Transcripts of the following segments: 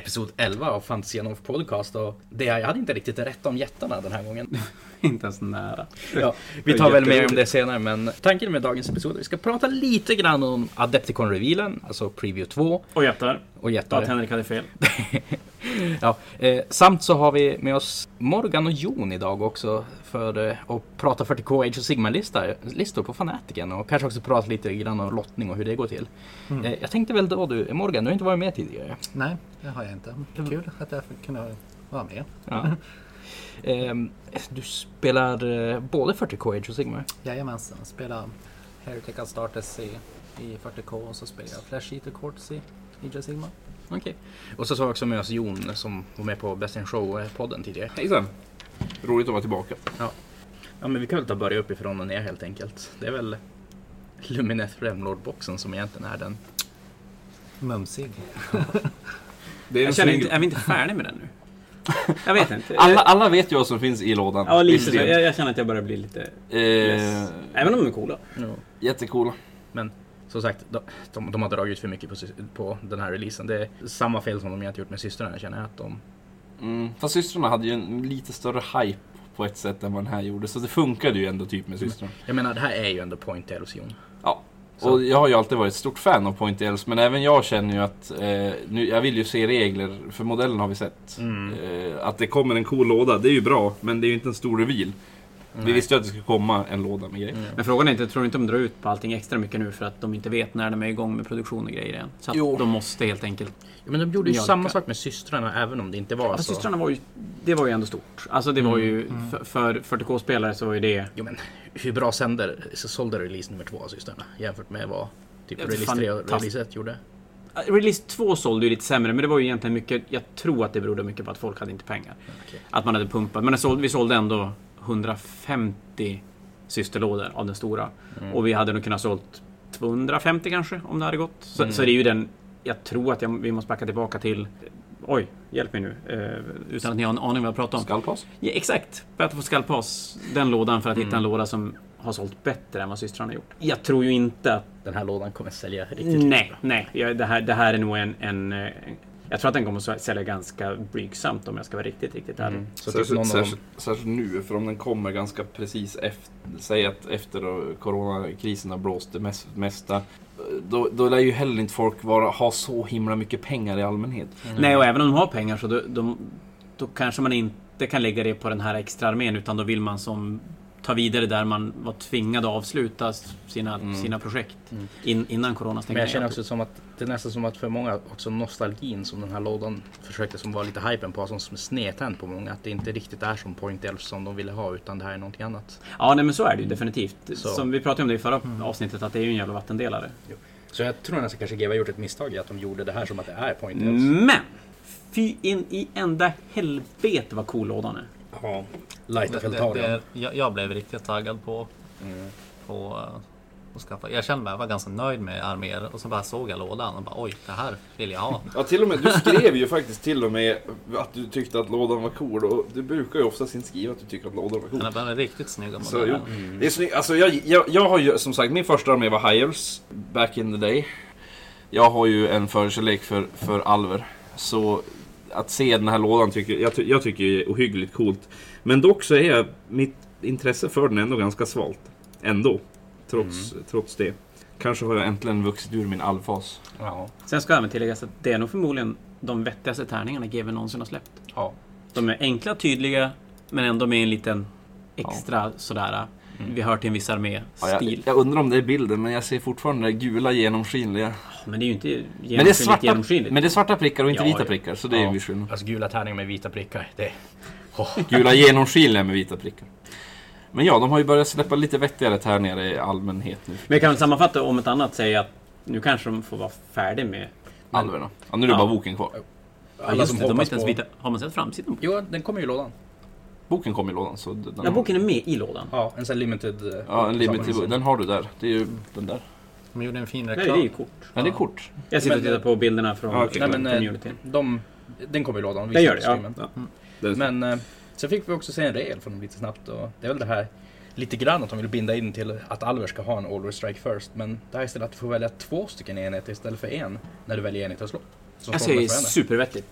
episod 11 av Fantasy of Podcast. Och jag hade inte riktigt rätt om jättarna den här gången. Inte ens nära. Ja, vi tar väl mer om det senare, men tanken med dagens episod, vi ska prata lite grann om Adepticon-revealen, alltså Preview 2. Och jättar. Att Henrik hade fel. Ja, samt så har vi med oss Morgan och Jon idag också för att prata 40K Age of Sigmar-listor på Fanatiken och kanske också prata lite grann om lottning och hur det går till. Jag tänkte väl då, Morgan, du har inte varit med tidigare. Nej, det har jag inte. Kul att jag kunde vara med. Ja. Du spelar både 40K Age of Sigmar? Jajamensan, jag spelar Heretical Starters i 40K och så spelar jag Flash Eater Courts i Age of Sigmar. Okej. Och så har vi också med oss Jon som var med på Best in Show-podden tidigare. Hejsan. Roligt att vara tillbaka. Ja, men vi kan väl ta börja uppifrån och ner helt enkelt. Det är väl Lumineth Remlord-boxen som egentligen är den. Mumsig. Jag känner inte, är vi inte färdiga med den nu? Jag vet inte. Alla vet ju vad som finns i lådan. Ja, lite så. Jag känner att jag börjar bli lite less. Även om de är coola. Ja. Jättecoola. Men som sagt, de har dragit för mycket på den här releasen. Det är samma fel som de egentligen gjort med systrarna, känner jag att de... Fast systrarna hade ju en lite större hype på ett sätt än vad den här gjorde. Så det funkade ju ändå typ med systrarna. Jag menar, det här är ju ändå Point Tales, Jon. Ja, och jag har ju alltid varit ett stort fan av Point Tales. Men även jag känner ju att jag vill ju se regler. För modellen har vi sett. Att det kommer en cool låda, det är ju bra. Men det är ju inte en stor reveal. Vi visste ju att det skulle komma en låda med grejer. Men frågan är inte, tror inte de drar ut på allting extra mycket nu för att de inte vet när de är igång med produktion och grejer än. Så att de måste helt enkelt... Ja, men de gjorde ju samma sak med systrarna även om det inte var så. Systrarna var ju ändå stort. Alltså det var ju för 40K-spelare så var ju det... Jo, men hur bra sålde release nummer 2 av systrarna jämfört med vad typ release 3 och release 1 gjorde? Release 2 sålde ju lite sämre, men det var ju egentligen mycket... Jag tror att det berodde mycket på att folk hade inte pengar. Okay. Att man hade pumpat. Men vi sålde ändå 150 systerlådor av den stora. Och vi hade nog kunnat sålt 250 kanske om det hade gått. Så det är ju den... Jag tror att vi måste backa tillbaka till... Oj, hjälp mig nu. Utan att ni har en aning vad jag pratar om. Skallpass? Ja, exakt. Bättre få skallpass. Den lådan för att hitta en låda som har sålt bättre än vad systrarna har gjort. Jag tror ju inte att... Den här lådan kommer sälja riktigt. Nej. Det här är nog en jag tror att den kommer att sälja ganska blygsamt om jag ska vara riktigt ärlig. Så särskilt nu, för om den kommer ganska precis efter, säg att efter coronakrisen har blåst det mesta, då lär ju heller inte folk ha så himla mycket pengar i allmänhet. Nej, och även om de har pengar så då kanske man inte kan lägga det på den här extra armén, utan då vill man som ta vidare där man var tvingad att avsluta sina projekt innan corona stängde. Men jag känner också som att det är nästan som att för många också nostalgin som den här lådan försökte, som var lite hypen på, som snedtänd på många, att det inte riktigt är som Point Elf som de ville ha, utan det här är någonting annat. Ja, nej, men så är det ju definitivt. Som vi pratade om det i förra avsnittet, att det är ju en jävla vattendelare. Jo. Så jag tror nästan kanske GW har gjort ett misstag i att de gjorde det här som att det är Point Elf. Men fy in i enda helvete vad cool lådan är. Ja, Lighterfeltarian. Jag blev riktigt taggad på att skaffa. Jag kände mig, jag var ganska nöjd med arméer och så bara såg jag lådan och bara oj, det här vill jag ha. Ja, till och med, du skrev ju faktiskt till och med att du tyckte att lådan var cool, och du brukar ju oftast inte skriva att du tycker att lådan var cool. Den är riktigt snygg. Så, det är snygg. Alltså, jag har ju, som sagt, min första armé var High Elves back in the day. Jag har ju en förkärlek för alver, så att se den här lådan jag tycker är ohyggligt coolt. Men dock så är mitt intresse för den ändå ganska svalt. Ändå. Trots det. Kanske har jag äntligen vuxit ur min alfas. Ja. Sen ska jag även tillägga att det är nog förmodligen de vettigaste tärningarna GW någonsin har släppt. Ja. De är enkla, tydliga, men ändå med en liten extra sådär. Vi hör till en viss armé-stil. Jag undrar om det är bilden, men jag ser fortfarande det gula genomskinliga. Men det är ju inte genomskinligt. Men det är svarta prickar och inte vita prickar, så det är ju en viss skillnad. Alltså gula tärningar med vita prickar. Gula genomskinliga med vita prickar. Men ja, de har ju börjat släppa lite vettigare tärningar i allmänhet nu. Men jag kan väl sammanfatta om ett annat, säga att nu kanske de får vara färdiga med alverna. Ja, nu är det bara boken kvar. Alla som de inte ens vita. Har man sett framsidan? Jo, den kommer ju i lådan. Boken kommer i lådan. Så boken är med i lådan. Ja, en sån limited. Ja, en limited. Den har du där. Det är ju den där. De gjorde en fin reklam. Nej, det är ju kort. Ja, det är kort. Jag sitter och tittar på bilderna från communityn. Den kommer i lådan. Det gör det, ja. Men sen fick vi också se en regel från dem lite snabbt. Och det är väl det här lite grann att de vill binda in till att Alver ska ha en Always Strike First. Men det här istället att du får välja 2 stycken enheter istället för en när du väljer enheter att slå. Jag säger supervettigt.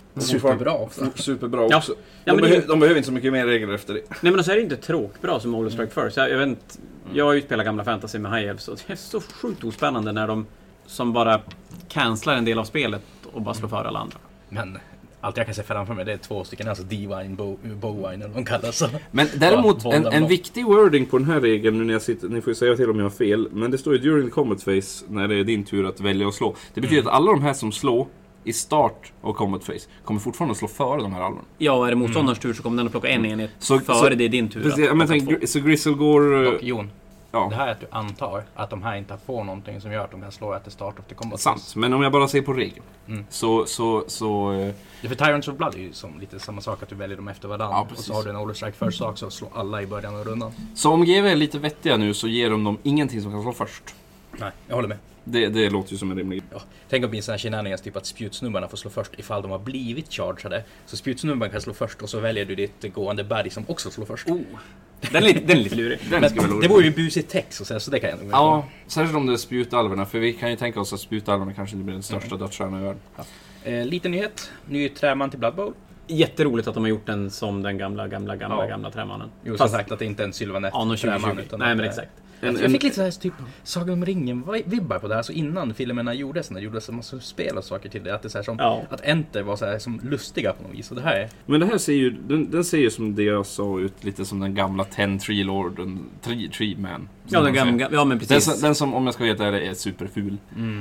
Superbra också. Superbra Ja. också. Ja, men De behöver inte så mycket mer regler efter det. Nej, men så är det inte tråkbra som Old Strike First. Jag vet inte, jag har ju spelat gamla fantasy med High Elves och det är så sjukt ospännande när de som bara cancelar en del av spelet och bara slår för alla andra. Men allt jag kan se framför mig det är 2 stycken, alltså Divine, Bowine eller vad de kallas. Men däremot Ja, en viktig wording på den här regeln nu när jag sitter, ni får ju säga till om jag har fel, men det står ju during the combat phase när det är din tur att välja att slå. Det betyder att alla de här som slår i start av combat phase kommer fortfarande att slå före de här alverna. Ja, är det motståndarens tur så kommer den att plocka en enhet Så före det är din tur. Precis, men tänk, så Gristle går... Och Jon, Ja. det här är att du antar att de här inte får någonting som gör att de kan slå efter start of the combat. Sant, men om jag bara ser på regeln så Ja, för Tyrants of Blood är ju som lite samma sak, att du väljer dem efter varandra. Ja, och precis. så har du en Old Strike First sak så slår alla i början av rundan. så om GW är lite vettiga nu så ger de dem ingenting som kan slå först. Nej, jag håller med. Det låter ju som en rimlig. Ja. Tänk om det blir en sån här shenanigans typ att spjutsnubbarna får slå först ifall de har blivit chargade. Så spjutsnubbarna kan slå först och så väljer du ditt gående berg som också slår först. Den är lite lurig. Den ska väl Det vore ju busigt text så det kan jag nog Ja, särskilt om det är spjutalverna, för vi kan ju tänka oss att spjutalverna kanske inte blir den största dödsstjärnan i världen. Liten nyhet, ny träman till Blood Bowl. Jätteroligt att de har gjort den som den gamla trämannen. Jo, som Fast sagt att det inte är en Sylvanet anno 2020. träman. Utan Nej, men att, exakt. Jag fick lite så här typ Sagan om ringen-vibbar på det här. Så innan filmerna gjordes, när det gjordes en massa spel och saker till det. Att det är så här som, att Enter var så här som lustiga på något vis. Och det här är... Men det här ser ju, den ser ju som det jag sa ut, lite som den gamla 10 Tree Lorden, Tree Man. Ja, den gamla, ja men precis. Den som, om jag ska veta, är superful.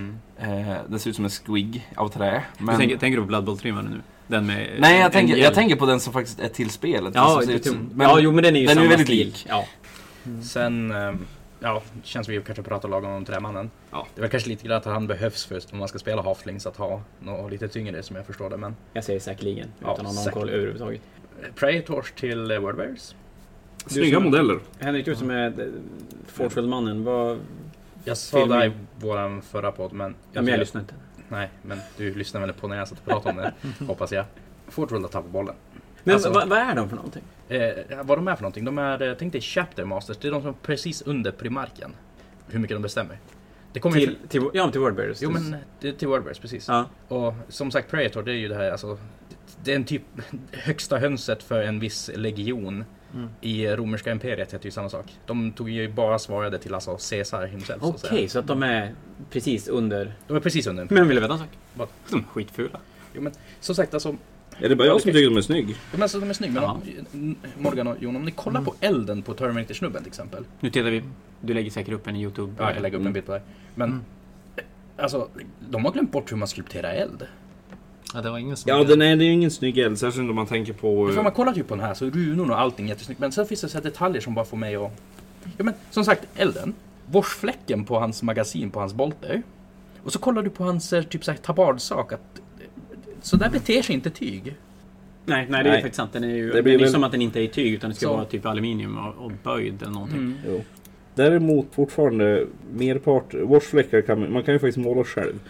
Den ser ut som en squig av trä. Men... Tänker du på Blood Bowl 3 nu? Den med Nej, jag tänker på den som faktiskt är till spelet. Ja, men den är ju den samma är väldigt stil. lik. Ja. Sen, känns som vi kanske pratar lagom om trämannen. Ja. Det är väl kanske lite grann att han behövs först om man ska spela halflings att ha något lite tyngre som jag förstår det. Men Jag säger säkerligen, Ja, utan någon säkert. koll överhuvudtaget. Praetors till Wordbearers. Snygga modeller. Henrik, du som är Fortfield-mannen, vad... Jag sa det här i våran förra podd, men... Ja, men jag lyssnar inte. Nej, men du lyssnar väl på när jag satt och pratade om det, hoppas jag. Fortfield har tappat bollen. Men Alltså- vad är de för någonting? Vad de är för någonting? De är, tänk dig Chapter Masters, det är de som är precis under primarken. Hur mycket de bestämmer. Det kommer ju... Till Wordbearers. Jo, men det är till Wordbearers, precis. Ja. Och som sagt, Praetor, det är ju det här, alltså... Det är en typ högsta hönset för en viss legion. I romerska imperiet heter ju samma sak. De tog ju bara svarade till alltså Caesar himself. så att säga. Okej, så att de är precis under... De är precis under. Men vill du veta en sak? Vad? De är skitfula. Jo, men som sagt, alltså... Är det bara jag som tycker de är snygg? Ja, men alltså, de är snygga. Ja. Men Morgan och Jon, om ni kollar på elden på Terminator-snubben till exempel. Nu tittar vi. Du lägger säkert upp en i YouTube. Ja, jag kan lägga upp en bild på det. Men alltså, de har glömt bort hur man skulpterar eld. Ja, det var ingen som... Ja, det är ju ingen snygg eld, särskilt om man tänker på... För om man kollar typ på den här så är runor och allting jättesnyggt. Men sen finns det så här detaljer som bara får mig att... Ja, men som sagt, elden. Borsfläcken på hans magasin, på hans bolter. Och så kollar du på hans typ så här tabardsak att... Så där beter sig inte tyg. Nej, det är ju faktiskt sant. Den är ju Det blir det är väl- som att den inte är i tyg, utan det ska Så. vara typ aluminium och böjd eller någonting. Jo. Däremot fortfarande merpart warsfläckar kan man kan ju faktiskt måla själv.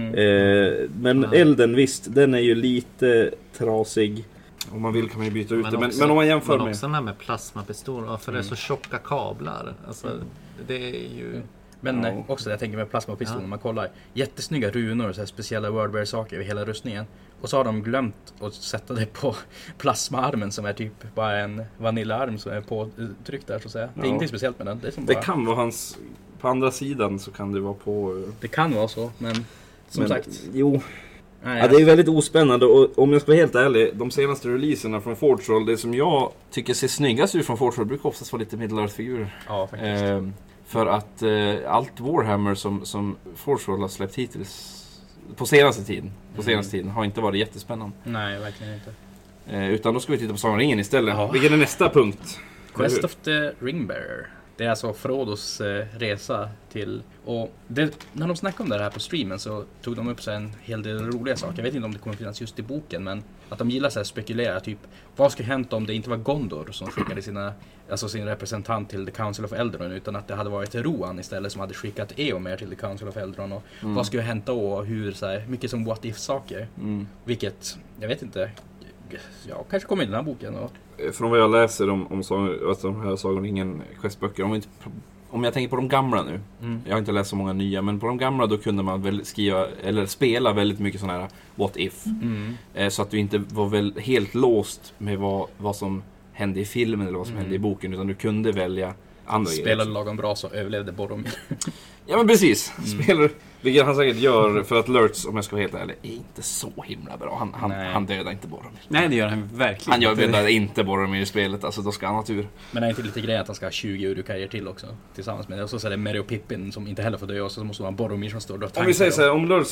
Men elden visst, den är ju lite trasig. Om man vill kan man ju byta ut det. Men om man jämför men med... också den här med plasmapistol, för det är så tjocka kablar. Alltså, det är ju... Men Ja. också jag tänker med plasmapistolen, man kollar jättesnygga runor och så här speciella Wordbear-saker över hela rustningen. Och så har de glömt att sätta det på plasmaarmen som är typ bara en vanillaarm som är påtryckt där så att säga. Det är Ja. ingenting speciellt med den. Det är som Det bara, kan vara hans... På andra sidan så kan det vara på... det kan vara så, men som men, sagt. Jo. Nej, Ja, det är ju väldigt ospännande och om jag ska vara helt ärlig, de senaste releaserna från Forge World, det som jag tycker ser snyggast ut från Forge World brukar oftast vara lite Middle Earth-figurer. Ja, faktiskt. För att allt Warhammer som Forge World har släppt hittills på senaste tiden har inte varit jättespännande. Nej, verkligen inte. Utan då ska vi titta på Sagan om ringen istället. Ja. Vilken är nästa punkt? Quest of the Ringbearer. Det är alltså Frodos resa till... Och när de snackade om det här på streamen så tog de upp så en hel del roliga saker. Jag vet inte om det kommer finnas just i boken, men att de gillar så här spekulera typ vad skulle hända om det inte var Gondor som skickade sin representant till The Council of Eldron, utan att det hade varit Rohan istället som hade skickat Eomer till The Council of Eldron, och vad skulle hända och hur så här, mycket som what if saker. Vilket jag vet inte. Ja, kanske kommer i den här boken och Från vad jag läser om de här Sagan om ringen questböcker, om jag tänker på de gamla nu. Jag har inte läst så många nya, men på de gamla då kunde man väl skriva eller spela väldigt mycket sådana här what if. Så att du inte var väl helt låst med vad som hände i filmen eller vad som hände i boken, utan du kunde välja andra grejer. Spelade lagom bra så överlevde Boromir. Ja, men precis. Spelar, vilket han säkert gör, för att Lurtz, om jag ska vara helt ärlig, är inte så himla bra. Han dödar inte Boromir. Nej, det gör han verkligen. Han dödar inte Boromir i spelet, alltså då ska han ha tur. Men är inte lite grejen att han ska ha 20 urukajer till också tillsammans med det? Och så är det Merry och Pippin som inte heller får dö, och så måste man Boromir som står och om vi säger så här,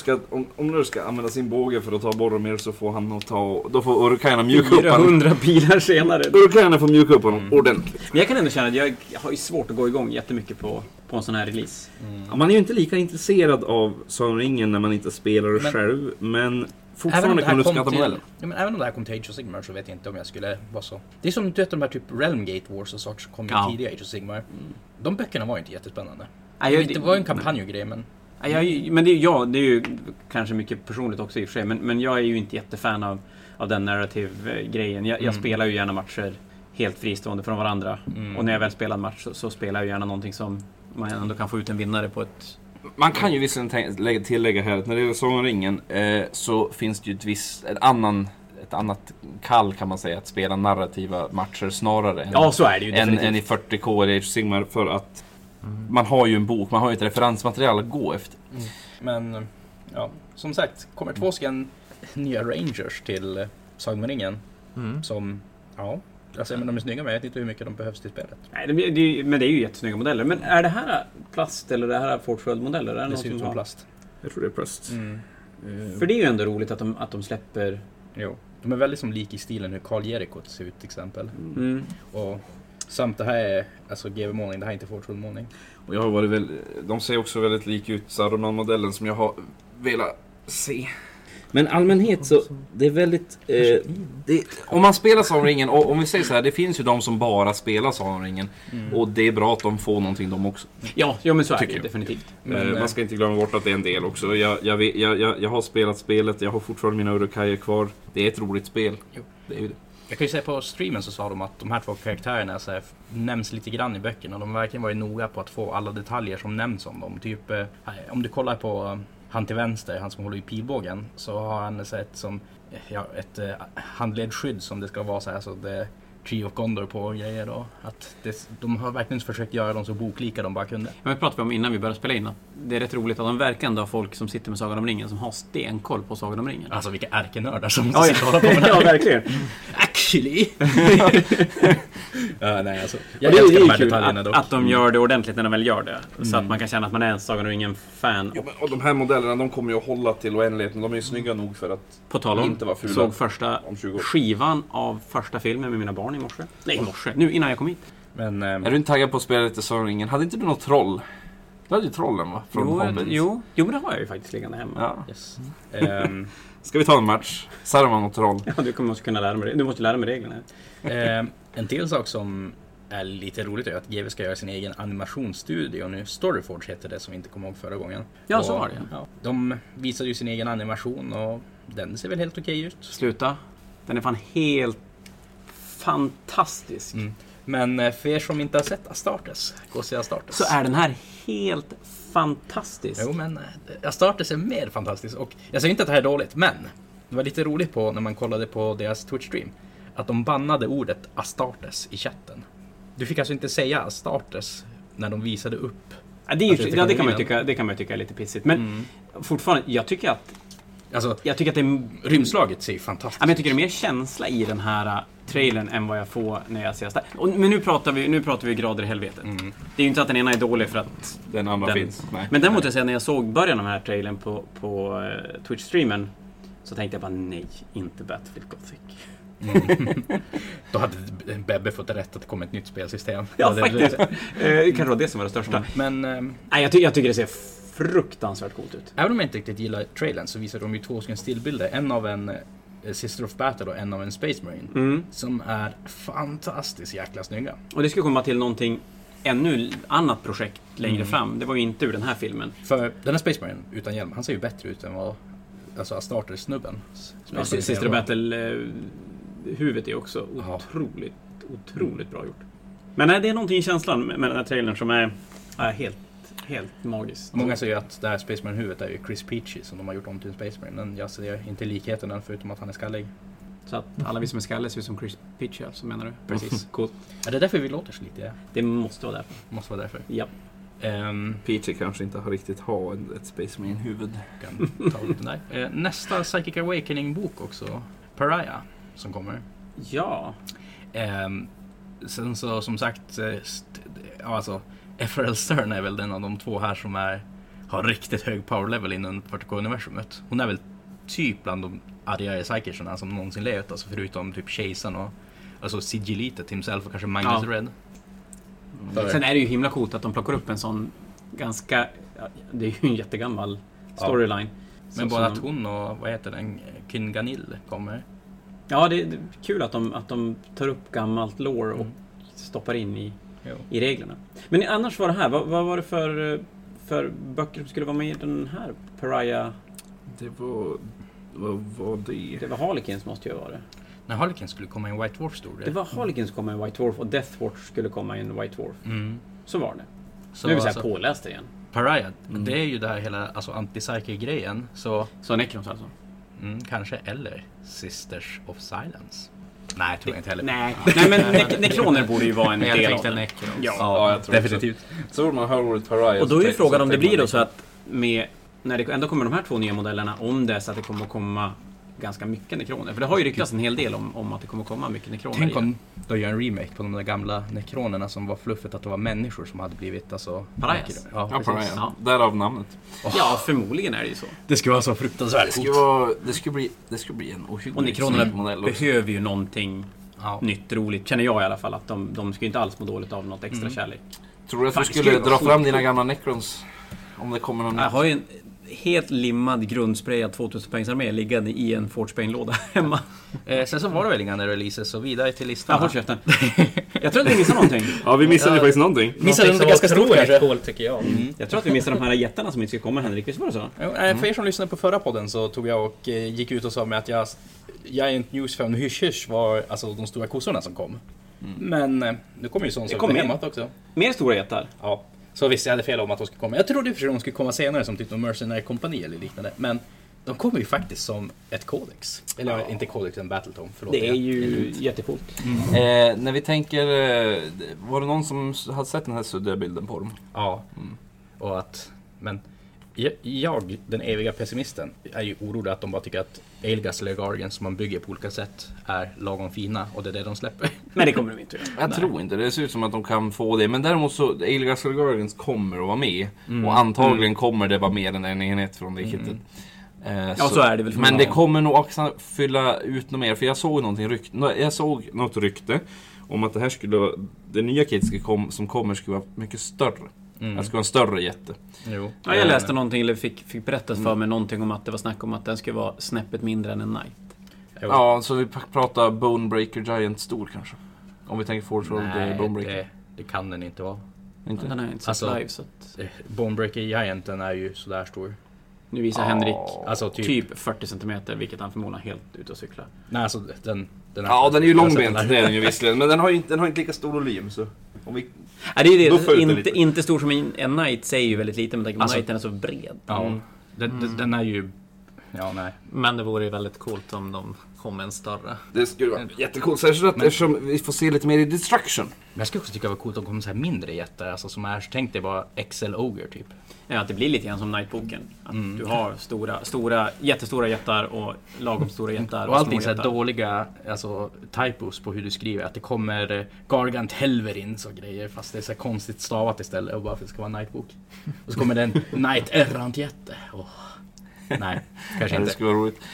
om Lurtz ska använda sin båge för att ta Boromir, så får han nog då får urukajerna mjuka upp honom. 400 pilar senare. Urukajerna får mjuka upp honom ordentligt. Men jag kan ändå känna att jag har ju svårt att gå igång jättemycket på en sån här release. Ja, man är ju inte lika intresserad av Sagan om ringen när man inte spelar det själv, men fortfarande kan du skatta modellen. Ja, men även om det här kom till Age of Sigmar så vet jag inte om jag skulle vara så. Det är som du vet, de här typ Realmgate Wars och sorts kom ju tidigare Age of Sigmar. De böckerna var inte jättespännande. Det var ju en kampanjgrej, men... Men det är ju kanske mycket personligt också i och för sig, men jag är ju inte jättefan av den narrative-grejen. Jag spelar ju gärna matcher helt fristående från varandra. Och när jag väl spelar en match så spelar jag gärna någonting som man ändå kan få ut en vinnare på ett... Man kan ju visserligen tillägga här att när det gäller Sagan om ringen så finns det ju ett annat kall, kan man säga, att spela narrativa matcher snarare än, så är det ju än i 40K eller Age of Sigmar, för att man har ju en bok, man har ju ett referensmaterial att gå efter. Men ja, som sagt, kommer 2 nya Rangers till Sagan om ringen som, alltså, men de är snygga, men jag vet inte hur mycket de behövs till spelet. Nej, men det är ju jättesnygga modeller. Men är det här plast eller det här Fortföld-modeller? Det ser ut som plast. Jag tror det är plast. För det är ju ändå roligt att de släpper... Jo, de är väldigt som lik i stilen hur Karl Jericho ser ut till exempel. Och samt det här är alltså GV-målning, det här är inte Fortföld-målning. Och jag har varit de ser också väldigt lik ut Saruman-modellen som jag har velat se. Men allmänhet så, det är väldigt... om man spelar Sagan om ringen, och om vi säger så här, det finns ju de som bara spelar Sagan om ringen. Och det är bra att de får någonting de också. Ja, men så är det definitivt. Men man ska inte glömma bort att det är en del också. Jag har spelat spelet, jag har fortfarande mina urukajer kvar. Det är ett roligt spel. Jo. Det är ju det. Jag kan ju säga på streamen så sa de att de här 2 karaktärerna så här, nämns lite grann i böckerna. De har verkligen varit noga på att få alla detaljer som nämns om dem. Typ, om du kollar på han till vänster, han som håller i pilbågen, så har han ett handledskydd som det ska vara så här, så det Tree of Gondor på grejer då. Att de har verkligen försökt göra dem så boklika de bara kunde. Men vi pratade om innan vi började spela in. Det är rätt roligt att de verkligen har folk som sitter med Sagan om ringen som har stenkoll på Sagan om ringen. Alltså vilka ärkenördar som sitter och håller på med det. Ja, verkligen. Actually. Nej, alltså. Jag älskar de här detaljerna dock. Att de gör det ordentligt när de väl gör det. Så att man kan känna att man är en Sagan om ringen-fan. Ja, och de här modellerna, de kommer ju att hålla till oändligheten. De är ju snygga nog för att på tal om, inte vara fula. Såg första skivan av första filmen med mina barn i morse. Nej, i morse. Nu innan jag kom hit. Men, är du inte taggad på att spela lite Sagan om ringen? Hade inte du något troll? Du hade ju trollen, va? Från Hobbits. Jo, men det har jag ju faktiskt liggande hemma. Ja. yes. Ska vi ta en match? Saruman och troll. Ja, du måste kunna lära mig. Du måste lära mig reglerna. En till sak som är lite roligt är att GW ska göra sin egen animationsstudio nu. Storyforge heter det, som vi inte kom ihåg förra gången. Ja, så var det. Ja, de visade ju sin egen animation och den ser väl helt okej ut. Sluta. Den är fan helt fantastisk. Men för er som inte har sett Astartes, gå och se Astartes. Så är den här helt fantastisk. Jo, men Astartes är mer fantastisk. Och jag säger inte att det här är dåligt, men det var lite roligt på när man kollade på deras Twitch-stream att de bannade ordet Astartes i chatten. Du fick alltså inte säga Astartes när de visade upp. Ja, det kan man ju tycka är lite pissigt. Men fortfarande, jag tycker att det rymdslaget ser fantastiskt. Ja, men jag tycker det är mer känsla i den här trailern än vad jag får när jag ser det. Men nu pratar vi grader i helvetet. Det är ju inte att den ena är dålig för att den andra finns. Nej. Men däremot jag säga, när jag såg början av den här trailern på Twitch-streamen, så tänkte jag bara nej, inte Battlefield Gothic. Då hade Bebbe fått rätt att det kom ett nytt spelsystem. Ja, faktiskt. Kanske var det som var det största. Men nej, jag tycker det ser fruktansvärt coolt ut. Även om jag inte riktigt gillar trailern så visar de ju 2 stillbilder. En av en Sister of Battle och en av en Space Marine. Som är fantastiskt jäkla snygga. Och det ska komma till någonting ännu annat projekt längre fram. Det var ju inte ur den här filmen. För den här Space Marine utan hjälm, han ser ju bättre ut än vad Astartes-snubben. Ja, Sister of Battle huvudet är också otroligt bra gjort. Men nej, det är någonting i känslan med den här trailern som är... Ja, helt magiskt. Många säger att det här Space Marine-huvudet är ju Chris Peachy som de har gjort om till Space Marine. Men jag ser inte likheten förutom att han är skallig. Så att alla vi som är skalliga ser ut som Chris Peachy, så menar du? Precis, coolt. Ja, det är därför vi låter så lite. Det måste vara därför. Måste vara därför. Ja. Peachy kanske inte har riktigt ha ett Space Marine-huvud. Kan ta ut den där. Nästa Psychic Awakening-bok också. Pariah, som kommer. Ja. Sen så som sagt, alltså FRL Stern är väl den av de två här som har riktigt hög power level inom 40K-universumet. Hon är väl typ bland de argare psychicerna som någonsin levt, alltså förutom typ Chasen och alltså Sigilitet himself och kanske Magnus Red. Sen är det ju himla coolt att de plockar upp en sån ganska, det är ju en jättegammal storyline. Men bara att hon och, vad heter den, Kinganil kommer. Ja, det är kul att de tar upp gammalt lore och stoppar in i reglerna. Men annars var det här, vad var det för böcker som skulle vara med i den här Pariah? Vad var det? Det var Harlequins måste ju vara det. När Harlequin skulle komma i en White Dwarf stod Det var Harlequins som kom i en White Dwarf och Deathwatch skulle komma i en White Dwarf. Så var det. Så nu är vi alltså, påläst igen. Pariah, det är ju där hela alltså anti-psychic-grejen. Så Necrons alltså? Kanske, eller Sisters of Silence. Nej, tror jag inte heller. Nej men Necroner borde ju vara en del av det. Ja, jag tror definitivt. Så man hör ordet Pariah. Och då är ju frågan om det blir då så att när det ändå kommer de här två nya modellerna, om det är så att det kommer att komma ganska mycket nekroner. För det har ju ryktats en hel del om att det kommer att komma mycket nekroner. Tänk om de gör en remake på de där gamla nekronerna som var fluffet att det var människor som hade blivit alltså Pariahs. Ja, Pariah. Ja. Därav namnet. Ja, förmodligen är det ju så. Det skulle vara så fruktansvärt. Det skulle bli en ohygglig. Och nekronerna behöver ju någonting nytt, roligt. Känner jag i alla fall att de ska inte alls må dåligt av något extra kärlek. Tror du att du skulle dra fram dina gamla Necrons om det kommer någon? Jag har ju en helt limmad grundsprayad 2000 poängs armé liggande i en Fort Spain-låda hemma. Sen så var det väl inga releases, så vidare till listan. Håll käften. Jag tror att vi missade någonting. Ja, vi missade faktiskt någonting. Missade något ganska stort kanske. Coolt, tycker jag. Jag tror att vi missade de här jättarna som inte ska komma, Henrik. Visst var det så? För er som lyssnade på förra podden så tog jag och gick ut och sa med att Giant News 5 Hysch var alltså de stora kossorna som kom. Men nu kommer ju sånt som hemåt också. Mer stora jättar? Ja. Så visst, jag hade fel om att de skulle komma. Jag trodde för att de skulle komma senare som typ en Mercenary-kompani eller liknande. Men de kommer ju faktiskt som ett kodex. Eller inte kodex, en battletome. Förlåt, det är ju jättefullt. När vi tänker, var det någon som hade sett den här suddiga bilden på dem? Ja. Och att, men jag, den eviga pessimisten, är ju orolig att de bara tycker att Aelgas Legargen som man bygger på olika sätt är lagom fina och det är det de släpper. Men det kommer de inte göra. Jag tror inte, det ser ut som att de kan få det. Men däremot så, Aelgas Legargens kommer att vara med. Och antagligen kommer det vara mer än en enhet från det kittet. Så är det väl. Men det kommer nog också fylla ut något mer. För jag såg något rykte om att det här skulle, det nya kittet som kommer skulle vara mycket större. Det skulle vara en större jätte. Jo. Ja, jag läste någonting, eller fick berättat för mig någonting om att det var snack om att den skulle vara snäppet mindre än en Knight. Ja, så vi pratar Bonebreaker Giant stor kanske. Om vi tänker Forge of the Bonebreaker. Det kan den inte vara. Inte? Den är inte så alltså, live så att... Bonebreaker Gianten är ju sådär stor. Nu visar Henrik alltså typ 40 cm, vilket han förmodligen helt ute och cykla. Nej, alltså den är ju långbent, det är den ju visserligen. Men den har inte lika stor volym, så om vi... Det är det, inte stor som en Knight säger ju väldigt lite, men alltså, Knighten är så bred. Ja, den är ju... Ja, nej. Men det vore ju väldigt coolt om de kom en större. Det skulle vara jättecoolt, särskilt eftersom vi får se lite mer i Destruction. Men jag skulle också tycka det var coolt om de kom så här mindre jättar, alltså som är, tänk dig bara XL Ogre typ. Ja, att det blir lite grann som Nightboken. Att du har jättestora jättar och lagom stora jättar. Och allting så här dåliga alltså, typos på hur du skriver. Att det kommer Gargant Helverin och grejer, fast det är så konstigt stavat istället och bara för att det ska vara Nightbok. Och så kommer det en Night Errant jätte. Nej, kanske inte. Det skulle vara roligt.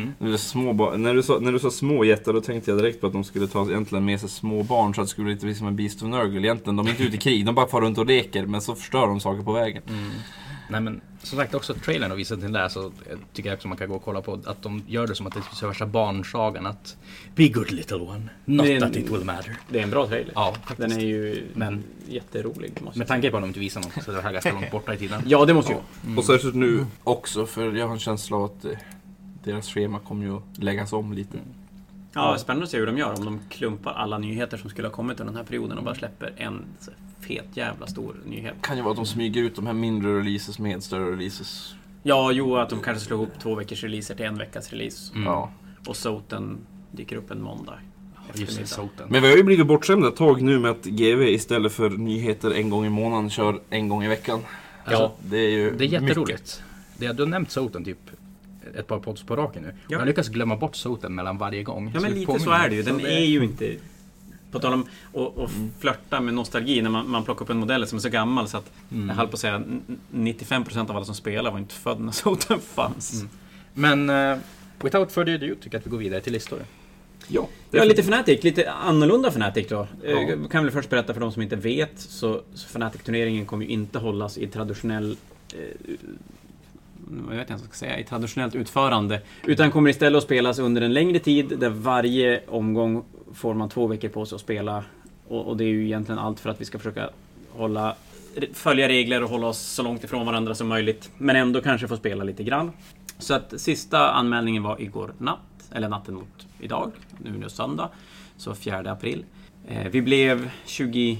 När du sa små jättar, då tänkte jag direkt på att de skulle ta egentligen med sig små barn, så att det skulle bli lite som en Beast of Nurgle. Egentligen, de är inte ute i krig, de bara far runt och leker, men så förstör de saker på vägen. Nej, men som sagt också trailern har visat till det här, så tycker jag också man kan gå och kolla på att de gör det som att det är värsta barnsagan, att be good little one, not that it will matter. Det är en bra trailer. Ja, den är ju jätterolig. Med tanke på att de inte visar något, så det här ganska långt borta i tiden. Ja, det måste ju. Och särskilt nu också, för jag har en känsla av att deras schema kommer ju att läggas om lite. Ja, spännande att se hur de gör. Om de klumpar alla nyheter som skulle ha kommit under den här perioden och bara släpper en fet jävla stor nyhet. Kan ju vara att de smyger ut de här mindre releases med större releases. Ja, jo, att de kanske slår ihop 2 veckors releaser till en veckas release. Ja. Och Soten dyker upp en måndag. Just det, Soten. Men vi har ju blivit bortskämda ett tag nu med att GV istället för nyheter en gång i månaden kör en gång i veckan. Alltså, det är ju det är jätteroligt. mycket. Du har nämnt Soten typ ett par pods på raken nu. Jag har lyckats glömma bort Soten mellan varje gång. Ja, men lite så är det ju. Den är ju inte... På tal om att flörta med nostalgi när man plockar upp en modell som är så gammal så att jag höll på att säga 95% av alla som spelar var inte födda när Soten fanns. Men without further ado tycker jag att vi går vidare till listor. Ja, Ja, lite Fnatic, lite annorlunda Fnatic då. Jag kan väl först berätta för de som inte vet, så Fnatic-turneringen kommer ju inte hållas i traditionell... jag vet inte vad jag ska säga, i traditionellt utförande. Utan kommer istället att spelas under en längre tid där varje omgång får man 2 veckor på sig att spela. Och det är ju egentligen allt för att vi ska försöka följa regler och hålla oss så långt ifrån varandra som möjligt. Men ändå kanske få spela lite grann. Så att sista anmälningen var igår natt, eller natten mot idag, nu söndag, så 4 april. Vi blev 23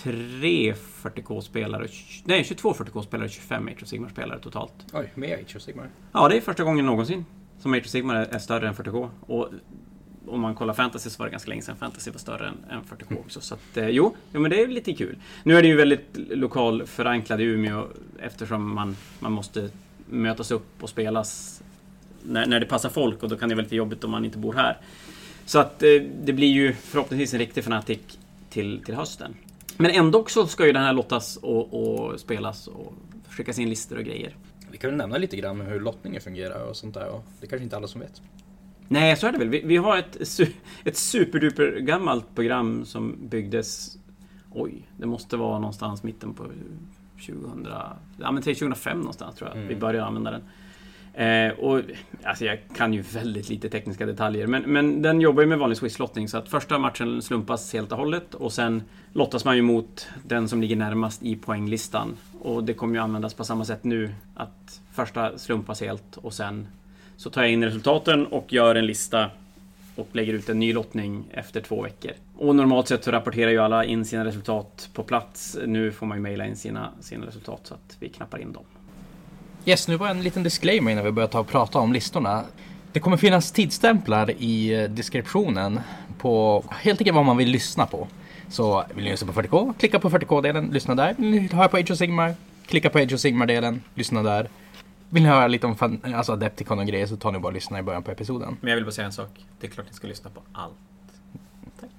40K-spelare, nej 22 40K-spelare, 25 Age of Sigmar-spelare totalt. Oj, med Age of Sigmar. Ja, det är första gången någonsin som Age of Sigmar är större än 40K. Och om man kollar fantasy så var det ganska länge sedan fantasy var större än 40K också. Så att, jo, men det är lite kul. Nu är det ju väldigt lokal förankrad i Umeå eftersom man måste mötas upp och spelas när det passar folk, och då kan det vara lite jobbigt om man inte bor här. Så att det blir ju förhoppningsvis en riktig Fnatic till hösten. Men ändå också ska ju den här lottas och spelas och skickas in listor och grejer. Vi kan väl nämna lite grann hur lottningen fungerar och sånt där. Och det kanske inte alla som vet. Nej, så är det väl. Vi har ett superduper gammalt program som byggdes... Oj, det måste vara någonstans mitten på 2005 någonstans tror jag. Vi började använda den. Och alltså jag kan ju väldigt lite tekniska detaljer, men den jobbar ju med vanlig Swiss-lottning, så att första matchen slumpas helt och hållet och sen lottas man ju mot den som ligger närmast i poänglistan, och det kommer ju användas på samma sätt nu, att första slumpas helt och sen så tar jag in resultaten och gör en lista och lägger ut en ny lottning efter 2 veckor. Och normalt sett så rapporterar ju alla in sina resultat på plats. Nu får man ju mejla in sina resultat så att vi knappar in dem. Yes, nu var en liten disclaimer innan vi börjar prata om listorna. Det kommer finnas tidsstämplar i deskriptionen på helt enkelt vad man vill lyssna på. Så vill ni lyssna på 40K, klicka på 40K-delen, lyssna där. Vill ni höra på Age of Sigmar, klicka på Age of Sigmar-delen, lyssna där. Vill ni höra lite om Adepticon och grejer så tar ni bara och lyssna i början på episoden. Men jag vill bara säga en sak. Det är klart ni ska lyssna på allt. Tack.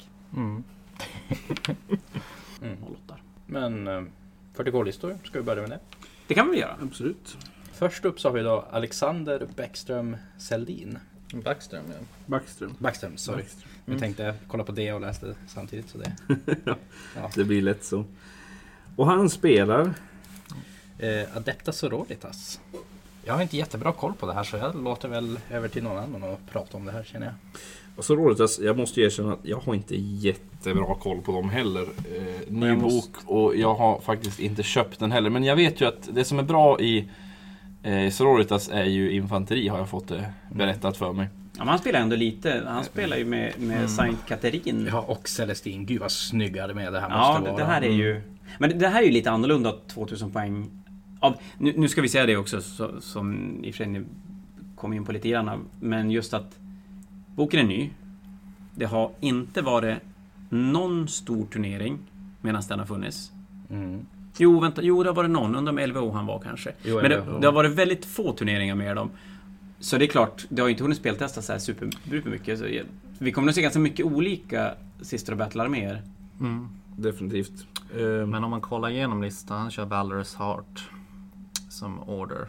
Och lottar. Men 40K-listor, ska vi börja med det? Det kan vi göra. Absolut. Först upp så har vi då Alexander Bäckström Seldin. Backström, ja. Backström, sorry. Jag tänkte kolla på det och läste samtidigt så det. Ja. Det blir lätt så. Och han spelar Adepta Sororitas. Jag har inte jättebra koll på det här så jag låter väl över till någon annan och prata om det här, känner jag. Och Sororitas, jag måste erkänna att jag har inte jättebra koll på dem heller. Ny bok och jag har faktiskt inte köpt den heller. Men jag vet ju att det som är bra i Sororitas är ju infanteri, har jag fått det berättat för mig. Ja, men han spelar ändå lite. Han spelar ju med Saint Catherine. Ja, och Celestine. Gud vad snygga med det här måste vara. Det här är ju... Men det här är ju lite annorlunda, 2000 poäng. Nu ska vi säga det också, som i och för sig ni kom in på lite grann. Men just att boken är ny. Det har inte varit någon stor turnering medan den har funnits. Jo, det har varit någon. Undrar om LVO han var kanske. Men det har varit väldigt få turneringar med dem. Så det är klart, det har ju inte hunnit speltesta så här super mycket. Så vi kommer att se ganska mycket olika Sister och Battle-arméer. Definitivt. Men om man kollar igenom listan, han kör Valorous Heart som order.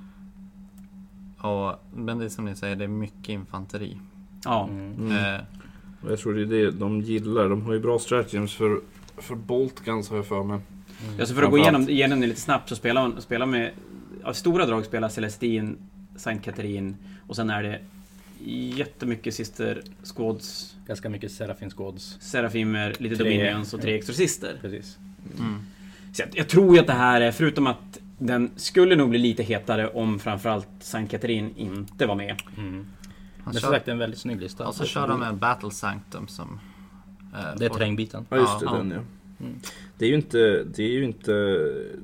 Men det är som ni säger, det är mycket infanteri. Ja. Jag tror det är det de gillar. De har ju bra stratagems för Boltguns, har jag för mig. Alltså för att gå igenom det lite snabbt så spelar med av stora drag spelar Celestine, Saint Catherine och sen är det jättemycket Sister Squads, ganska mycket Serafin Squads, Serafimer, lite Dominions och 3 exorcister. Precis. Så jag tror ju att det här är, förutom att den skulle nog bli lite hetare om framförallt Saint Catherine inte var med. Men som sagt, det är en väldigt snygg lista. Och så kör de en Battle Sanctum som... det är terrängbiten. Ja, just det, den ja. Det är ju inte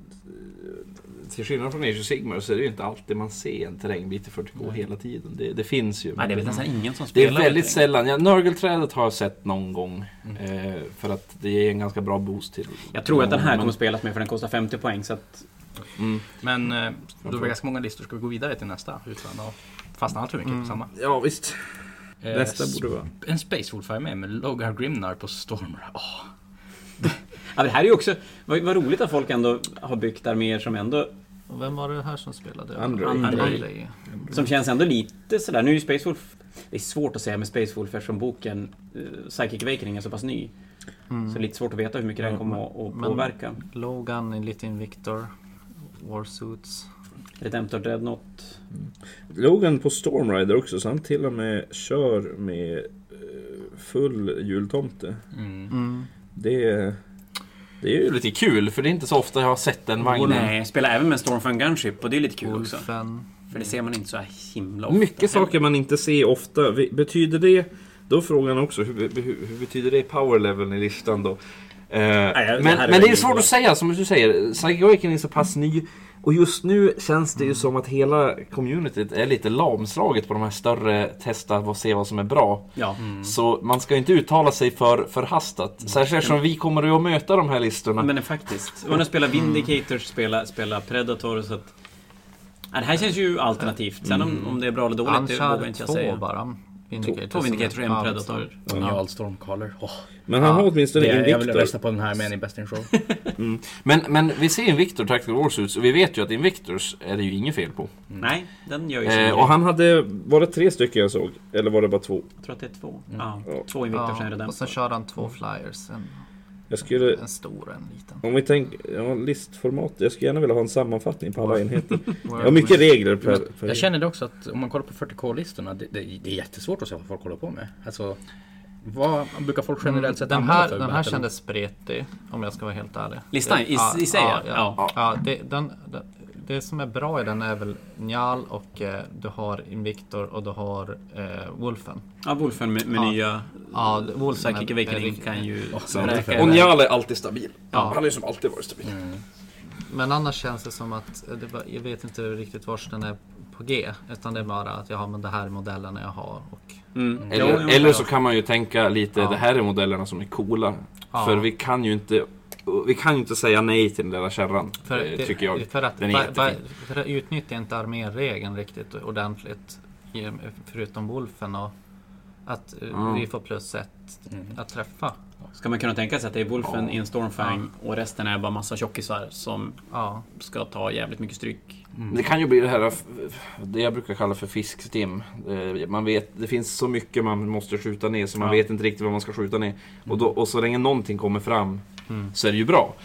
till skillnad från Age of Sigmar så är det ju inte alltid man ser en terrängbit i 40K hela tiden. Det finns ju. Nej, det är väl nästan ingen som Det spelar. är väldigt sällan. Nörgelträdet har jag sett någon gång. För att det är en ganska bra boost till. Jag tror att den här kommer spelas med för den kostar 50 poäng. Så att... Men då är det ganska många listor. Ska vi gå vidare till nästa utan att fastna allt för mycket på samma? Ja, visst. Nästa borde vara. En Space Wolf är med Logar Grimnar på Stormer. Ja, det här är ju också... Vad roligt att folk ändå har byggt arméer som ändå... Och vem var det här som spelade? Andrei. Som känns ändå lite sådär. Nu är ju Space Wolf... Det är svårt att säga med Space Wolf eftersom boken Psychic Awakening är så pass ny. Så det är lite svårt att veta hur mycket den kommer att påverka. Logan, Lite Invictor, Warsuits. Redemptor Dreadnought. Logan på Storm Rider också, så han till och med kör med full jultomte. Det är ju lite kul, för det är inte så ofta jag har sett den vagnen. Nej, spelar även med Stormfang Gunship och det är lite kul Wolfen. också. För det ser man inte så här himla ofta. Mycket saker man inte ser ofta. Betyder det, då frågan också, hur betyder det power leveln i listan då? Men det är svårt att säga, som du säger. Psychic Awakening är så pass ny. Och just nu känns det ju som att hela communityt är lite lamslaget på de här större testa och se vad som är bra. Ja. Så man ska inte uttala sig för förhastat. Särskilt som vi kommer att möta de här listorna. Men faktiskt. Och nu spelar Vindicators, spelar Predator, så att... Ja, det här känns ju alternativt. Sen om det är bra eller dåligt, det vågar inte jag säga. Bara. Två Vindicators och en Predator. Genial Stormcaller. Men han har åtminstone Jag Invictor. vill rösta på den här med i Best in Show. Men vi ser Invictor Tactical Warsuits och vi vet ju att Invictors är det ju inget fel på. Nej, den gör ju så. Och han hade, var det 3 stycken jag såg? Eller var det bara 2? Jag tror att det är 2. Ja, 2 Invictors är det den. Och sen kör han 2 flyers. En stor och en liten. Om vi tänker listformat, jag skulle gärna vilja ha en sammanfattning på alla enheter. Jag har mycket regler per Jag känner det också att om man kollar på 40K-listorna, det är jättesvårt att se vad folk håller på med. Alltså, vad brukar folk generellt sett använda för? Den här kändes spretig, om jag ska vara helt ärlig. Listan i sig? Ja, det som är bra i den är väl Njal och du har Invictor och du har Wolfen. Ja, Wolfen med nya... Ja, Wolfen Psychic Awakening kan ju... Och Njal är alltid stabil. Han har ju som alltid varit stabil. Men annars känns det som att jag vet inte riktigt vars den är på G, utan det är bara att men det här är modellerna jag har. Och eller så kan man ju tänka lite, det här är modellerna som är coola. För vi kan ju inte säga nej till den där kärran, tycker jag. För att utnyttja inte arméregeln riktigt ordentligt, förutom Wolfen, och att vi får +1 att träffa. Ska man kunna tänka sig att det är Wolfen i en Stormfang och resten är bara massa tjockisar som ska ta jävligt mycket stryk. Det kan ju bli det här, det jag brukar kalla för fiskstim. Man vet, det finns så mycket man måste skjuta ner så man vet inte riktigt vad man ska skjuta ner. Och så länge någonting kommer fram så är det ju bra.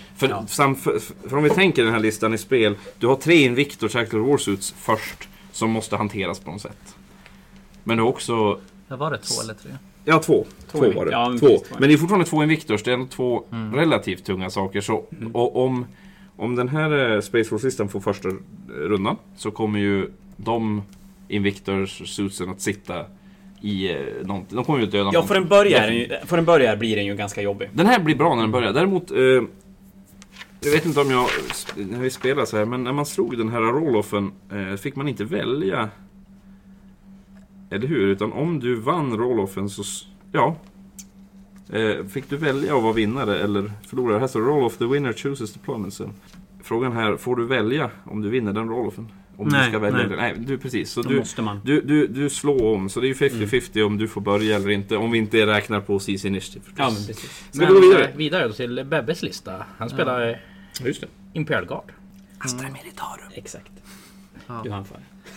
För om vi tänker den här listan i spel, du har 3 Invictor Tactical Warsuits först som måste hanteras på något sätt. Men du har också... Var det 2 eller 3? Ja, 2. 2 var det. Ja, 2. Men det är fortfarande 2 Invictors. Det är ändå 2 relativt tunga saker. Så, och om den här Space Force-listan får första rundan så kommer ju de Invictors-suitsen att sitta i någonting. De kommer ju döda. Ja, för en börjare blir den ju ganska jobbig. Den här blir bra när den börjar. Däremot... jag vet inte om när vi spelar så här, men när man slog den här roll-offen fick man inte välja, eller hur? Utan om du vann roll-offen så fick du välja att vara vinnare eller förlorare. Här står roll-off, the winner chooses deployment. Frågan här, får du välja om du vinner den roll-offen? Om du ska välja. Nej, du precis. Så du slår om, så det är ju 50-50 om du får börja eller inte, om vi inte räknar på CC Initiative. Ja, men precis. Ska vi gå vidare? Vidare till Bebbes lista. Han spelar Imperial Guard. Astra Militarum. Exakt. Du hann för.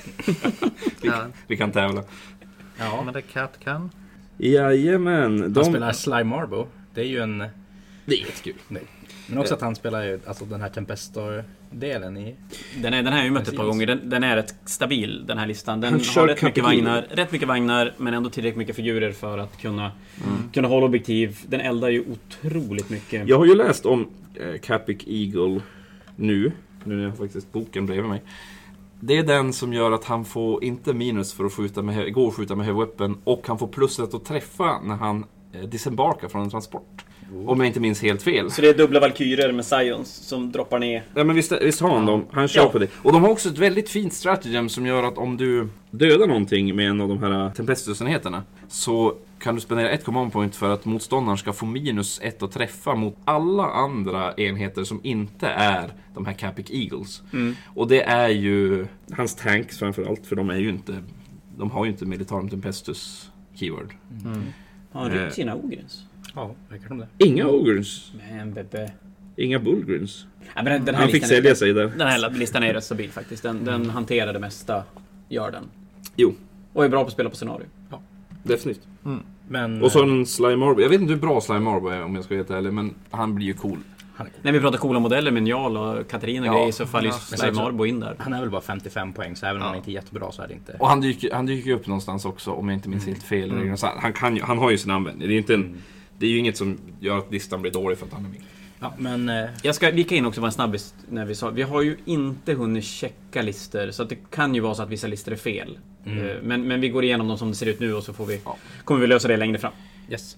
Vi kan tävla. Ja, men det Cat kan. Jajamän. Han spelar Sly Marbo. Det är ju en... Det är jättekul. Nej. Men också att han spelar ju alltså den här Tempestor-delen i... Den här har jag ju mött ett par gånger. Den är rätt stabil, den här listan. Den har rätt mycket vagnar, men ändå tillräckligt mycket figurer för att kunna hålla objektiv. Den eldar ju otroligt mycket. Jag har ju läst om Capic Eagle nu när jag har faktiskt boken bredvid mig. Det är den som gör att han får inte minus för att skjuta med heavy weapon, och han får pluset att träffa när han disembarkar från en transport. Om jag inte minns helt fel. Så det är dubbla valkyrer med Scions som droppar ner. Ja, men visst har han dem. Han kör på det. Och de har också ett väldigt fint stratagem som gör att om du dödar någonting med en av de här Tempestusenheterna, så kan du spendera 1 command point för att motståndaren ska få -1 att träffa mot alla andra enheter som inte är de här Capic Eagles. Och det är ju hans tanks framförallt, för de har ju inte Militarum Tempestus keyword. Har han ryckt sina Ogrins? Ja, verkar som det. Inga Ogrins. Men Bebe. Inga Bullgrins. Ja, men den här Han fick sälja sig där. Den här listan är rätt stabil faktiskt. Den hanterar det mesta, gör den. Jo. Och är bra på att spela på scenario. Ja. Definitivt. Men, Och så en Sly Marble. Jag vet inte hur bra Sly Marble är, om jag ska veta ärlig, men han blir ju cool. När vi pratar coola modeller med Njal och Katarina och grejer, så faller ju Sly Marble in där. Han är väl bara 55 poäng, så även om han inte är jättebra så är det inte... Och han dyker ju upp någonstans också, om jag inte minns helt fel. Han har ju sin användning. Det är inte det är ju inget som gör att listan blir dålig för att han är med. Ja, men... Jag ska vika in också bara en snabbis när vi sa. Vi har ju inte hunnit checka listor, så att det kan ju vara så att vissa listor är fel. Men vi går igenom dem som det ser ut nu, och så kommer vi lösa det längre fram. Yes.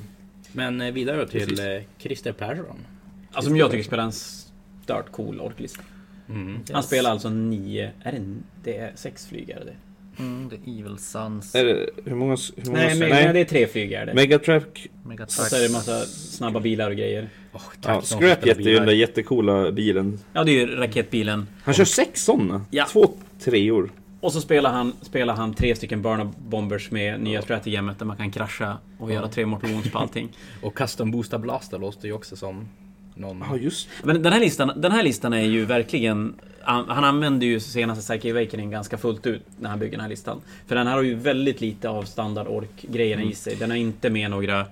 Men vidare till Christer Persson. Alltså, som jag tycker spelar en stört cool orklista. Han spelar alltså 9... Det är 6 flygare det. Det är Evil Sons. Är det, hur många Nej, det är 3 flygare. Megatrack. Och så är det en massa snabba bilar och grejer. Scrapjet är ju den där jättecoola bilen. Ja, det är ju raketbilen. Han kör 6 sådana. Ja. 2 treor. Och så spelar han 3 stycken burner bombers med nya strategemet där man kan krascha och göra 3 mortal wounds på allting. Och custom boosta blaster låter ju också som någon... Ja, just. Men den här listan är ju verkligen... Han använder ju senaste Psyche Awakening ganska fullt ut när han bygger den här listan. För den här har ju väldigt lite av standard ork-grejerna i sig. Den har inte med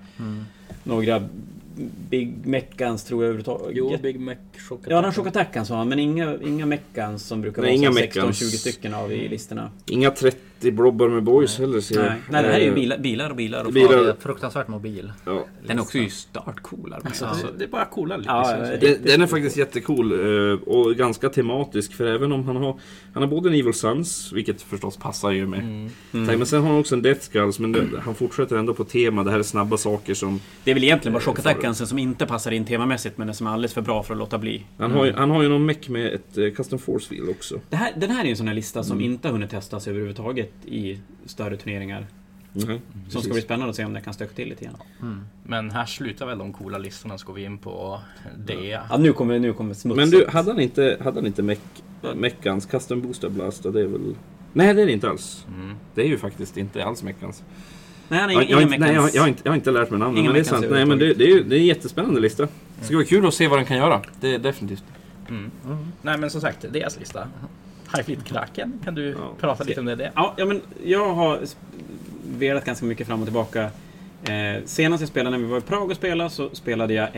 några Big Mechans, tror jag överhuvudtaget. Jo, Big Mech Shock Attack. Ja, den Shock Attackans har han, men inga Mechans som brukar vara 16-20 stycken av i listorna. Inga 30 blobbar med boys heller, ser jag. Nej, det här är ju bilar och bilar. Det är fruktansvärt mobil. Ja. Den är också ju startcool. Alltså, det är bara coola Den är faktiskt jättecool och ganska tematisk, för även om han har både en Evil Sons, vilket förstås passar ju med. Men sen har han också en Death Skulls, men han fortsätter ändå på tema. Det här är snabba saker som... Det är väl egentligen bara Shock Attacken som inte passar in temamässigt, men som är alldeles för bra för att låta bli. Han har ju någon mech med ett Custom Force Field också. Den här är en sån här lista som inte har hunnit testas överhuvudtaget i större turneringar. Som ska bli spännande att se om det kan stöka till lite grann. Men här slutar väl de coola listorna, så går vi in på det. Ja, nu kommer smutsen. Men du, hade han inte Mechans Custom Booster Blast? Det är väl... Nej, det är det inte alls. Det är ju faktiskt inte alls Mechans. Nej, jag har inte lärt mig namnet, men det är sant. Nej, men det är en jättespännande lista. Det ska vara kul att se vad den kan göra. Det är definitivt. Nej, men som sagt, deras lista. Highfleet-kraken, kan du prata lite om det? Ja, men jag har velat ganska mycket fram och tillbaka. Senast jag spelade, när vi var i Prag och spelade, så spelade jag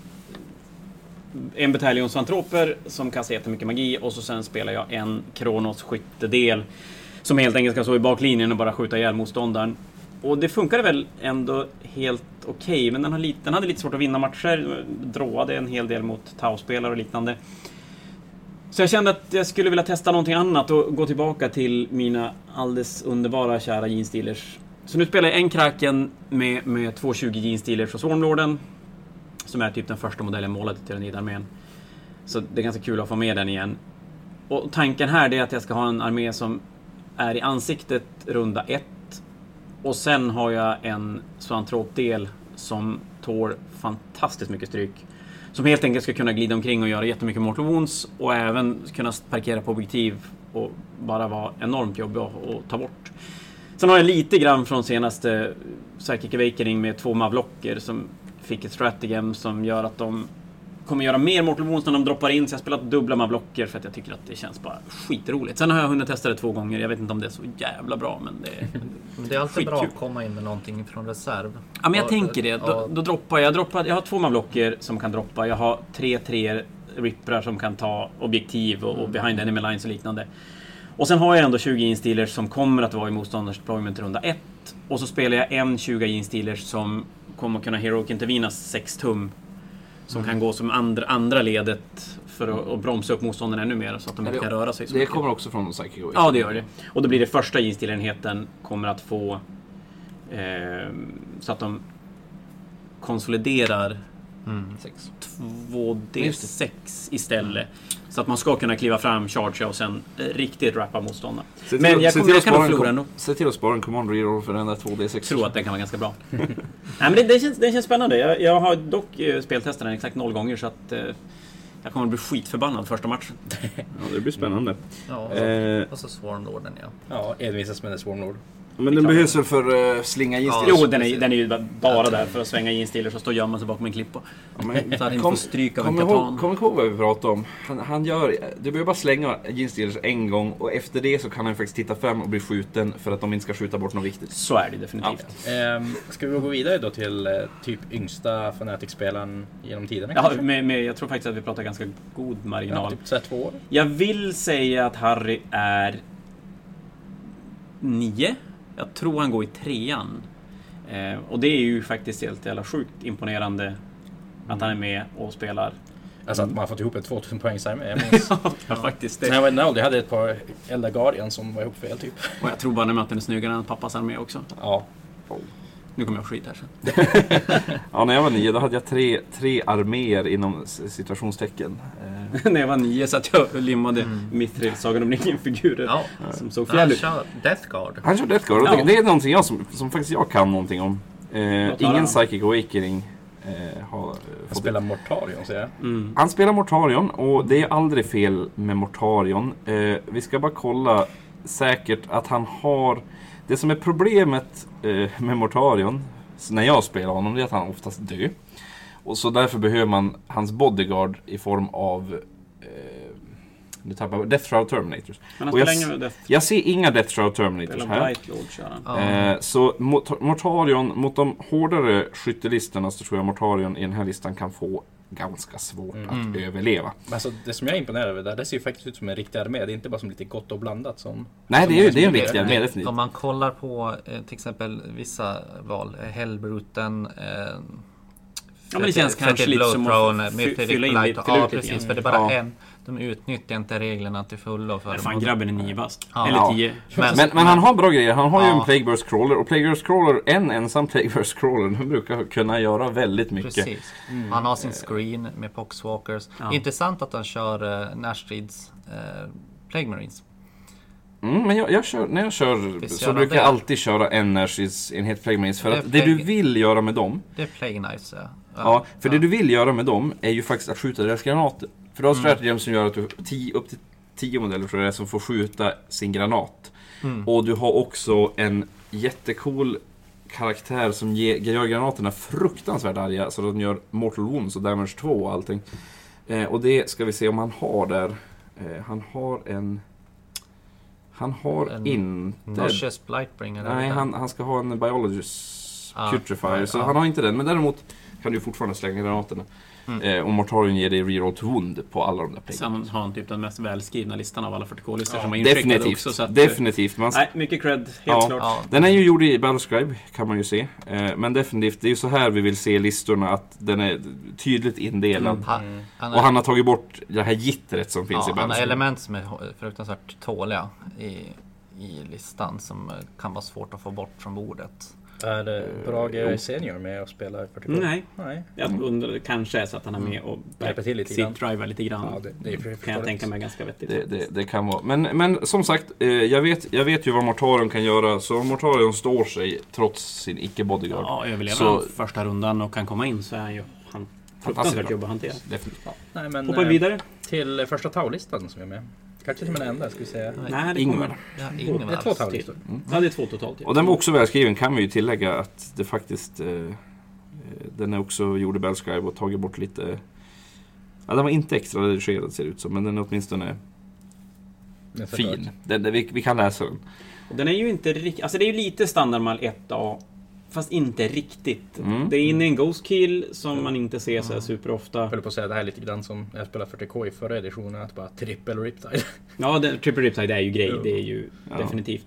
en bataljon Svantroper som kastar jättemycket magi, och så sen spelar jag en Kronos skyttedel som helt enkelt ska stå i baklinjen och bara skjuta ihjäl motståndaren. Och det funkade väl ändå helt okej, men den hade lite svårt att vinna matcher, dråade en hel del mot Tau-spelare och liknande. Så jag kände att jag skulle vilja testa någonting annat och gå tillbaka till mina alldeles underbara kära Genestealers. Så nu spelar jag en Kraken med 220 Genestealers och Swarmlorden, som är typ den första modellen målad till Tyrannidarmén. Så det är ganska kul att få med den igen. Och tanken här är att jag ska ha en armé som är i ansiktet runda 1. Och sen har jag en Svantrop-del som tål fantastiskt mycket stryk. Som helt enkelt ska kunna glida omkring och göra jättemycket mortal wounds. Och även kunna parkera på objektiv och bara vara enormt jobbig att ta bort. Sen har jag lite grann från senaste Psychic Awakening med 2 Mavlocker som fick ett stratagem som gör att de kommer göra mer mortal wounds när de droppar in. Så jag har spelat dubbla Mavlocker för att jag tycker att det känns bara skitroligt. Sen har jag hunnit testa det 2 gånger. Jag vet inte om det är så jävla bra, men det är alltid bra att komma in med någonting från reserv. Ja, men jag tänker det. Då droppar jag. Jag har 2 Mavlocker som kan droppa. Jag har 3 Ripprar som kan ta objektiv och behind enemy lines och liknande. Och sen har jag ändå 20 Genestealers som kommer att vara i motståndars deployment runda 1. Och så spelar jag en 20 Genestealers som kommer att kunna heroic intervenas 6 tum. Som kan gå som andra ledet för att bromsa upp motståndarna ännu mer så att de inte kan röra sig så det mycket. kommer också från Psychic Awakening. Ja, det gör det. Och då blir det första jeansdealenheten kommer att få så att de konsoliderar 2D6 istället. Så att man ska kunna kliva fram, charge och sen riktigt rappa motståndaren. Men jag kan nog förlora ändå. Se till att spara en command reroll för den där 2D6. Jag tror att den kan vara ganska bra. Nej, men det känns spännande. Jag har dock speltestat den exakt 0 gånger så att jag kommer att bli skitförbannad första matchen. Ja, det blir spännande. Ja, och så Swarmlorden, ja. Ja, envisas med en Swarmlord. Men den behövs väl för slinga jeansdealers? Jo, den är ju bara där för att svänga jeansdealers och stå och gömma sig bakom en klippa. Så att inte får stryk av en katan. Kom ihåg vad vi pratade om. Han gör, du behöver bara slänga jeansdealers en gång och efter det så kan han faktiskt titta fram och bli skjuten för att de inte ska skjuta bort något viktigt. Så är det definitivt. Ska vi gå vidare då till typ yngsta Fnatic-spelaren genom tiderna? Ja, jag tror faktiskt att vi pratar ganska god marginal. Ja, typ 2 år. Jag vill säga att Harry är 9. Jag tror han går i 3:an. Och det är ju faktiskt helt jävla sjukt imponerande att han är med och spelar. Alltså att man har fått ihop ett 2000 poäng med. Ja, faktiskt. När jag var i Naldi hade ett par Elder Guardian som var ihop fel typ. Och jag tror bara att den är snyggare än pappas armé också. Ja. Nu kommer jag skit här sen. Ja, när jag var 9 då hade jag tre arméer inom situationstecken. När jag var 9 så att jag limmade Mithril, Sagan om ringen-figurer som såg fjälligt. Han kör Death Guard. Han kör Death Guard. Ja. Det är någonting som faktiskt jag kan någonting om. Ingen Psychic Awakening har Han fått spelar Mortarion, säger jag. Han spelar Mortarion och det är aldrig fel med Mortarion. Vi ska bara kolla säkert att han har... Det som är problemet med Mortarion när jag spelar honom, det är att han oftast dör. Och så därför behöver man hans bodyguard i form av Death Shroud Terminators. Men och jag ser inga Death Shroud Terminators här. Så Mortarion mot de hårdare skyttelistorna så tror jag Mortarion i den här listan kan få ganska svårt att överleva. Alltså, det som jag är imponerad över där, det ser ju faktiskt ut som en riktig armé. Det är inte bara som lite gott och blandat som... Nej, det är en riktig armé definitivt. Om man kollar på till exempel vissa val, Hellbruten, men det känns kanske lite som att fylla in lite. Ja, precis, för det är bara en. De utnyttjar inte reglerna till fullo. För fan, grabben är 9 bast. Ja. Eller 10. Men han har bra grejer. Han har ju en Plague Burst Crawler. Och Plague Burst Crawler, en ensam Plague Burst Crawler, den brukar kunna göra väldigt mycket. Precis. Han har sin screen med Poxwalkers. Intressant att han kör Nashstrids Plague Marines. Men när jag kör så brukar jag alltid köra en Nashstrids enhet Plague Marines. För att det du vill göra med dem... Det är Plague Knives, ja. För det du vill göra med dem är ju faktiskt att skjuta deras granater. För du har strategem som gör att du upp till 10 modeller tror jag som får skjuta sin granat. Och du har också en jättecool karaktär som gör granaterna fruktansvärt arga så att de gör Mortal Wounds och Damage 2 och allting. Och det ska vi se om han har där. Han har inte... Noxious Blightbringer. Nej, han ska ha en Biologist Putrifier. Så han har inte den. Men däremot kan du fortfarande slänga granaterna. Och Mortarion ger dig reroll to wound på alla de där pengarna. Sen har han typ den mest välskrivna listan av alla 40K-listor som har definitivt också. Så att, definitivt. Nej, mycket cred, helt klart. Ja. Den är ju gjord i Battlescribe, kan man ju se. Men definitivt, det är ju så här vi vill se listorna, att den är tydligt indelad. Och han har tagit bort det här gittret som finns i Battlescribe. Han har element som är fruktansvärt tåliga i listan som kan vara svårt att få bort från bordet. Är det Brage Senior med att spela 40K? Nej. Jag undrar, kanske är så att han är med och hjälper till lite grann. Driver lite grann. Ja, det kan jag tänka mig ganska vettigt. Det kan vara. Men som sagt, jag vet ju vad Mortarion kan göra. Så om Mortarion står sig trots sin icke-bodyguard. Ja, överlever första rundan och kan komma in så är ju han fruktansvärt jobb att hantera. Definitivt. Nej, men hoppa vidare till första Tau-listan som är med. Kanske till den enda, ska vi säga. Nej, det Ingvar. Det är 2 Tau-listor. Ja, det är 2 totalt. Och den var också välskriven, kan vi ju tillägga att det faktiskt den är också gjord i Battlescribe och tagit bort lite... Ja, den var inte extra redigerad ser det ut som, men den är åtminstone fin. Vi kan läsa den. Och den är ju inte riktigt... Alltså det är ju lite standardmal 1A fast inte riktigt. Det är inne i en Ghost Kill som man inte ser så här super ofta. Jag höll på att säga det här lite grann som jag spelade 40K i förra editionen, att bara triple Riptide. Ja, triple Riptide är ju grej. Det är ju definitivt.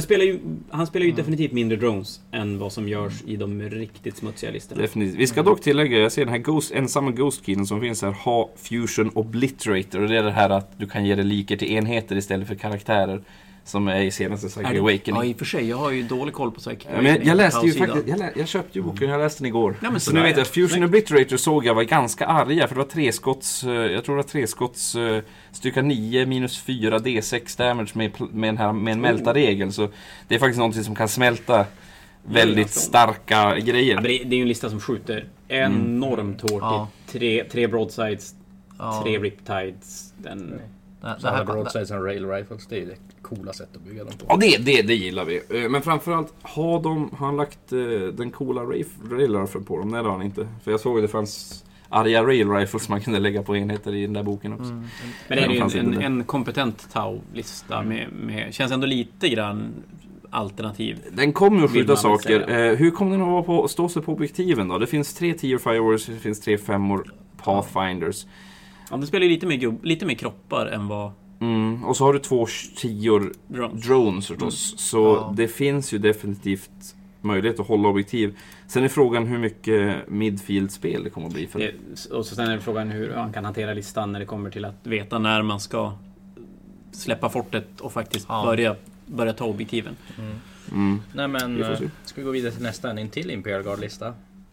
Han spelar ju definitivt mindre drones än vad som görs i de riktigt smutsiga listorna. Definitivt. Vi ska dock tillägga, jag ser den här ensamma Ghost Killen som finns här, ha Fusion Obliterator. Och det är det här att du kan ge reliker till enheter istället för karaktärer. Som är i senaste Psychic Awakening. Ja, i och för sig. Jag har ju dålig koll på Psychic Awakening. Men jag läste ju faktiskt, jag köpte ju boken, jag läste den igår. Ja, men så nu vet jag, Fusion Obliterator såg jag var ganska arga. För det var jag tror det var treskotts styrka 9 minus 4 D6 damage med en mälta-regel. Så det är faktiskt någonting som kan smälta väldigt starka grejer. Ja, det är ju en lista som skjuter enormt hårt. Ja. Tre broadsides, 3 riptides. Det här broadsides och rail rifles, det är det coola sätt att bygga dem på. Ja, det gillar vi. Men framförallt, har han lagt den coola rail rifle på dem? Nej, det har han inte. För jag såg att det fanns arga rail rifles man kunde lägga på enheter i den där boken också. Men det är ju en kompetent Tau-lista med känns ändå lite grann alternativ. Den kommer att skjuta saker. Hur kommer den att vara stå sig på objektiven då? Det finns 3 Tier Firewars, det finns 3 5-or Pathfinders. Ja, det spelar ju lite mer kroppar än vad... Och så har du 2 10-or drones förstås. Så det finns ju definitivt möjlighet att hålla objektiv. Sen är frågan hur mycket midfield-spel det kommer att bli för. Och så sen är det frågan hur man kan hantera listan när det kommer till att veta när man ska släppa fortet och faktiskt börja ta objektiven. Nej, men ska vi gå vidare till nästa, en till Imperial Guard-lista.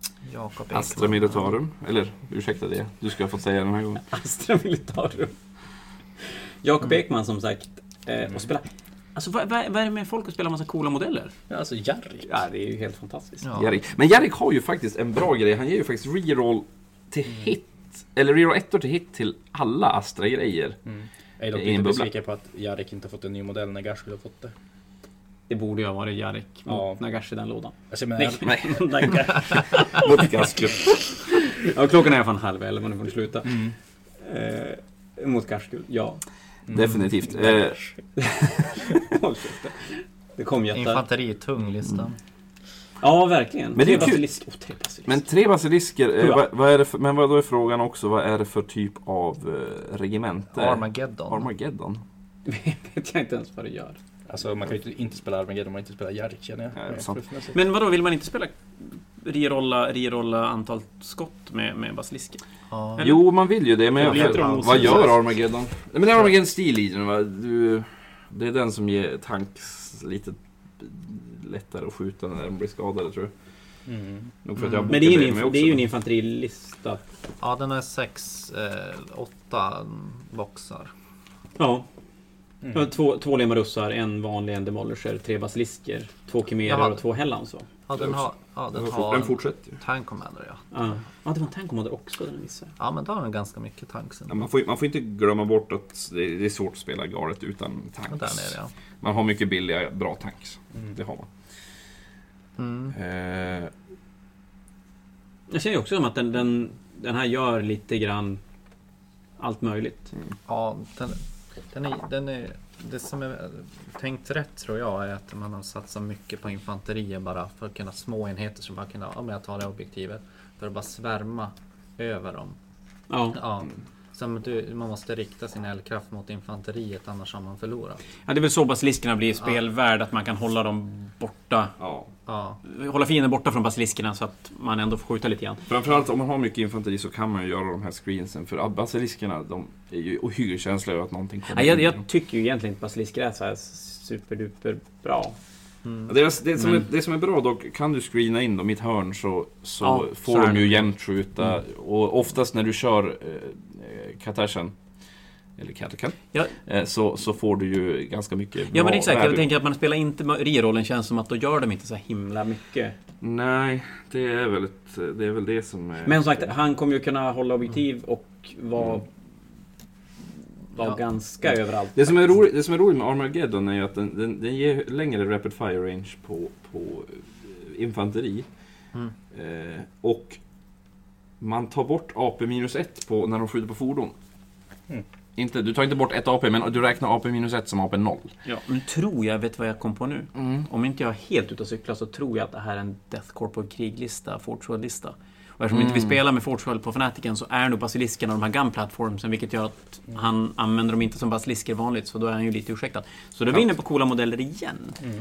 Astra Militarum. Eller, ursäkta det. Du ska få säga den här gången. Astra Militarum. Jakob Ekman som sagt. Och spela. Alltså vad är det med folk att spela massa coola modeller? Ja, alltså Jarrik. Ja, det är ju helt fantastiskt. Ja. Men Jarrik har ju faktiskt en bra grej. Han ger ju faktiskt reroll till hit. Eller reroll 1 till hit till alla Astra-grejer. Jag är dock lite besviken på att Jarrik inte har fått en ny modell när Gash skulle ha fått det. Det borde ju ha varit Jarek mot Nagash i den lådan. Alltså, nej. Mot Gash. Ja, klockan är fan 10:30, nu får ni sluta. Mot Gash, ja. Definitivt. Det kom jättar. Infanteri, tung listan. Ja, verkligen. Men det är 3 basilisker. 3 basilisker. Men 3 basilisker, vad är det för, men vad då är frågan också, vad är det för typ av regemente? Armageddon. Vet jag inte ens vad det gör. Alltså man kan ju inte spela Armageddon om man inte spelar Jarrik, känner jag. Men vadå, vill man inte spela rerolla antal skott med basilisker? Jo, man vill ju det, men vad gör Armageddon? Men det är Armageddon Steel Legion, va? Det är den som ger tanks lite lättare att skjuta när de blir skadade, tror jag. Men det är ju en infanterilista. Ja, den är 8 boxar. Ja. 2 lemarussar, en vanlig, en demolisher, 3 basilisker, 2 chimerer och 2 hellans. Ja, den fortsätter ju. Tank Commander, ja, det var en Tank Commander också, den visar. Ja, men då har den ganska mycket tanks. Ja, man får inte glömma bort att det är svårt att spela Garret utan tanks. Ja, där är det, ja. Man har mycket billiga, bra tanks. Det har man. Jag ser ju också som att den här gör lite grann allt möjligt. Ja, den är det som är tänkt rätt, tror jag, är att man har satsat mycket på infanterier bara för att kunna små enheter som bara kunna ta det objektivet för att bara svärma över dem. Ja. Så man måste rikta sin eldkraft mot infanteriet, annars har man förlorat. Ja, det är väl så basiliskerna blir spelvärd, att man kan hålla dem borta. Hålla fienden borta från basiliskerna så att man ändå får skjuta lite grann. Framförallt om man har mycket infanteri så kan man ju göra de här screensen, för basiliskerna, de är ju ohyggligt känsliga över att någonting kommer. Jag tycker ju egentligen att basilisker är så här superduper bra. Det som är bra dock, kan du screena in dem i ett hörn så får de ju jämnt skjuta. Och oftast när du kör Katashan eller Katakan, så får du ju ganska mycket bra. Ja, men exakt, jag tänker att man spelar inte re-rollen, känns som att då gör de inte så himla mycket. Nej, det är väl det som är. Men som sagt, han kommer ju kunna hålla objektiv och vara ganska överallt. Det som är roligt med Armageddon är ju att den ger längre rapid fire range på infanteri. Och man tar bort AP-1 när de skjuter på fordon. inte, du tar inte bort ett AP, men du räknar AP minus 1 som AP 0. Ja, men tror jag vet vad jag kom på nu. Om inte jag är helt ute och cyklar så tror jag att det här är en Death Corp kriglista, Forge World-lista. Och eftersom inte vi spelar med Forge World på Fanatiken så är nog basiliskerna de här gun-platformsen, vilket gör att han använder dem inte som basilisker vanligt, så då är han ju lite ursäktad. Så då är vi inne på coola modeller igen.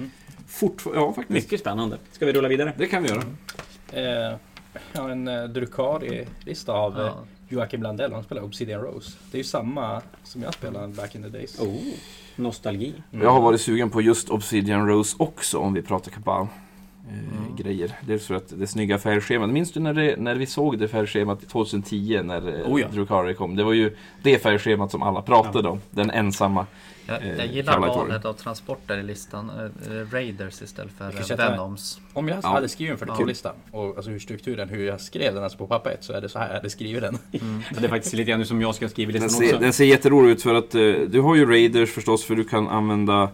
Ja, faktiskt. Mycket spännande. Ska vi rulla vidare? Det kan vi göra. Jag har en Drukari-lista av Joakim Blandell. Han spelar Obsidian Rose. Det är ju samma som jag spelade back in the days. Nostalgi. Jag har varit sugen på just Obsidian Rose också, om vi pratar Cabal. Grejer. Det är för att det snygga färgschemat. Minns du när vi såg det färgschemat 2010 när Drukari kom? Det var ju det färgschemat som alla pratade om. Den ensamma. Jag gillar valet av transporter i listan. Raiders istället för Venoms. Om jag hade skrivit en 40K-lista och alltså hur jag skrev den alltså på papper så är det så här jag hade skrivit den. Det är faktiskt lite grann som jag ska skriva listan också. Den ser jätterolig ut för att du har ju Raiders förstås, för du kan använda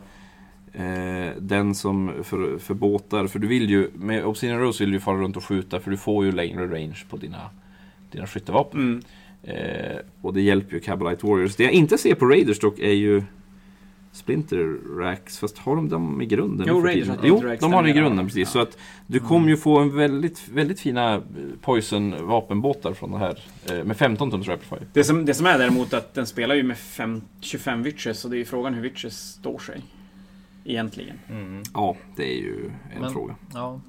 den som för båtar, för du vill ju med Obsidian Rose vill du fara runt och skjuta, för du får ju längre range på dina skyttevapen. Och det hjälper ju Cabalite Warriors. Det jag inte ser på Raiders dock är ju Splinter Racks, fast har de dem i grunden? Jo, de har det i grunden precis. Så att du kommer ju få en väldigt, väldigt fina Poison vapenbåtar från det här med 15 tons Rapid Fire. Det som är däremot att den spelar ju med 25 witches, och det är ju frågan hur witches står sig egentligen. Ja, det är ju en fråga. Ja.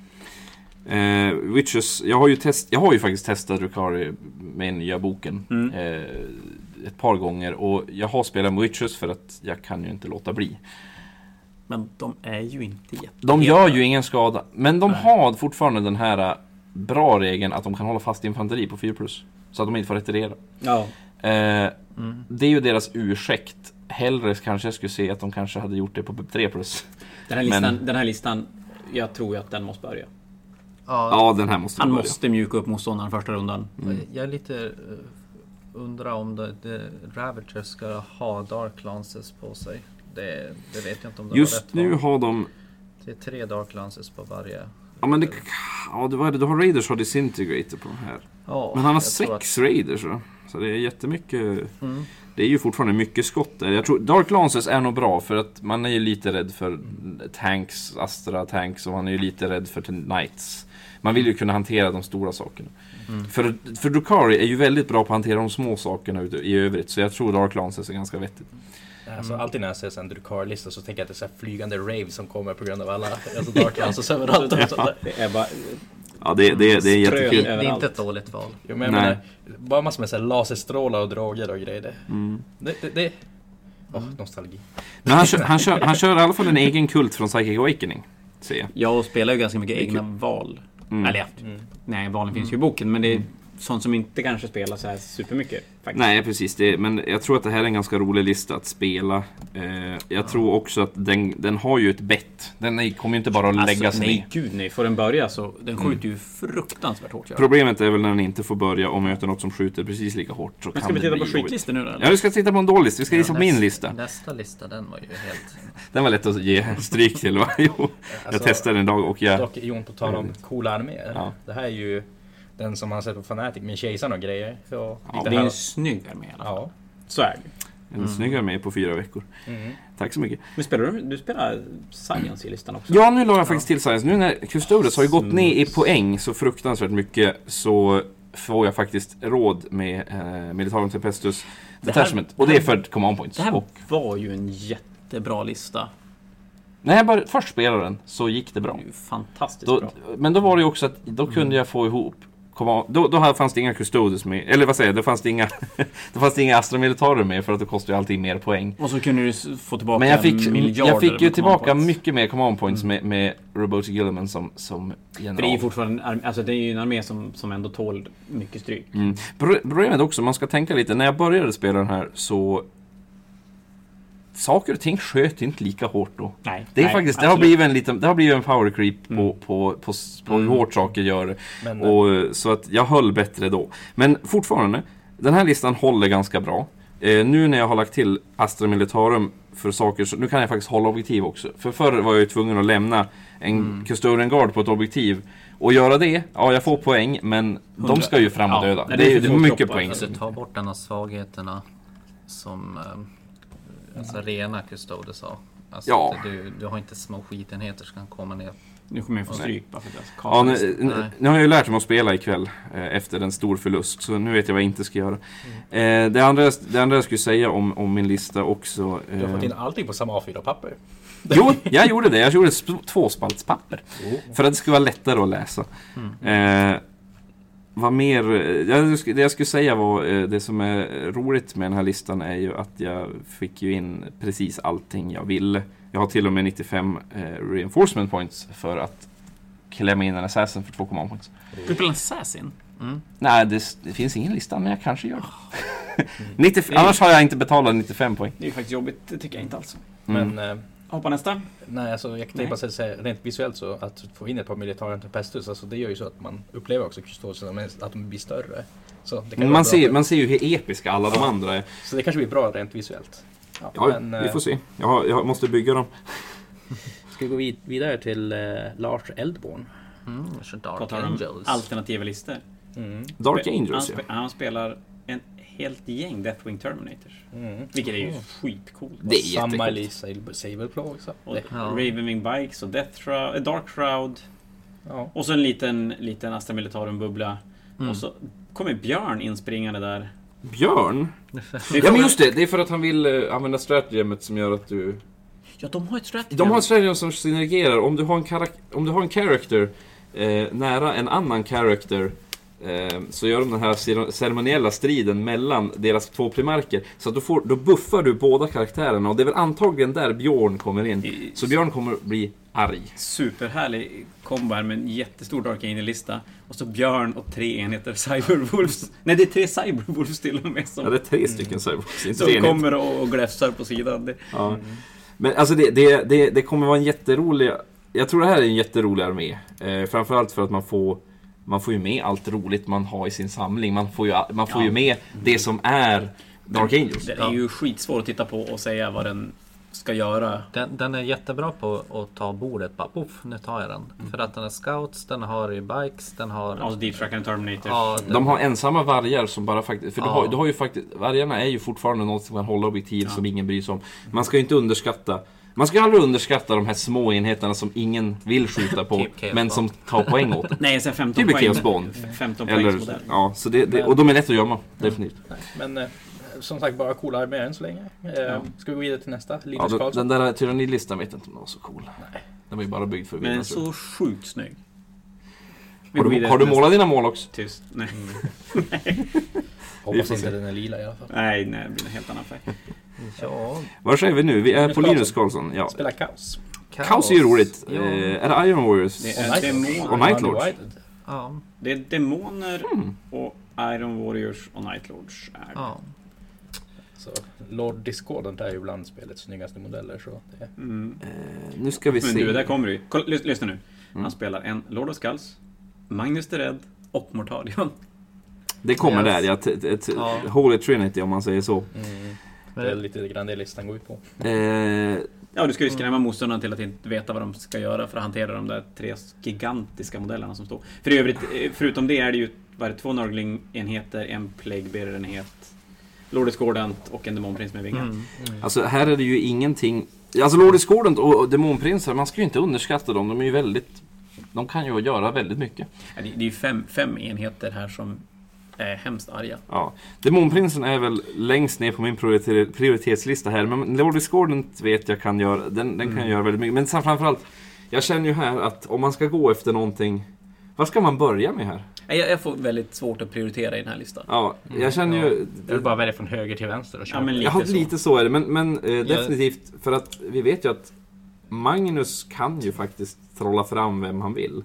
Witches, jag har ju faktiskt testat Drukari med nya boken ett par gånger, och jag har spelat med Witches för att jag kan ju inte låta bli. Men de är ju inte De gör ju ingen skada, men de har fortfarande den här bra regeln att de kan hålla fast infanteri på 4+, så att de inte får retirera. Ja. Det är ju deras ursäkt. Hellre kanske jag skulle se att de kanske hade gjort det på 3+. Den här listan, jag tror ju att den måste börja. Ja, den här måste Han börja. Måste mjuka upp motståndaren första rundan. Jag är lite undrar om Ravagers ska ha Dark Lances på sig. Det vet jag inte om det just var rätt. Nu har de... Det är 3 Dark Lances på varje. Ja, men du har Raiders har Disintegrator på de här. Ja, men han har 6 Raiders så det är jättemycket. Det är ju fortfarande mycket skott där. Jag tror Dark Lances är nog bra, för att man är ju lite rädd för tanks, Astra tanks, och man är ju lite rädd för Knights. Man vill ju kunna hantera de stora sakerna. För Drukari är ju väldigt bra på att hantera de små sakerna i övrigt, så jag tror Dark Lances är ganska vettigt. Alltså, alltid när jag ser en Drukari-lista så tänker jag att det är så här flygande rave som kommer på grund av alla Dark Lances överallt. Det är bara... Ja, det är jättekul. Det är inte ett dåligt val. Jo, men jag menar, bara massor med så här laserstrålar och droger och grejer. Nostalgi. Men han kör i alla fall en egen kult från Psychic Awakening, ser jag. Jag spelar ju ganska mycket egna val. Eller nej, valen finns ju i boken, men det är sånt som inte kanske spelar så här supermycket faktiskt. Nej, precis. Men jag tror att det här är en ganska rolig lista att spela. Jag tror också att den har ju ett bett. Den kommer ju inte bara att läggas ner. Nej, gud nej. Får den börja så den skjuter ju fruktansvärt hårt. Problemet är väl när den inte får börja och möta något som skjuter precis lika hårt. Så men ska vi titta på skitlistor nu då? Eller? Ja, vi ska titta på en dålig lista. Vi ska gissa på min lista. Nästa lista, den var ju helt... Den var lätt att ge stryk till, va? Jo, jag testade en dag och jag... Dock, Jon, på tal om coola arméer. Ja. Det här är ju den som man har sett på Fanatic med kejsaren och grejer. Så det är en snygg armé i alla fall. Ja. Så är det. En snygg armé på 4 veckor. Tack så mycket. Men du spelar Science i listan också? Ja, nu la jag faktiskt till Science. Nu när Custodes har ju gått ner i poäng så fruktansvärt mycket, så får jag faktiskt råd med Militarum Tempestus Detachment. Och det är för command points. Det här var ju en jättebra lista. När jag först spelade den så gick det bra. Det är ju fantastiskt bra. Men då var det ju också att då kunde jag få ihop då fanns det inga Custodes med. Eller vad säger jag? Det fanns inga Astra Militarer med, för att det kostar ju alltid mer poäng. Och så kunde du få tillbaka. Men jag fick ju tillbaka mycket mer command points med Robotic Gilliman som general. För det är ju fortfarande, alltså det är ju en armé som ändå tål mycket stryk. Problemet också, man ska tänka lite. När jag började spela den här så saker och ting sköt inte lika hårt då. Nej, det är faktiskt det har blivit en power creep på hur hårt saker gör. Och så att jag höll bättre då. Men fortfarande, den här listan håller ganska bra. Nu när jag har lagt till Astra Militarum för saker, så nu kan jag faktiskt hålla objektiv också. För förr var jag ju tvungen att lämna en Custodian Guard på ett objektiv. Och göra det, ja, jag får poäng, men de ska ju fram och döda. Det är ju mycket poäng. Alltså, ta bort den av svagheterna. alltså rena Custodes har. Alltså Ja. du har inte små skitenheter som kan komma ner. Nu kommer jag få stryk bara för att jag Ja, kastar. nu har jag ju lärt mig att spela ikväll efter en stor förlust, så nu vet jag vad jag inte ska göra. Det andra jag skulle säga om min lista också... Du har fått in allting på samma A4-papper. Jo, jag gjorde det. Jag gjorde 2-spaltspapper. För att det skulle vara lättare att läsa. Vad mer... Det jag skulle säga var... Det som är roligt med den här listan är ju att jag fick ju in precis allting jag ville. Jag har till och med 95 reinforcement points för att klämma in en assassin för 2 command points. Du spelar en assassin? Nej, det finns ingen lista, men jag kanske gör det. Annars har jag inte betalat 95 poäng. Det är ju faktiskt jobbigt, det tycker jag inte alls. Men Hoppa nästa. nej, alltså jag kan bara säga rent visuellt så att få in ett par militärer till Pestus, alltså det gör ju så att man upplever också Custodes att de blir större. Så det kan Man ser ju hur episka alla de andra är. Så det kanske blir bra rent visuellt. Ja, vi får se. Jag måste bygga dem. Ska vi gå vidare till Lars Eldborn? Dark Angels. Alternativa listor. Dark Angels, ja. Han spelar en helt gäng Deathwing Terminators. Vilket är ju skitcoolt. Det är Samma jättecoolt. i Sableclaw också. Och Ravenwing Bikes och Dark Shroud. Ja. Och så en liten Astra Militarum-bubbla. Och så kommer Björn inspringande där. Björn? Ja, men just det. Det är för att han vill använda stratagemet som gör att du... Ja, de har ett strategi. De har ett stratagem som synergerar. Om du har en character nära en annan character, så gör de den här ceremoniella striden mellan deras 2 primarker. Så att då buffar du båda karaktärerna. Och det är väl antagligen där Björn kommer in. Så Björn kommer bli arg. Superhärlig kombo här med en jättestor Dark Angel-lista. Och så Björn och 3 enheter Cyberwolves. Nej, det är 3 Cyberwolves till och med. Ja, det är 3 stycken Cyberwolves. Som kommer och gläfsar på sidan. Ja. Men alltså det kommer vara en jätterolig... Jag tror det här är en jätterolig armé. Framförallt för att man får ju med allt roligt man har i sin samling. Man får ju med det som är Dark Angels. Den är ju skitsvår att titta på och säga vad den ska göra. Den är jättebra på att ta bordet. Bara, puff, nu tar jag den. För att den har scouts, den har ju bikes, den har... Alltså Deep Track and Terminator. Ja, De har ensamma vargar som bara faktiskt... För du har ju faktiskt... Vargarna är ju fortfarande något som kan hålla objektiv som ingen bryr sig om. Man ska ju inte underskatta... Man ska aldrig underskatta de här små enheterna som ingen vill skjuta på, men som tar poäng åt det. Nej, så 15 typ poäng. Chaos Bond. 15 Eller, poängs modell. ja, så och de är lätt att gömma, definitivt. Men som sagt, bara coola arméer än så länge. Ska vi gå vidare till nästa? Linus Ja, Karlsson. den där tyrannidlistan vet jag inte om den var så cool. Nej. Den var ju bara byggd för att vinna. Men så sjukt snygg. Har du målat dina mål också? Tyst. Nej. Hoppas inte den är lila i alla fall. Nej, det blir en helt annan färg. Ja, Var är vi nu? Vi är på Linus Karlsson. Ja. Spela kaos. Kaos är ju roligt. Ja. Är det Iron Warriors? Det är demoner. Och Night Lords. Ja. Det är demoner och Iron Warriors och Night Lords är. Ja. Så Lord Discordant är ju bland spelets snyggaste modeller. Så det Nu ska vi Men se. du, där kommer du. Lyssna nu. Han spelar en Lord of Skulls, Magnus the Red och Mortarion. Det kommer Yes. där, ja. Holy Trinity om man säger så. det är lite grann det listan går ut på. Ja, du ska ju skrämma motståndarna till att inte veta vad de ska göra för att hantera de där 3 gigantiska modellerna som står. För i övrigt, förutom det är det ju 2 Nurgling-enheter, en Plaguebearer-enhet, Lord Discordant och en Demonprins med vingar. Alltså här är det ju ingenting. Alltså Lord Discordant och Demonprinsar, man ska ju inte underskatta dem. De är ju väldigt... De kan ju göra väldigt mycket. Ja, det är ju 5 enheter här som är hemskt arga. Ja. Demonprinsen är väl längst ner på min prioritetslista här. Men Lord Discordant vet jag kan göra... Den kan göra väldigt mycket. Men sen framförallt, jag känner ju här att om man ska gå efter någonting... Vad ska man börja med här? Jag får väldigt svårt att prioritera i den här listan. Ja, jag känner ju... Jag vill bara välja från höger till vänster och köra. Ja, men Jag har så. lite så är det, men definitivt för att vi vet ju att Magnus kan ju faktiskt trolla fram vem han vill.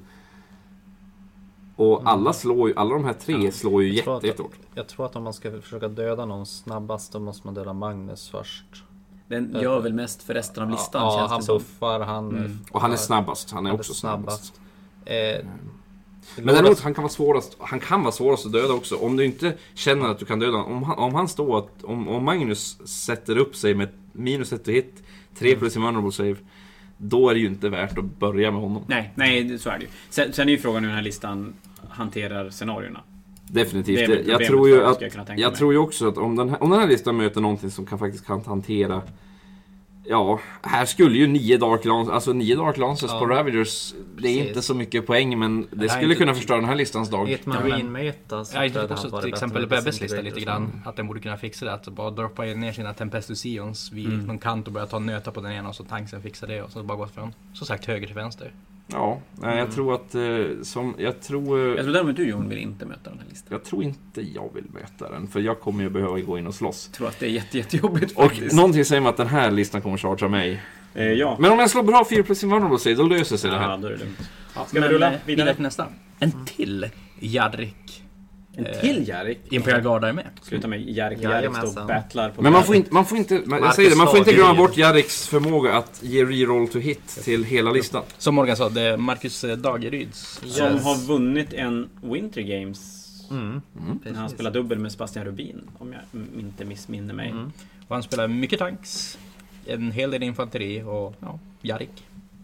Och alla de här 3 slår ju jättehårt. Jag tror att om man ska försöka döda någon snabbast, då måste man döda Magnus först. Den gör väl mest för resten av listan, Ja, känns han det som. buffar, han... Och han är snabbast, han är också snabbast. Men Lord däremot, han kan vara svårast att döda också. Om du inte känner att du kan döda om han står att om Magnus sätter upp sig med -1 to hit, 3 plus invulnerable save, då är det ju inte värt att börja med honom. Nej, så är det ju. Sen är ju frågan hur den här listan hanterar scenarierna. Definitivt. Det är Jag tror ju att jag tror ju också att om den här listan möter någonting som faktiskt kan hantera. Ja, här skulle ju 9 Dark Lances på Ravagers. Det är inte så mycket poäng, men det skulle kunna förstöra den här listans dag. Ett Marine-meta. Jag tycker också till exempel Bebbes lista lite grann. Att den borde kunna fixa det. Att bara droppa ner sina Tempestus Sions vid någon kant och börja ta nöta på den ena och så tanksen fixar det. Och så bara gå från, så sagt, höger till vänster. Ja, jag tror att jag tror däremot du, Jon, vill inte möta den här listan. Jag tror inte jag vill möta den, för jag kommer ju behöva gå in och slåss. Jag tror att det är jättejobbigt och faktiskt. Någonting säger mig att den här listan kommer chargea mig. Ja. Men om jag slår bra 4 plus invulnerable save, då löser sig det här. Ja, då är det lugnt. Ska vi rulla vidare till nästa? En till Jarrik. En till Jarrik? Imperial Guard är med. Sluta med Jarrik står och battlar på. Men man får inte glömma bort Jarriks förmåga att ge reroll to hit till hela listan. Som Morgan sa, det är Marcus Dageryds som har vunnit en Winter Games. När han spelar dubbel med Sebastian Rubin, om jag inte missminner mig. Och han spelar mycket tanks, en hel del infanteri och Jarrik.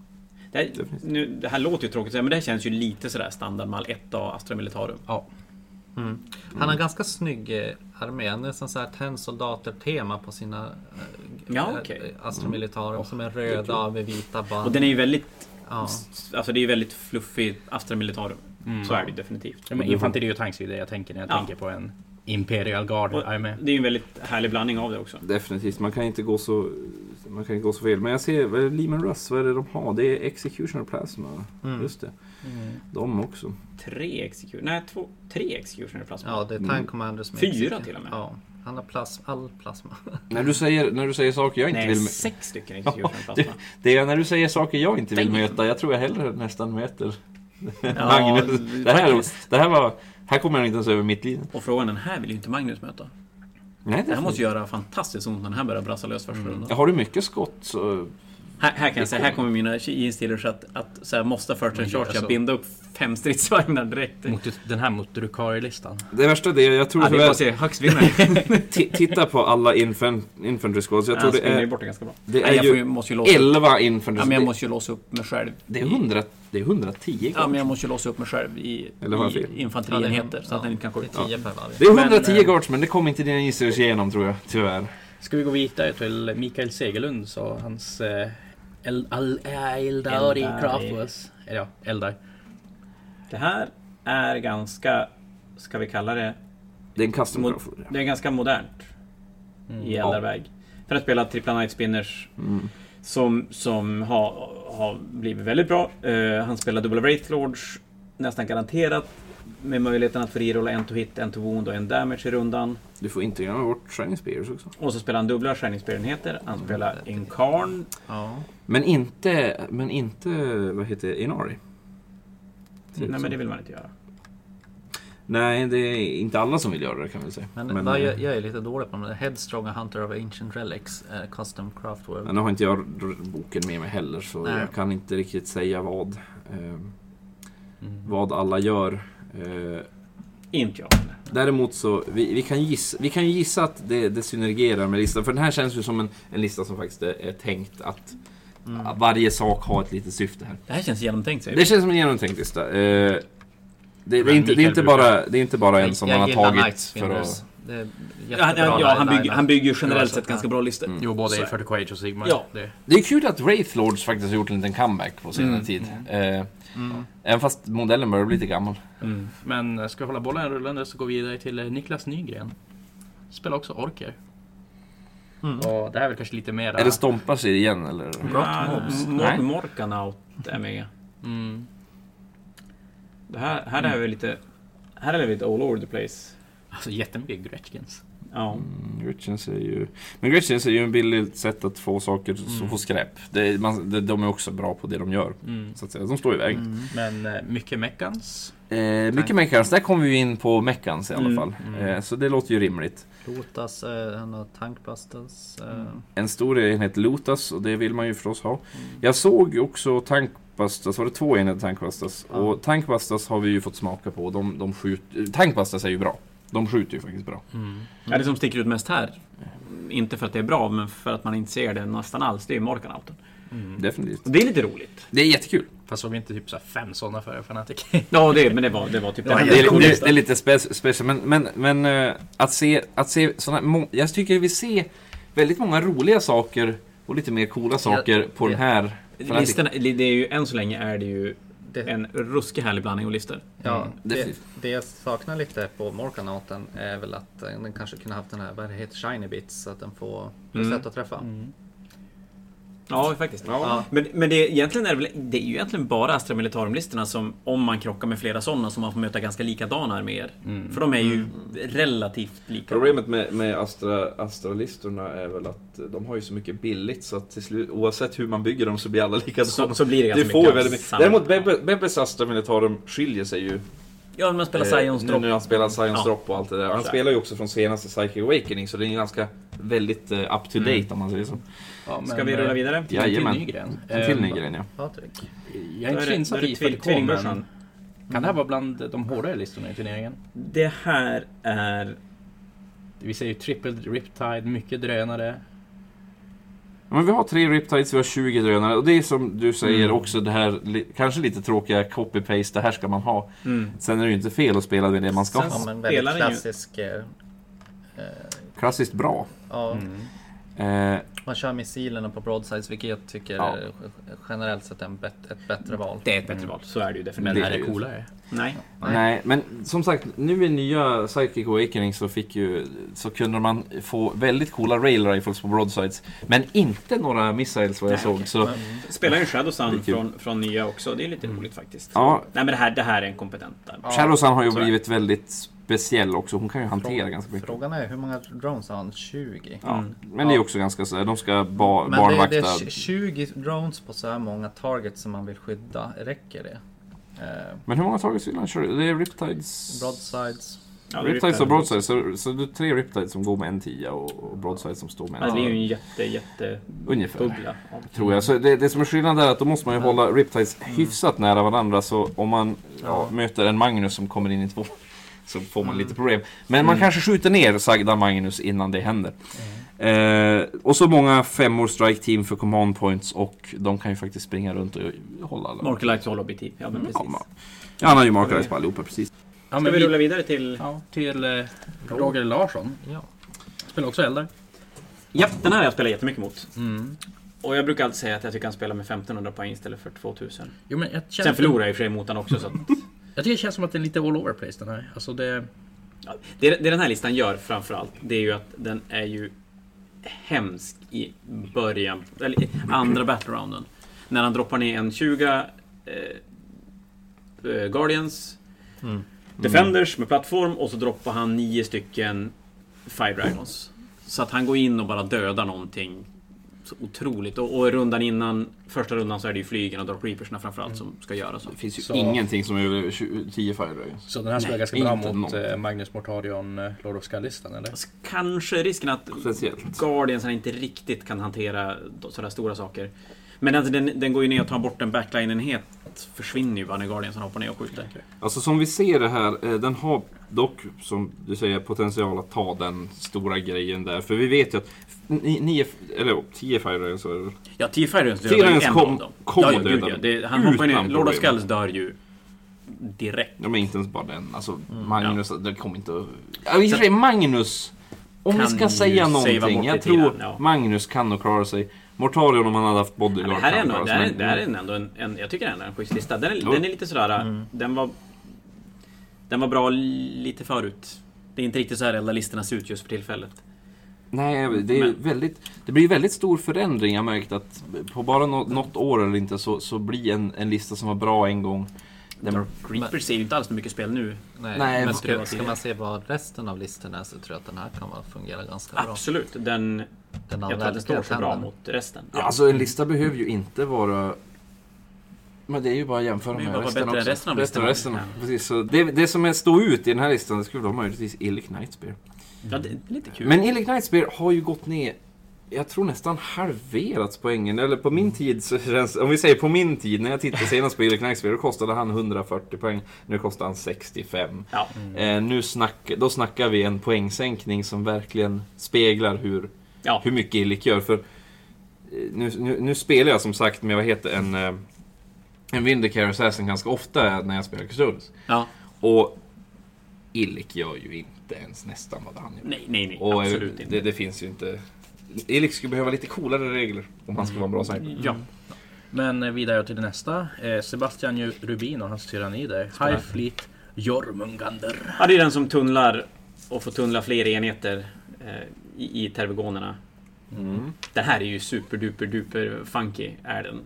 Det här låter ju tråkigt, men det här känns ju lite sådär standard mal 1A Astra Militarum. Ja. Han har ganska snygg armé, nästan så här 10 soldater-tema på sina Astra Militarum som är röda med vita band. Och den är ju väldigt, alltså det är ju väldigt fluffig Astra Militarum. Så är det ju definitivt. Ja, men infanteri och tanks är det jag tänker när jag tänker på en Imperial Guard-armé. Det är ju en väldigt härlig blandning av det också. Definitivt, man kan inte gå så fel. Men jag ser, Lehman Russ, vad är det de har? Det är Executioner Plasma. Just det. De också. 3 Executioner Plasma. Ja, det är Tank Commanders med 4 till och med. Ja, han har all plasma. När du säger saker jag inte vill... 6 stycken Executioner Plasma. Det är när du säger saker jag inte vill möta. Jag tror jag hellre nästan möter Magnus. Det här kommer han inte ens över mitt liv. Och frågan, den här vill ju inte Magnus möta. Nej, det här måste göra fantastiskt ont när den här börjar brassa lös första rundan. Har du mycket skott så... Här kan jag säga, här kommer mina instillers att så här, måste först en short jag binda upp 5 stridsvagnar direkt. Den här mot Drukari-listan. Det värsta är jag tror vi får se, högst vinner. Titta på alla infantry squads. Jag tror det är bort ganska bra. Det är ju 11 infantry. Ja, men jag måste ju låsa upp mig själv. Det är 110. Ja, men jag måste ju låsa upp mig själv i infanterienheter så att den inte kan gå ut 10 per varje. Det är 110 guards, men det kommer inte dina instillers igenom, tror jag, tyvärr. Ska vi gå vidare till Mikael Segerlund så hans Eldar i Craftworks. Ja, Eldar. Det här är ganska, ska vi kalla det, det är en custom Craftwork. Det är ganska modernt i Eldarväg. För att spela Tripla Night Spinners som har blivit väldigt bra. Han spelar Double Wraith Lords nästan garanterat med möjligheten att få rerolla en to hit, en to wound och en damage i rundan. Du får inte glömma bort Shining Spears också. Och så spelar han dubbla Shining Spear-enheter. Han spelar Incarn. Ja. Men inte vad heter det? Inari. Nej, men det vill man inte göra. Nej, det är inte alla som vill göra det, kan vi säga. Men jag är lite dålig på det. Headstrong Hunter of Ancient Relics, Custom Craftwork. Nu har inte jag boken med mig heller, så jag kan inte riktigt säga vad alla gör. Inte jag. Däremot så vi kan gissa att det synergerar med listan, för den här känns ju som en lista som faktiskt är tänkt att varje sak har ett litet syfte här. Det här känns genomtänkt, säger det känns som en genomtänkt lista. Det är inte bara en som man har tagit för att... Han bygger ju generellt sett ganska bra listor. Jo, både i 40K Age och Sigmar. Ja. Det är kul att Wraith Lords faktiskt har gjort en liten comeback på senare tid. Även fast modellen börjar bli lite gammal. Men ska vi hålla bollen rullande så går vi vidare till Niklas Nygren. Spelar också orker. Och det här är väl kanske lite mer... Är det stompa sig igen, eller? Morkanaut är med. Det här är väl lite... Här är det lite all over the place. Alltså jättemycket Gretchens. Ja. Gretchens är ju en billig sätt att få saker som får skräp. De är också bra på det de gör. Så att säga. De står i väg. Men mycket Mechans. Mycket Mechans. Där kommer vi in på Mechans i alla fall. Så det låter ju rimligt. Lotas, han har Tankbusters. En stor enhet Lotas, och det vill man ju förstås ha. Jag såg också Tankbusters, var det 2 enheter Tankbusters. Och Tankbusters har vi ju fått smaka på. De skjuter, Tankbusters är ju bra. De skjuter ju faktiskt bra. Det som sticker ut mest här, inte för att det är bra, men för att man inte ser det nästan alls, det är Morkanauten. Definitivt. Och det är lite roligt. Det är jättekul. Fast såg vi inte typ så här 5 sådana för Fnatic? Ja, men det var typ Ja, det är lite speciellt, men att se såna, jag tycker vi ser väldigt många roliga saker och lite mer coola saker på den här listorna. Det är ju, än så länge är det ju en ruskig härlig blandning av listor. Ja, det jag saknar lite på Morkanauten är väl att den kanske kunde haft den här, vad det heter, Shiny Bits, så att den får sätt att träffa. Ja, faktiskt. Ja. Men det är ju egentligen bara Astra Militarum-listorna som, om man krockar med flera sådana, som man får möta ganska likadana arméer. För de är ju relativt lika. Problemet med Astra-listorna är väl att de har ju så mycket billigt så att till slut, oavsett hur man bygger dem så blir alla likadana. Så blir det ganska mycket. Väldigt mycket. Däremot Bebbes Astra Militarum skiljer sig ju. Ja, man spelar Scions Drop. Nu han spelar Scions Drop och allt det där. Han spelar ju också från senaste Psychic Awakening, så det är ju ganska väldigt up to date om man säger så. Ja, men, ska vi rulla vidare? Jajamän. Till ny gren, ja. Patrik. Jag är inte insatt i tvillingbrorsan. Kan det här vara bland de hårdare listorna i turneringen? Det här är... Vi ser ju triple Riptide, mycket drönare. Men vi har 3 Riptides, vi har 20 drönare. Och det är som du säger också det här kanske lite tråkiga copy-paste, det här ska man ha. Sen är det ju inte fel att spela med det man ska ha. Ja, men väldigt klassisk... Klassiskt bra. Ja. Man kör missilerna på broadsides, vilket jag tycker är generellt sett ett bättre val. Det är ett bättre val, så är det ju definitivt. Men det är coolare. Nej, men som sagt, nu i nya Psychic Awakening så kunde man få väldigt coola rail rifles på broadsides, men inte några missiles vad jag såg. Okay. Så spelar ju Shadow Sun från nya också, det är lite roligt faktiskt. Ja. Nej, men det här är en kompetent där. Shadow Sun har ju blivit väldigt speciell också. Hon kan ju hantera ganska mycket. Frågan är hur många drones har han? 20? Ja, men det är också ganska så. De ska barnvakta. Men det är 20 drones på så här många targets som man vill skydda. Räcker det? Men hur många targets vill han köra? Det är Riptides. Broadsides. Ja, Riptides och Broadsides. Så det är 3 Riptides som går med en 10 och Broadsides som står med en 10. Det är ju en jätte ungefär, bubbla. Tror jag. Så det som är skillnaden är att då måste man ju hålla Riptides hyfsat nära varandra. Så om man möter en Magnus som kommer in i 2, så får man lite problem. Men man kanske skjuter ner sagda Magnus innan det händer. Och så många 5-år strike team för command points, och de kan ju faktiskt springa runt och hålla alla. Markerlights håller objektiv. Ja, men precis. Ja, han har ju markerlights på allihopa, precis. Ja, men vi rullar vidare till... Ja, till Roger Larsson. Ja. Spelar också Eldar. Ja, den här har jag spelat jättemycket mot. Och jag brukar alltid säga att jag tycker han spelar med 1500 poäng istället för 2000. Jo, men sen förlorar jag i och för sig mot han också. Så att... Jag tycker det känns som att det är lite all over place den här. Alltså det den här listan gör framförallt, det är ju att den är ju hemsk i början, eller i andra battlerounden. När han droppar ner en 20 Guardians, Defenders med plattform, och så droppar han 9 stycken Fire Dragons. Så att han går in och bara dödar någonting så otroligt. Och rundan innan, första rundan, så är det ju flygen och Dark Reapersna framförallt som ska göra så. Det finns ju ingenting som är över 10 Fire Dragons. Så den här spelar ganska bra mot Magnus Mortarion, Lord of Skull-listan, eller? Kanske risken att Guardians inte riktigt kan hantera sådana stora saker. Men alltså den går ju ner och tar bort en backline-enhet, försvinner ju bara när Guardians hoppar ner och skjuter. Alltså som vi ser det här, den har dock, som du säger, potential att ta den stora grejen där. För vi vet ju att 10 Fire Dragons så är det... Ja, 10 Fire Dragons dödar ju en av dem. Han hoppar ner, Lord of Skulls dör ju direkt. Ja, men inte ens bara den. Alltså, Magnus, det kommer inte att... Ja, i och för sig, Magnus, om vi ska säga någonting, jag tror Magnus kan nog klara sig. Mortarion, om han hade haft bodyguard. Det här är ändå en, jag tycker ändå en schysst lista. Den är lite sådär, den var bra lite förut. Det är inte riktigt så här alla listorna ser ut just för tillfället. Nej, det blir väldigt stor förändring. Jag har märkt att på bara något år eller inte så blir en lista som var bra en gång. Dark Reaper ser ju inte alls så mycket spel nu. Nej, men ska man se vad resten av listorna är, så tror jag att den här kan fungera ganska bra. Absolut, jag tror att den står så bra mot resten. Ja, alltså en lista behöver ju inte vara... Men det är ju bara att jämföra med resten också. Bättre än resten. Precis, så det som är stå ut i den här listan, det skulle vara möjligtvis Illic Nightspear. Ja, det är lite kul. Men Illic Nightspear har ju gått ner, jag tror nästan halverats poängen. Eller på min tid så känns, om vi säger på min tid, när jag tittade senast på Illic Nightspear, då kostade han 140 poäng. Nu kostar han 65. Ja. Då snackar vi en poängsänkning som verkligen speglar hur mycket Illic gör. För nu spelar jag som sagt med, en Vindicator Assassin ganska ofta när jag spelar Custodians. Ja. Och Illik gör ju inte ens nästan vad han gör. Nej, Och absolut inte. Det finns ju inte... Illik skulle behöva lite coolare regler om han ska vara en bra sniper. Ja. Men vidare till det nästa. Sebastian Rubin och hans tyrannider. High Fleet Jormungandr. Ja, det är den som tunnlar och får tunnla fler enheter i tervigonerna. Det här är ju super funky, är den.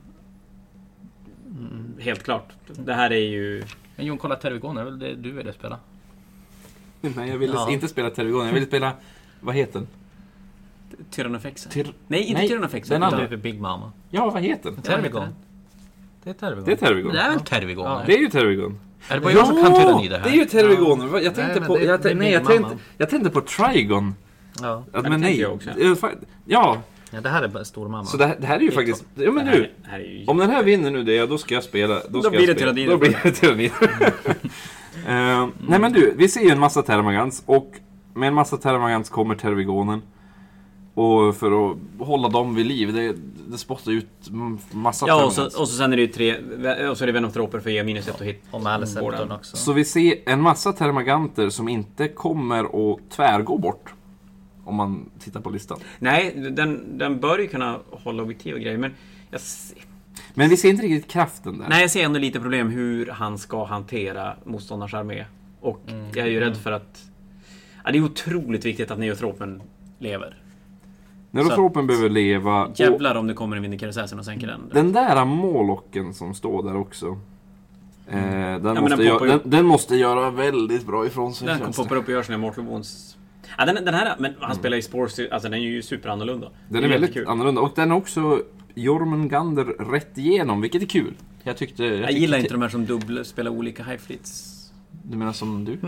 Helt klart. Det här är ju... Men Jon, kolla Tervigoner, är väl det du ville spela? Nej, jag ville inte spela Tervigon. Jag ville spela... Vad heter den? Tyrannofex. Nej, inte Tyrannofex. den andra. Det är Big Mama. Ja, vad heter den? Tervigon. Det är Tervigon. Det är Tervigon. Det är väl Tervigoner? Det är ju Tervigon. Är det bara jag som kan tyrannider här? Det är ju Tervigoner. Jag tänkte Nej, på... men det är Jag tänkte på Trigon. Ja. Men nej. jag också. Ja, Ja, det här är bara Stormamma. så det här är ju faktiskt... Ja, men Det du. här är ju... Om den här vinner nu det, då ska jag spela. Då blir det tyrannider. Då blir det tyrannider. Nej men du, vi ser ju en massa Termagants. Och med en massa Termagants kommer Tervigonen. Och för att hålla dem vid liv, det spottar ut massa Termagants. och så sen är det ju 3... Och så är det Venotroper för -1 att hit. Och med Aliceptorn också. Så vi ser en massa Termaganter som inte kommer att tvärgå bort. Om man tittar på listan. Nej, den bör ju kunna hålla objektiv och grejer, men Men vi ser inte riktigt kraften där. nej, jag ser ändå lite problem hur han ska hantera motståndarens armé. Och jag är ju rädd för att... Ja, det är otroligt viktigt att Neotropen lever. Neurotropen behöver leva. Jävlar om det kommer en Vindicator Assassin och sänker den. Den där målocken som står där också. men Den måste göra väldigt bra ifrån sig. Den poppar upp och gör sina Mortal Wounds. Ja, den här, men han spelar i Spores, alltså den är ju superannorlunda. Den är väldigt annorlunda. Och den är också Jormungandr rätt igenom, vilket är kul. Jag gillar inte de här som spelar olika high fleets. Du menar som du?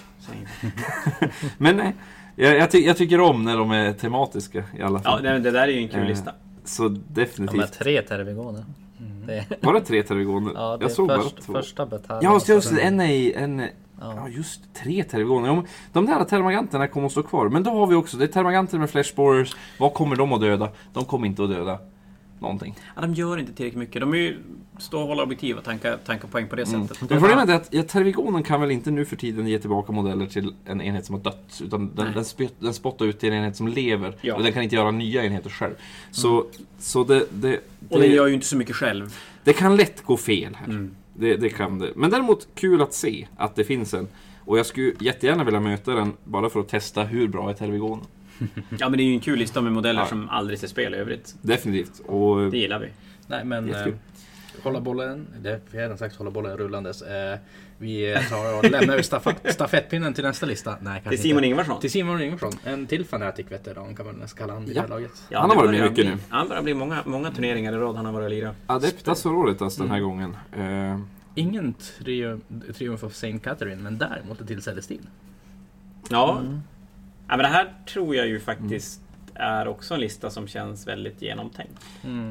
Men nej, jag tycker om när de är tematiska i alla fall. Ja, det där är ju en kul lista. Så definitivt. De är 3 Tervigoner. Var det 3 Tervigoner? Ja, det jag såg bara 2. Första bataljen. Ja, just det. Ja, just 3 Tervigoner. De där termaganterna kommer att stå kvar. Men då har vi också, det är termaganter med flash sporers. Vad kommer de att döda? De kommer inte att döda någonting. Ja, de gör inte tillräckligt mycket. De är ju stå och hålla objektiv och tanka poäng på det sättet. Men problemet är att Tervigonen kan väl inte nu för tiden ge tillbaka modeller till en enhet som har dött. Utan den spottar ut till en enhet som lever. Ja. Och den kan inte göra nya enheter själv. Så och den gör ju inte så mycket själv. Det kan lätt gå fel här. Det kan det. Men däremot kul att se att det finns en. Och jag skulle jättegärna vilja möta den bara för att testa hur bra är Tervigonen. Ja, men det är ju en kul lista med modeller som aldrig ser spel i övrigt. Definitivt. Och det gillar vi. Nej, men hålla bollen. Vi har redan sagt hålla bollen rullandes. Vi lämnar ju stafettpinnen till nästa lista. Nej, till Simon Ingvarsson. Till Simon Ingvarsson. En till fanatic-veteran kan man nästan kalla han i det här laget. Ja, han har varit med mycket nu. Han börjar bli många turneringar i rad han har varit lira. Adeptas för året alltså den här gången. Ingen triumf of Saint Catherine, men däremot till Celestine. Ja. Ja, men det här tror jag ju faktiskt är också en lista som känns väldigt genomtänkt.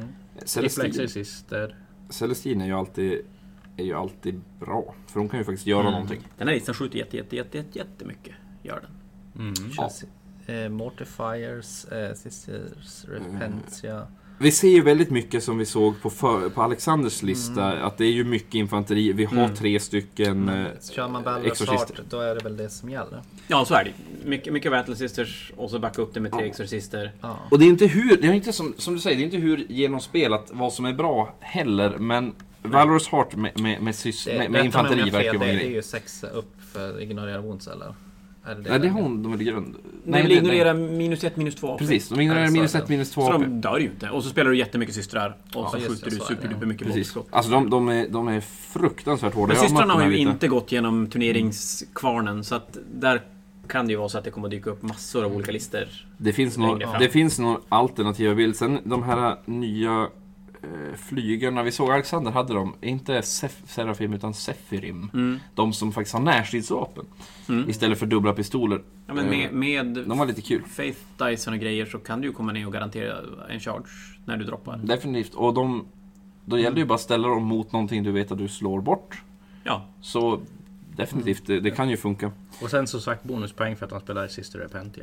Celestine är ju alltid bra. För de kan ju faktiskt göra någonting. Den här listan skjuter jättemycket. Gör den. Mortifiers, Sisters, Repentia. Vi ser ju väldigt mycket som vi såg på Alexanders lista. Att det är ju mycket infanteri. Vi har 3 stycken kör man Balrus Heart, då är det väl det som gäller. Ja, så är det. Mycket Battle Sisters och så backa upp det med 3 Exorcister. Ja. Och det är inte som du säger, det är inte hur genomspelat vad som är bra heller. Men Valorous Heart med infanteri verkar vara det är ju 6 upp för ignorera wounds eller? Nej, det har de väl grund. Nej, de ignorerar -1, -2. Precis, de ignorerar -1, -2. Så de dör ju inte. Och så spelar du jättemycket systrar. Och så skjuter du superduper mycket bombskott. Alltså de är fruktansvärt hårda. Men systrarna har ju inte gått genom turneringskvarnen. Så att där kan det ju vara så att det kommer att dyka upp massor av olika listor. Det finns några alternativa bild. Sen de här nya flygarna, vi såg Alexander hade de, inte Seraphim utan Sephirim. De som faktiskt har närstridsvapen istället för dubbla pistoler. Ja, men med de var lite kul. Faith Dyson och grejer så kan du ju komma ner och garantera en charge när du droppar. Definitivt, och då gäller det ju bara att ställa dem mot någonting du vet att du slår bort. Ja. Så definitivt, det kan ju funka. Och sen så sagt bonuspoäng för att han spelar Sister Repentia.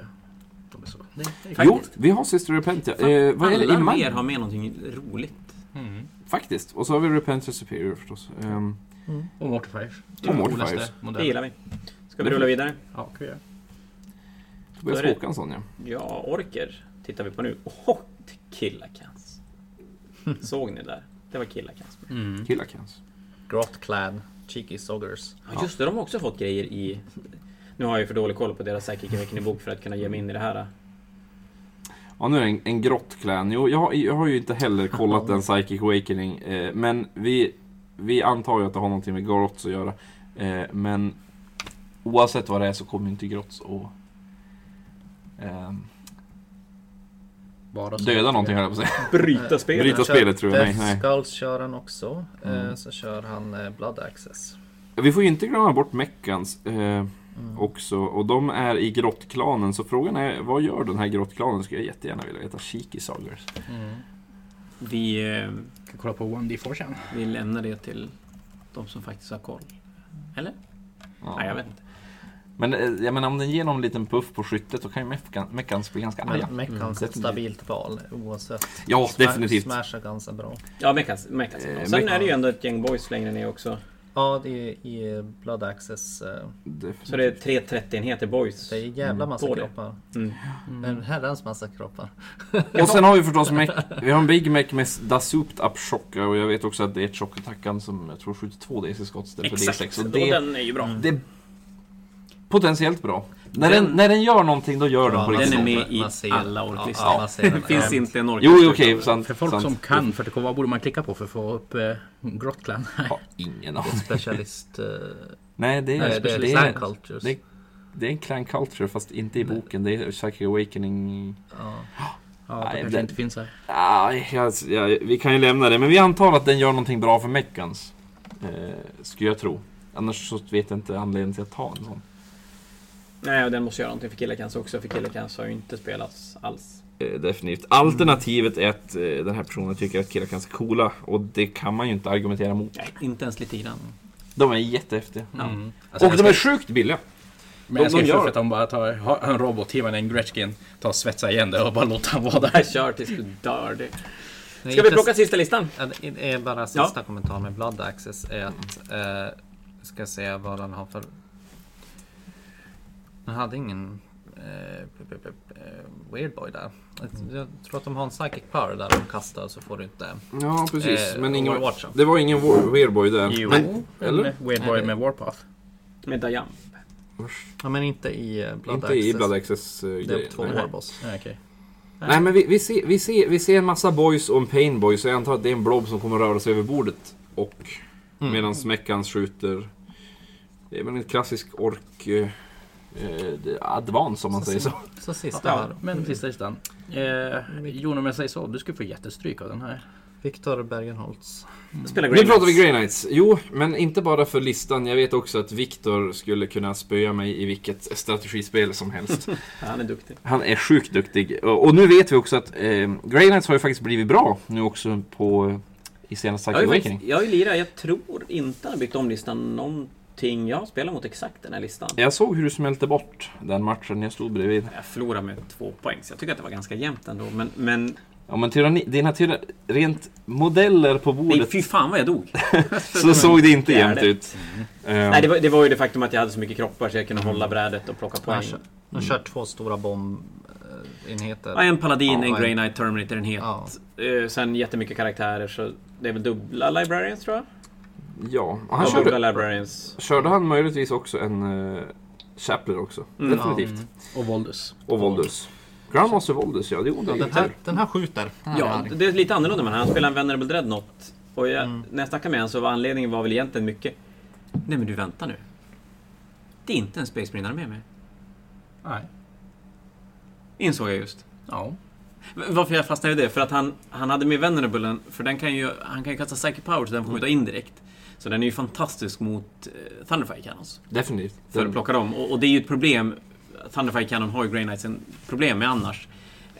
Jo, vi har Sister Repentia. Vad är det i maj? Har med någonting roligt. Faktiskt. Och så har vi Repentance Superior förstås. Och Mortifiers. Och Mortifiers. Det gillar vi. Ska vi rulla vidare? Ja, kan vi göra. Tobias Håkansson, ja. Ja, orker tittar vi på nu. Killakans. Såg ni där? Det var Killakans. Killakans. Grotclan, Cheeky Soggers. Ja, just det, de har också fått grejer i... Nu har jag ju för dålig koll på deras Psychic Awakening-bok för att kunna ge mig in i det här. Ja, nu är det en grottklan. Jo, jag har ju inte heller kollat den Psychic Awakening. Men vi antar ju att det har någonting med grotts att göra. Men oavsett vad det är så kommer inte grotts och döda någonting, höll jag på att säga. Bryta spelet tror jag. Nej. Skulls kör han också. Så kör han Blood Access. Vi får ju inte glömma bort Meccans också. Och de är i grottklanen. Så frågan är, vad gör den här grottklanen? Skulle jag jättegärna vilja veta. Cheeky Soggers. Vi kan kolla på 1D4. Vi lämnar det till de som faktiskt har koll. Eller? Ja. Nej, jag vet inte. Men jag menar, om den ger någon liten puff på skyttet så kan ju Meccans bli ganska arga. Meccans är ett stabilt val oavsett. Ja, definitivt. Smashar ganska bra. Ja, Meccans är bra. Sen är det ju ändå ett gäng boys längre ner också. Ja, det är i Blood Access. Så det är 330 enheter boys. Det är jävla massa kroppar. En herrans massa kroppar. Och sen har vi förstås vi har en Big Mac med Dasouped Up Shocker. Och jag vet också att det är ett chockattackan som jag tror skjuter 2 DC-skott istället för D6. Och den är ju bra. Det är potentiellt bra. När den gör någonting, då gör den på riktigt. Den är med i alla orklistor. Det finns inte en ork. Jo, okej. För folk som kan 40K, vad borde man klicka på för att få upp Grotclan? Ja, ingen aning. Specialist... Nej, det är Clan Cultures. Det är en Clan Culture, fast inte i boken. Det är Psychic Awakening. Ja, det kanske inte finns här. Vi kan ju lämna det. Men vi antar att den gör någonting bra för Meccans. Skulle jag tro. Annars så vet jag inte anledningen till att ta en sån. Nej, och den måste göra någonting för Killakans också. För Killakans har ju inte spelats alls. Definitivt. Alternativet är att den här personen tycker att Killakans är coola. Och det kan man ju inte argumentera mot. Nej, inte ens lite grann. De är jättehäftiga. Alltså, och de är sjukt billiga. Men jag ska ju för att de bara tar en robot, hivar en Gretchen, tar svetsa igen det och bara låter han vara där. Kör tills du dör det. Ska vi plocka sista listan? Det är bara sista kommentar med Blood Access är att ska säga vad han har för... Han hade ingen Weird Boy där. Jag tror att de har en Psychic Power där de kastar så får du inte... Ja, precis. Men det var ingen Weird Boy där. Jo, eller? Weird Boy med Warpath. Med Dayan. Ja, men inte i Blood inte Access. I Blood Access det är 2 Warboss. Okej. Nej, men vi ser en massa boys och en pain boy. Så jag antar att det är en blob som kommer röra sig över bordet. Och medan Meccans skjuter... Det är väl en klassisk ork... advans, om man säger så. Så sista här. Men sista listan. Jon, om jag säger så, du ska få jättestryk av den här. Viktor Bergenholtz. Nu pratar vi Grey Knights. Jo, men inte bara för listan. Jag vet också att Viktor skulle kunna spöa mig i vilket strategispel som helst. Han är duktig. Han är sjukt duktig. Och nu vet vi också att Grey Knights har ju faktiskt blivit bra nu också i senaste Psychic Awakening. Jag är lira. Jag tror inte han har byggt om listan någonting. Jag spelar mot exakt den här listan. Jag såg hur du smälte bort den matchen jag stod bredvid. Jag förlorade med 2 poäng. Så jag tycker att det var ganska jämnt ändå. Men ja, men dina rent modeller på bordet... Nej, fy fan vad jag dog. Så såg det inte jämnt ut. Nej, det var ju det faktum att jag hade så mycket kroppar så jag kunde hålla brädet och plocka poäng. De kör 2 stora bombenheter. Ja, en Paladin, en Grey Knight, Terminator-enhet. Sen jättemycket karaktärer, så det är väl dubbla Librarians, tror jag? Ja, körde han möjligtvis också en Chappler också. Definitivt. Och Voldus. Grandmaster Voldus, ja. Den här skjuter. Ja, det är lite annorlunda, men han spelar en Venerable Dreadnought. Och när jag snackade med honom så var anledningen väl egentligen mycket... Nej, men du väntar nu. Det är inte en Space Marine med mig. Nej. Insåg jag just. Ja. Varför jag fastnade i det? För att han hade med Venerablen, för han kan ju kasta Psychic Power så den får skjuta indirekt. Så den är ju fantastisk mot Thunderfire Cannons. Definitivt. För att plocka dem. Och det är ju ett problem. Thunderfire Cannon har ju Grey Knights en problem med annars.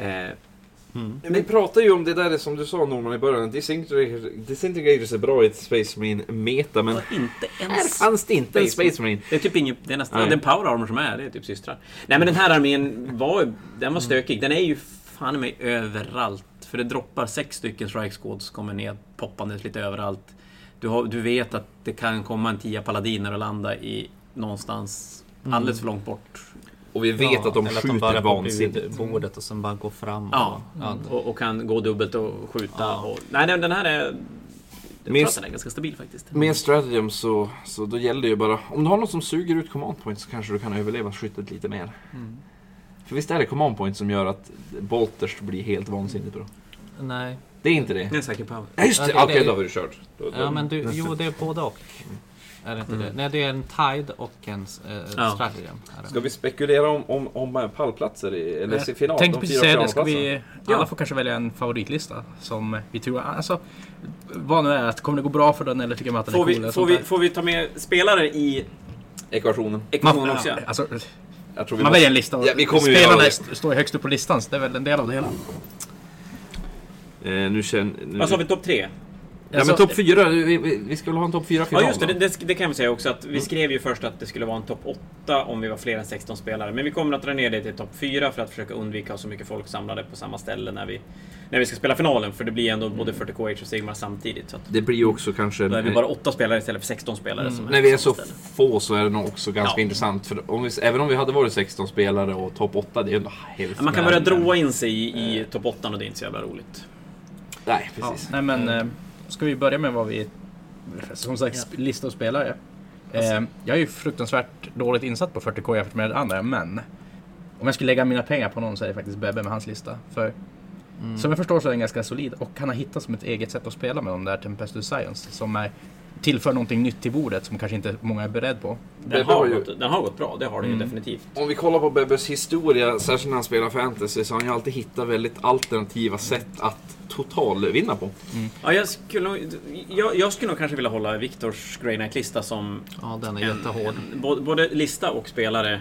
Vi pratar ju om det där som du sa, Norman, i början. Disintegrators är bra i ett Space Marine meta, men här fanns det inte en Space Marine. Det är typ ingen, det är nästan den power armor som är, det är typ systrar. Nej, men den här armén var stökig. Den är ju fan mig överallt. För det droppar 6 stycken strike squads, kommer ner poppandes lite överallt. Du vet att det kan komma en 10 paladiner och landa i någonstans alldeles för långt bort. Och vi vet att de skjuter vansinnigt. Bordet och sen bara går fram. Ja, och kan gå dubbelt och skjuta. Ja. Och, nej, den här är... Jag tror att den är ganska stabil faktiskt. Med Stratagem så då gäller det ju bara... Om du har något som suger ut command points så kanske du kan överleva skyttet lite mer. För visst är det command points som gör att Bolters blir helt vansinnigt bra? Nej. Det är inte det. Det är säkert power. Ja, just det. Okej, då har vi kört. Ja, men jo, det är både och. Är det inte det? Nej, det är en Tide och en Stratagem. Ska vi spekulera om pallplatser eller final? Tänkte precis säga det. Ska vi... Alla får kanske välja en favoritlista som vi tror... Alltså, vad nu är att kommer det gå bra för den eller tycker man att den är cool? Får vi ta med spelare i ekvationen också? Alltså, jag tror vi man väljer en lista och spelarna står högst upp på listan, så det är väl en del av det hela. Vad sa vi, topp 3? Ja, men topp 4, vi skulle ha en topp 4-final. Ja, just det kan vi säga också, att vi skrev ju först att det skulle vara en topp 8 om vi var fler än 16 spelare. Men vi kommer att dra ner det till topp 4 för att försöka undvika att så mycket folk samlade på samma ställe när vi ska spela finalen. För det blir ändå både 40K, Age of Sigmar samtidigt. Så att det blir ju också kanske... Då är vi bara 8 spelare istället för 16 spelare. När vi är så få så är det nog också ganska intressant. För även om vi hade varit 16 spelare och topp 8, det är ändå helt... Man kan börja dra in sig i topp 8 och det är inte så jävla roligt. Nej, precis. Ja, nej, men... Ska vi börja med vad vi... Som sagt, lista och spelare. Jag är ju fruktansvärt dåligt insatt på 40K jämfört med andra, men... Om jag skulle lägga mina pengar på någon så är det faktiskt Bebbe med hans lista. För som jag förstår så är den ganska solid. Och han har hittat som ett eget sätt att spela med de där Tempestuous Scions. Som tillför någonting nytt till bordet som kanske inte många är beredd på. Den har gått bra, det har det ju definitivt. Om vi kollar på Bebbes historia, särskilt när han spelar fantasy, så har han ju alltid hittat väldigt alternativa sätt att totalvinna på. Ja, jag skulle nog kanske vilja hålla Viktors Grey Knight-lista som... Ja, den är jättehård. Både lista och spelare.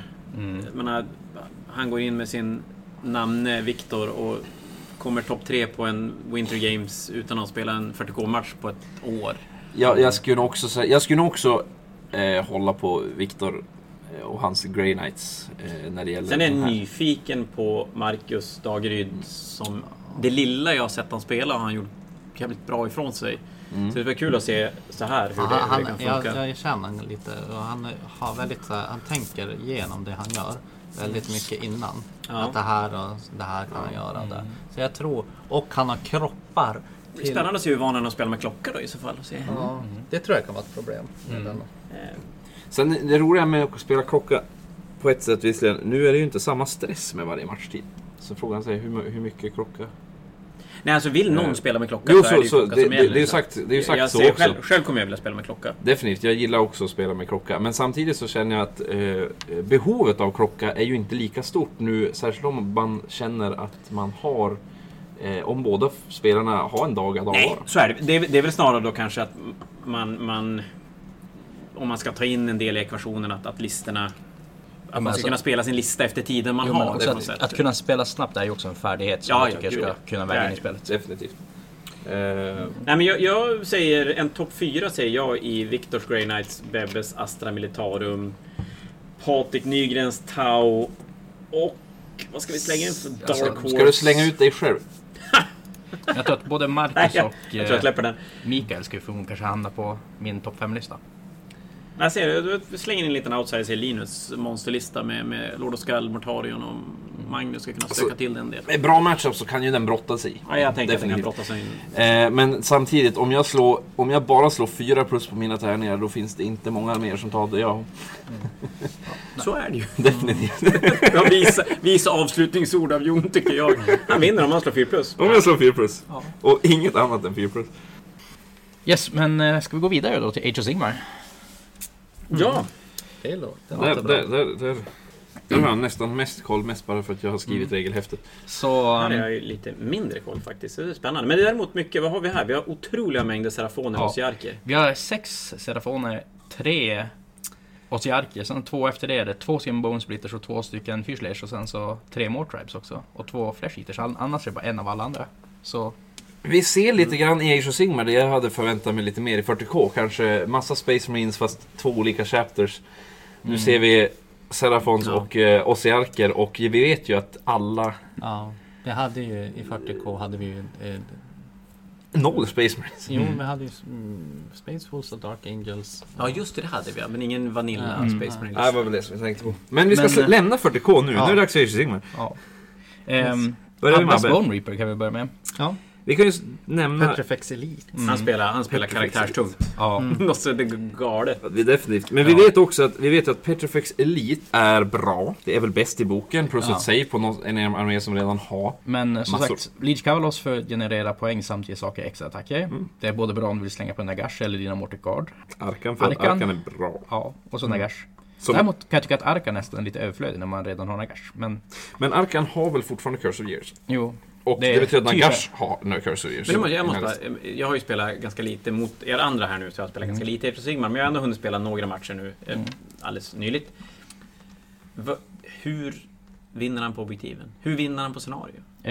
Han går in med sin namne Viktor och kommer topp 3 på en Winter Games utan att spela en 40K-match på ett år. Jag skulle nog också hålla på Viktor och hans Grey Knights när det gäller... Sen är jag nyfiken på Marcus Dageryd som... Det lilla jag har sett han spela har han gjort jävligt bra ifrån sig. Så det var kul att se så här hur det kan funka. Jag känner lite, och han har väldigt, han tänker igenom det han gör väldigt mycket innan. Att det här kan han göra där. Så jag tror, och han har kroppar. Spännande att se hur van han att spela med klocka då i så fall. Det tror jag kan vara ett problem. Sen det roliga med att spela klocka på ett sätt visserligen, nu är det ju inte samma stress med varje matchtid. Så frågan säger hur mycket klocka. Nej, alltså vill någon spela med klocka jo, så är det ju klocka som gäller. Det är ju sagt jag så också. Själv kommer jag vilja spela med klocka. Definitivt, jag gillar också att spela med klocka. Men samtidigt så känner jag att behovet av klocka är ju inte lika stort nu. Särskilt om man känner att man har... om båda spelarna har en dag att avvara. Nej, så är det. Det är väl snarare då kanske att man om man ska ta in en del i ekvationen att listorna... Att man ska kunna spela sin lista efter tiden man har. Det att kunna spela snabbt är ju också en färdighet som jag tycker ska kunna väga in i spelet. Definitivt. Nej, men jag säger en topp 4 säger jag i Viktors Grey Knights, Bebbes Astra Militarum, Patrik Nygrens Tau och vad ska vi slänga in för Dark Horse? Ska du slänga ut dig själv? Jag tror att både Marcus och jag tror jag släpper den. Mikael ska förmodligen kanske hamna på min topp 5-lista. Jag ser, du slänger in en liten outsider i Linus monsterlista med Lord of Skull, Mortarion och Magnus ska kunna stöka till den del. Med bra matchup så kan ju den brotta sig. Ja, jag tänker att den kan brotta sig. Men samtidigt, om jag bara slår 4 plus på mina tärningar, då finns det inte många mer som tar det jag. Så är det ju. Definitivt. Visa avslutningsord av Jon tycker jag. Han vinner om han slår 4 plus. Om jag slår 4 plus. Ja. Och inget annat än 4 plus. Yes, men ska vi gå vidare då till Age of Sigmar? Ja. Det låter där har jag nästan mest koll, mest bara för att jag har skrivit regelhäftet. Så här är jag ju lite mindre koll faktiskt. Det är spännande. Men det är däremot mycket, vad har vi här? Vi har otroliga mängder serafoner och osiarker. Vi har 6 serafoner, 3 osiarker, sen 2 efter det är det 2 stycken bone splitters och 2 stycken fyrslers och sen så 3 more tribes också och 2 flesh eaters. Annars är det bara en av alla andra. Så vi ser lite grann i Age of Sigmar det jag hade förväntat mig lite mer i 40K. Kanske massa Space Marines fast 2 olika chapters. Nu ser vi Serafons och Osiarker och vi vet ju att alla Det hade ju i 40K hade vi ju... 0 Space Marines. Jo, vi hade ju Space Wolves och Dark Angels. Ja, just det hade vi. Men ingen Vanilla Space Marines. Nej, det var väl det som vi tänkte på. Men vi ska lämna 40K nu. Nu är det dags för Age of Sigmar. Ja. Börjar vi med Abbas Abbe? Bone Reaper kan vi börja med. Ja. Vi kan ju nämna... Petrifex Elite. Han spelar karaktärstungt. Ja. Något så det är galet. Det är definitivt. Men vi vet också att Petrifex Elite är bra. Det är väl bäst i boken. Plus ett save på en armé som redan har. Men som massor. sagt, Leech Cavalos för att generera poäng samt ge saker extra attacker. Det är både bra om du vill slänga på Nagash eller dina Mortar Guard. Arkan är bra. Ja, och så Nagash. Som- Däremot kan jag tycka att Arkan nästan är lite överflödig när man redan har Nagash. Men Arkan har väl fortfarande Curse of Years. jo, Och det betyder att Nagash har Curse of Years. Men jag har ju spelat ganska lite mot er andra här nu, så jag har spelat ganska lite Age of Sigmar, men jag har ändå hunnit spela några matcher nu, alldeles nyligt. Hur vinner han på objektiven? Hur vinner han på scenario?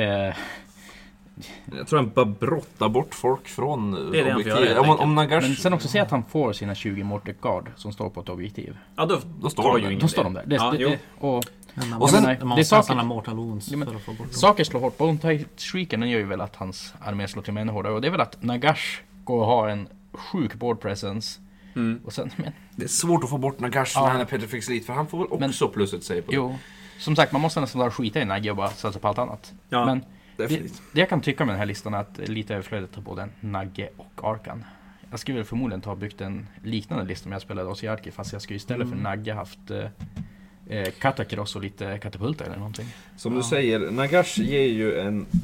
Jag tror han bara brottar bort folk från Det är det han får objektiv. göra, Om Nagash... men sen också se att han får sina 20 Mortar Guard som står på ett objektiv. Ja, Då står tar de ju där. ingen Då står de där. Och Och sen, sen- de det är måste saker- ha sådana Mortal Wounds Ja, men- för att få bort dem. Saker slår hårt. Bone Shrieken den gör ju väl att hans armé slår till med ännu hårdare. Och det är väl att Nagash går och har en sjuk board presence. Och sen, men, Det är svårt att få bort Nagash när han är Petrifex Elite, för han får väl också plus ett save på det. jo, som sagt, man måste nästan bara skita i Nagge och bara satsa på allt annat. Ja, Men Definitivt. det jag kan tycka med den här listan är att lite överflödigt på både Nagge och Arkan. Jag skulle väl förmodligen ta och byggt en liknande lista om jag spelade Osiarki, fast jag skulle istället för Nagge haft Katakross och lite katapulter eller någonting. Som du säger, Nagash ger ju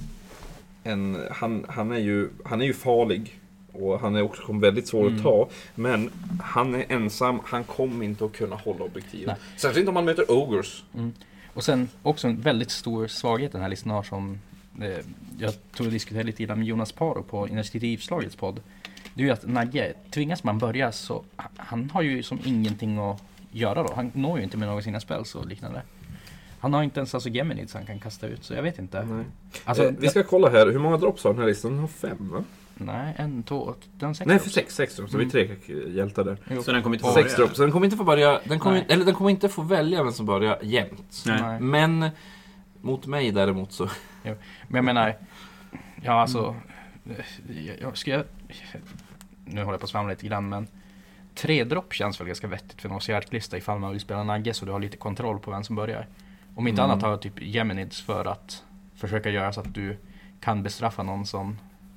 han är ju farlig. Och han är också väldigt svår att ta. Men han är ensam, han kommer inte att kunna hålla objektivet. Nej. Särskilt inte om man möter Ogres. Och sen också en väldigt stor svaghet den här listan har som jag tror jag diskuterade lite grann med Jonas Paro på Initiativslagets podd. Det är ju att Nagge, tvingas man börja så han har ju som ingenting att göra då. Han når ju inte med några av sina spells och liknande. Han har inte ens alltså Geminids han kan kasta ut, så jag vet inte. Nej. Alltså, Vi ska kolla här, hur många drops har den här listan? Den har 5, va? nej, 1, 2, den 6. Nej, för 6 drops. Så vi är 3 hjältar där. Jo. så den kommer inte få 6 börja. drops. Så den kommer inte få börja... Den Nej. kommer inte få välja vem som börjar jämt. Nej. Men mot mig däremot så... Men jag menar, ja alltså, jag ska... Nu håller jag på att svamla lite grann, men 3 dropp känns väl ganska vettigt för en OCR-lista ifall man vill spela Nagge så du har lite kontroll på vem som börjar. Om inte annat har jag typ Geminids för att försöka göra så att du kan bestraffa någon som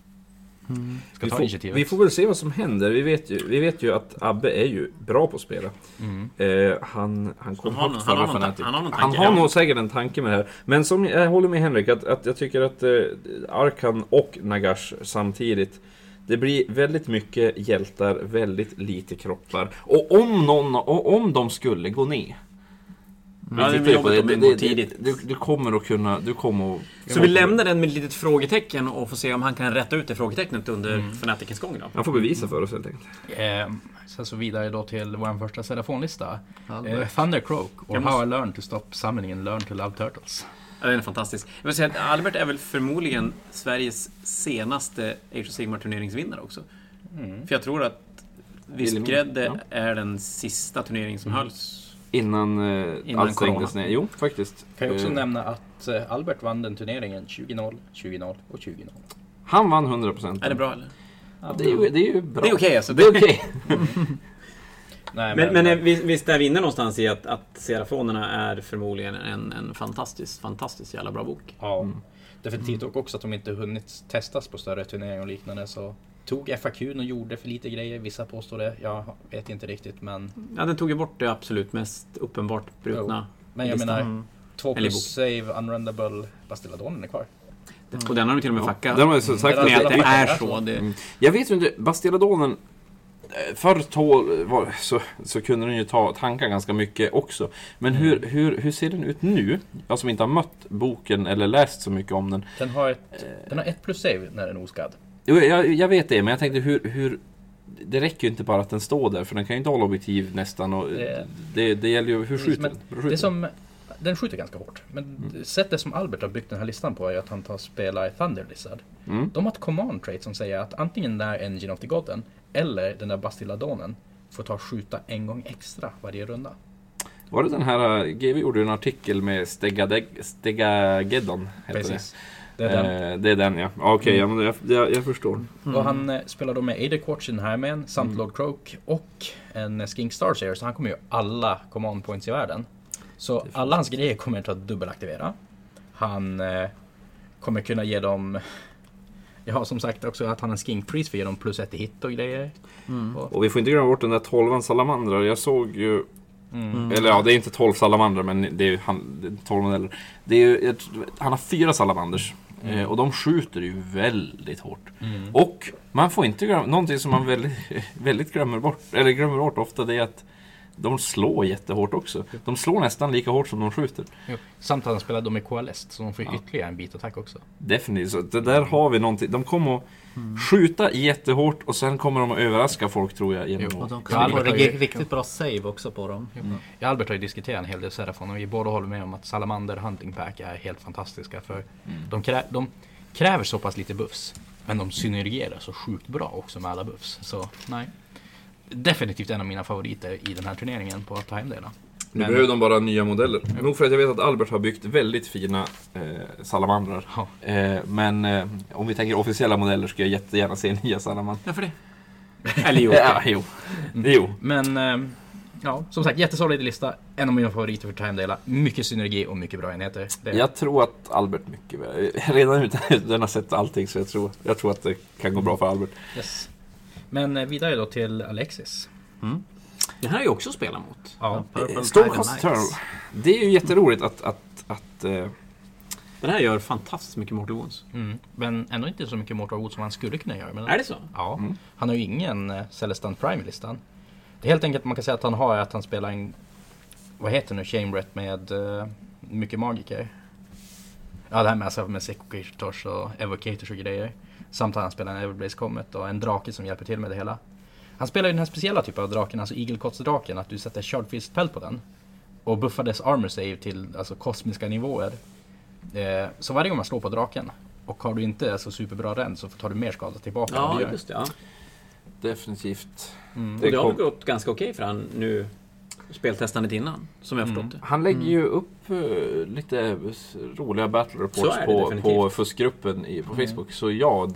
ska ta initiativet. Vi får väl se vad som händer. Vi vet ju att Abbe är ju bra på att spela. Han kommer Han har högt någon- för han har någon Fnatic. han har någon Han tanke, har ja. nog säkert en tanke med det här. Men som jag håller med Henrik, att jag tycker att Arkan och Nagash samtidigt, det blir väldigt mycket hjältar, väldigt lite kroppar. Och om de skulle gå ner. Ja, det Vi blir tittar på jobbigt om det går tidigt. Du kommer att kunna... Så vi lämnar den med ett litet frågetecken och får se om han kan rätta ut det frågetecknet under Fnaticens gång då. Han får bevisa för oss helt enkelt. Sen så vidare då till vår första telefonlista. Albert. Thundercroak och Jag måste- How I Learned to Stop Summoning and Learn to Love Turtles. Ja, den är fantastisk. Jag vill säga att Albert är väl förmodligen Sveriges senaste Age of Sigmar turneringsvinnare också. För jag tror att Vispgrädde är den sista turnering som hölls. Innan allt corona. stängdes ner. Jo, faktiskt. Kan jag också nämna att Albert vann den turneringen 20-0, 20-0 och 20-0. Han vann 100%. Är det bra eller? Det är ju bra. Det är okej alltså. Det är okej. Nej, Men visst är vi inne någonstans i att Serafonerna är förmodligen en fantastiskt jävla bra bok. Ja, definitivt. Och också att de inte hunnit testas på större turneringar och liknande. Så tog FAQ och gjorde för lite grejer. Vissa påstår det. Jag vet inte riktigt, men... Ja, den tog ju bort det absolut mest uppenbart brutna. Men jag listan. menar, 2 Eller plus bok. save, unrendable, Bastilladonen är kvar. Och den har de till och med fackat. Den har ju så sagt Den Nej, har- att det är så. Jag vet ju inte, Bastilladonen förr så kunde den ju ta tankar ganska mycket också. Men hur ser den ut nu? Jag som inte har mött boken eller läst så mycket om den. Den har 1 plus save när den är oskadd. Jo, jag vet det, men jag tänkte hur det räcker ju inte bara att den står där, för den kan ju inte hålla objektiv nästan. Och det gäller ju, hur skjuter den? Det som, den skjuter ganska hårt. Men sättet som Albert har byggt den här listan på är att han tar spela i Thunder Lizard. De har ett command trait som säger att antingen den där Engine of the Goden eller den där Bastilladonen får ta och skjuta en gång extra varje runda. Var det den här, GW gjorde en artikel med Stegageddon, heter Precis. Det är den. Det är den, ja. Okej, ja, men jag förstår. Och han spelar då med Ada Quatch i den här med samt Lord Croak och en Skink Starsayer, så han kommer ju alla command points i världen. Så alla hans grejer kommer att dubbelaktivera. Han kommer kunna ge dem... Jag har som sagt också att han har en Skink Freeze för att ge dem +1 i hit och grejer. Och vi får inte glömma bort den där 12 salamandrar. Jag såg ju... Eller ja, det är inte 12 salamandrar, men det är ju 12 modeller. Det är ju han har 4 salamanders. Och de skjuter ju väldigt hårt. Och man får inte glömma... Någonting som man väldigt glömmer bort ofta, det är att de slår jättehårt också. De slår nästan lika hårt som de skjuter. Jo. Samt att han spelar dem i Coalesced, så de får ytterligare en bitattack också. Definitivt. Så det där har vi någonting. De kommer att skjuta jättehårt och sen kommer de att överraska folk, tror jag. Genom Och de kan få riktigt bra save också på dem. Jag och Albert har ju diskuterat en hel del Seraphon och vi båda håller med om att Salamander Hunting Pack är helt fantastiska. För de kräver så pass lite buffs, men de synergerar så sjukt bra också med alla buffs. Så nej. Definitivt en av mina favoriter i den här turneringen på att ta hem det. Nu behöver de bara nya modeller. Nog för att jag vet att Albert har byggt väldigt fina salamandrar. Ja. Men om vi tänker officiella modeller ska jag jättegärna se nya salamandrar. Varför det? Eller jo. Men ja, som sagt, jättesolid lista. En av mina favoriter för Time-delar. Mycket synergi och mycket bra enheter. Jag tror att Albert mycket väl. Redan utan har sett allting, så jag tror att det kan gå bra för Albert. Yes. Men vidare då till Alexis. Den här är ju också att spela mot. Ja, Stormcast Eternal. Det är ju jätteroligt att Den här gör fantastiskt mycket Mortal Wounds. Men ändå inte så mycket Mortal Wounds som han skulle kunna göra. Men Är det så? Ja. Han har ju ingen Celestant Prime i listan. Det är helt enkelt, man kan säga att han spelar en... Vad heter nu? Shamered med mycket magiker. Ja, det här med Secocators och Evocators och grejer. Samt att han spelar en Everblaze Comet och en drake som hjälper till med det hela. Han spelar ju den här speciella typen av draken, alltså Eaglecots-draken, att du sätter Shardfist Pelt på den. Och buffar dess armor save till alltså kosmiska nivåer. Så varje gång man slår på draken, och har du inte så superbra rend, så tar du mer skada tillbaka. Ja, just det. Ja. definitivt. Och det har gått ganska okej för han nu speltestandet innan, som jag har förstått det. Han lägger ju upp lite roliga battle reports på fuskgruppen på Facebook. Så ja,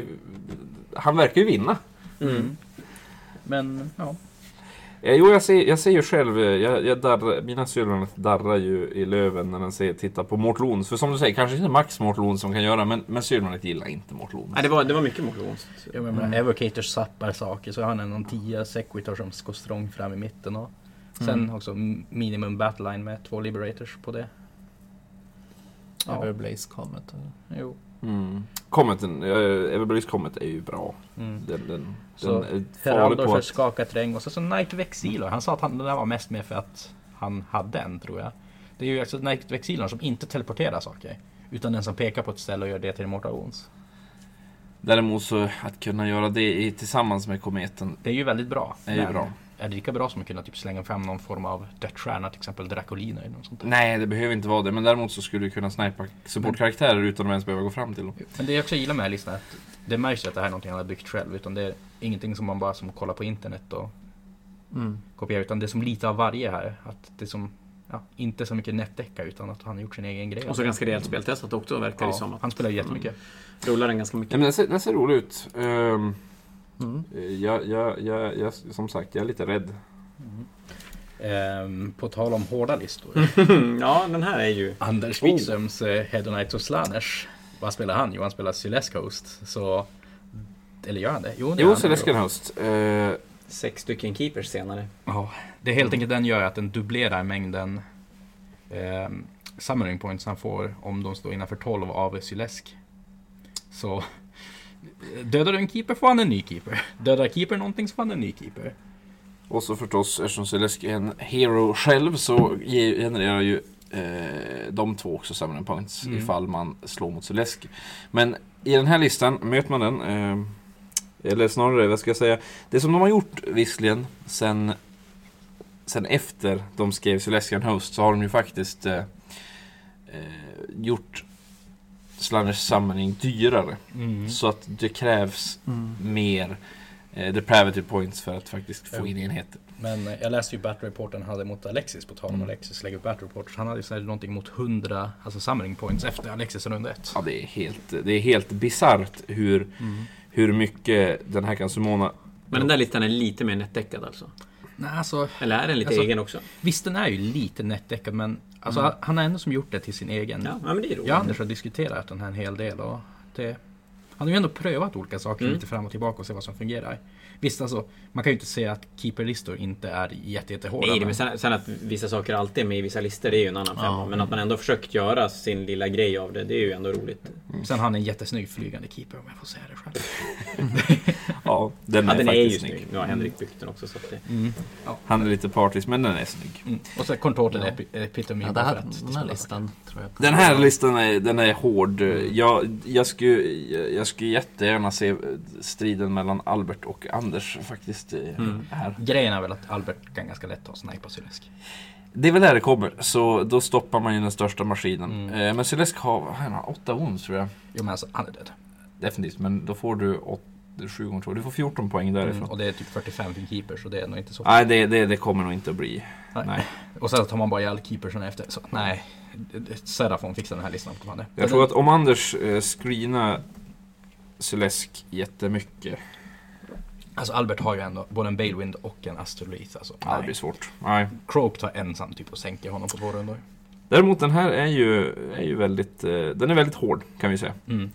han verkar ju vinna. Men ja. Jo, jag ser ju själv, mina syrror darrar ju i löven när de tittar på Mortal Wounds. För som du säger, kanske inte max Mortal Wounds som kan göra, men syrrorna gillar inte Mortal Wounds. Nej, det var mycket Mortal Wounds. Jag menar, Evocators sappar saker, så har han någon 10 Sequitor som går strong fram i mitten. Och sen också minimum battleline med 2 Liberators på det. Ja. Everblaze Comet. Jo. Cometen, Everblaze Comet är ju bra. Den är Heraldor för skaka terräng och så Night Vexilor. Han sa att den där var mest med för att han hade en, tror jag. Det är ju alltså Night Vexilor som inte teleporterar saker, utan den som pekar på ett ställe och gör det till Mortal Wounds. Däremot så att kunna göra det tillsammans med kometen, det är ju väldigt bra. Det är ju bra. Är det lika bra som att kunna typ slänga fram någon form av dödsstjärna, till exempel Dracolina eller något sånt där? Nej, det behöver inte vara det. Men däremot så skulle du kunna snipa supportkaraktärer utan att ens behöva gå fram till dem. Men det jag också gillar med listan är att det märks att det här är någonting han har byggt själv. Utan det är ingenting som man bara som kollar på internet och kopierar. Utan det är som lite av varje här. Att det är som, inte så mycket nätdecka, utan att han har gjort sin egen grej. Och så ganska rejält speltestat också, verkar det som. Han spelar ju jättemycket. Rullar den ganska mycket. Ja, men den ser rolig ut. Jag som sagt, jag är lite rädd. På tal om hårda listor. Ja, den här är ju Anders Wikströms Hedonites och Slanners. Vad spelar han? Jo, han spelar Celeste Coast. Så... Eller gör han det? Jo, Celeste Coast. 6 stycken keepers senare. Ja, det är helt enkelt den gör att den dubblerar mängden summoning points han får om de står innanför 12 av Sylesk. Så dödar du en keeper får han en ny keeper. Dödar keeper någonting så får han en ny keeper. Och så förstås, eftersom Sylesk är en hero själv, så genererar ju de två också summoning points ifall man slår mot Sylesk. Men i den här listan möter man den, eller snarare, vad ska jag säga, det som de har gjort visserligen sen efter de skrev Celestian Host, så har de ju faktiskt gjort Slanners summoning dyrare. Så att det krävs mer depravity points för att faktiskt få in enheter. Men jag läste ju battle reporten hade mot Alexis på tal om Alexis lägger upp battle reports. Han hade ju någonting mot 100 alltså summoning points efter Alexis runda 1. Ja, det är helt bizarrt hur mycket den här kan summona. Men den där listan är lite mer nätdäckad alltså? Nej, alltså, eller är den lite egen också? Visst, den är ju lite nätdäckad, men alltså, han har ändå som gjort det till sin egen. Ja, men det är roligt. Jag och Anders har diskuterat den här en hel del och han har ju ändå prövat olika saker lite fram och tillbaka och se vad som fungerar. Visst, alltså, man kan ju inte säga att keeperlistor inte är jättehårda. Nej, men sen att vissa saker alltid är med i vissa listor, det är ju en annan femma. Men att man ändå försökt göra sin lilla grej av det är ju ändå roligt. Sen har han en jättesnygg flygande keeper, om jag får säga det själv. Ja, den är ju snygg. snygg. Nu har Henrik byggt den också. Så att det... Han är lite partisk, men den är snygg. Och så Contorted epitome. Den här listan tror jag. Den här listan den är hård. Jag skulle jättegärna se striden mellan Albert och Anders faktiskt här. Grejen är väl att Albert kan ganska lätt ta snipa Sylesk. Det är väl där det kommer, så då stoppar man ju den största maskinen. Men Sylesk har 8 wounds tror jag. Jo, men alltså, han är död. Definitivt, men då får du 7 gånger 2. Du får 14 poäng därifrån. Och det är typ 45 för keeper, så det är nog inte så. Nej, det kommer nog inte att bli. Nej. Och sen tar man bara ihjäl keepersen efter. Så nej, Serafon fixar den här listan. Jag tror att om Anders screenar Sylesk jättemycket. Alltså Albert har ju ändå både en Balewind och en Astrolith. Alltså, det blir svårt. Nej. Croak tar ensam typ och sänker honom på 2 rundor. Däremot den här är ju väldigt den är väldigt hård kan vi säga.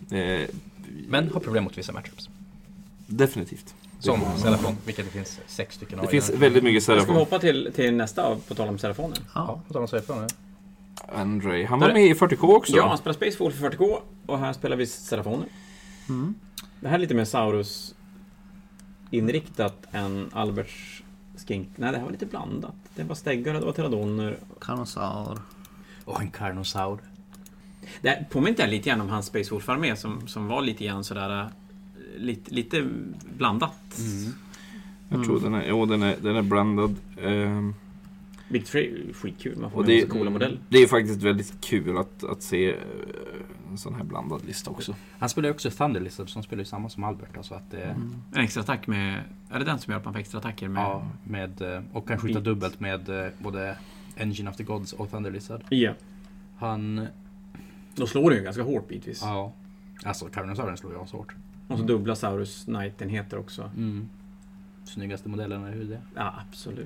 Men har problem mot vissa matchups. Definitivt. Som Serafon, vilket det finns 6 stycken av. Det finns väldigt mycket Serafon. Ska vi hoppa till nästa på tal om Serafonen? Ja, på tal om Serafon. Andrei, han var med i 40K också. Ja, han spelar Space Wolf för 40K och här spelar vi Serafoner. Det här är lite mer Saurus inriktat än Alberts skink. Nej, det här var lite blandat. Det var steggare, det var pteradoner. Carnosaur. Och en Carnosaur. Det påminner jag lite grann om hans Space Wolf-armé som var lite grann sådär lite blandat. Jag tror den är blandad. Vilket skitkul, man får och med en coola modell. Det är faktiskt väldigt kul att se en sån här blandad lista också. Han spelar också Thunder Lizard som spelar ju samma som Albert. Alltså att en extra attack med... Är det den som gör att man får extra attacker med... Ja, och kan skjuta dubbelt med både Engine of the Gods och Thunder Lizard. Ja. Då slår det ju ganska hårt bitvis. Ja. Alltså Carnosauren slår ju så hårt. Och så dubbla Saurus Knight-enheter också. Snyggaste modellen är hur det är. Ja, absolut.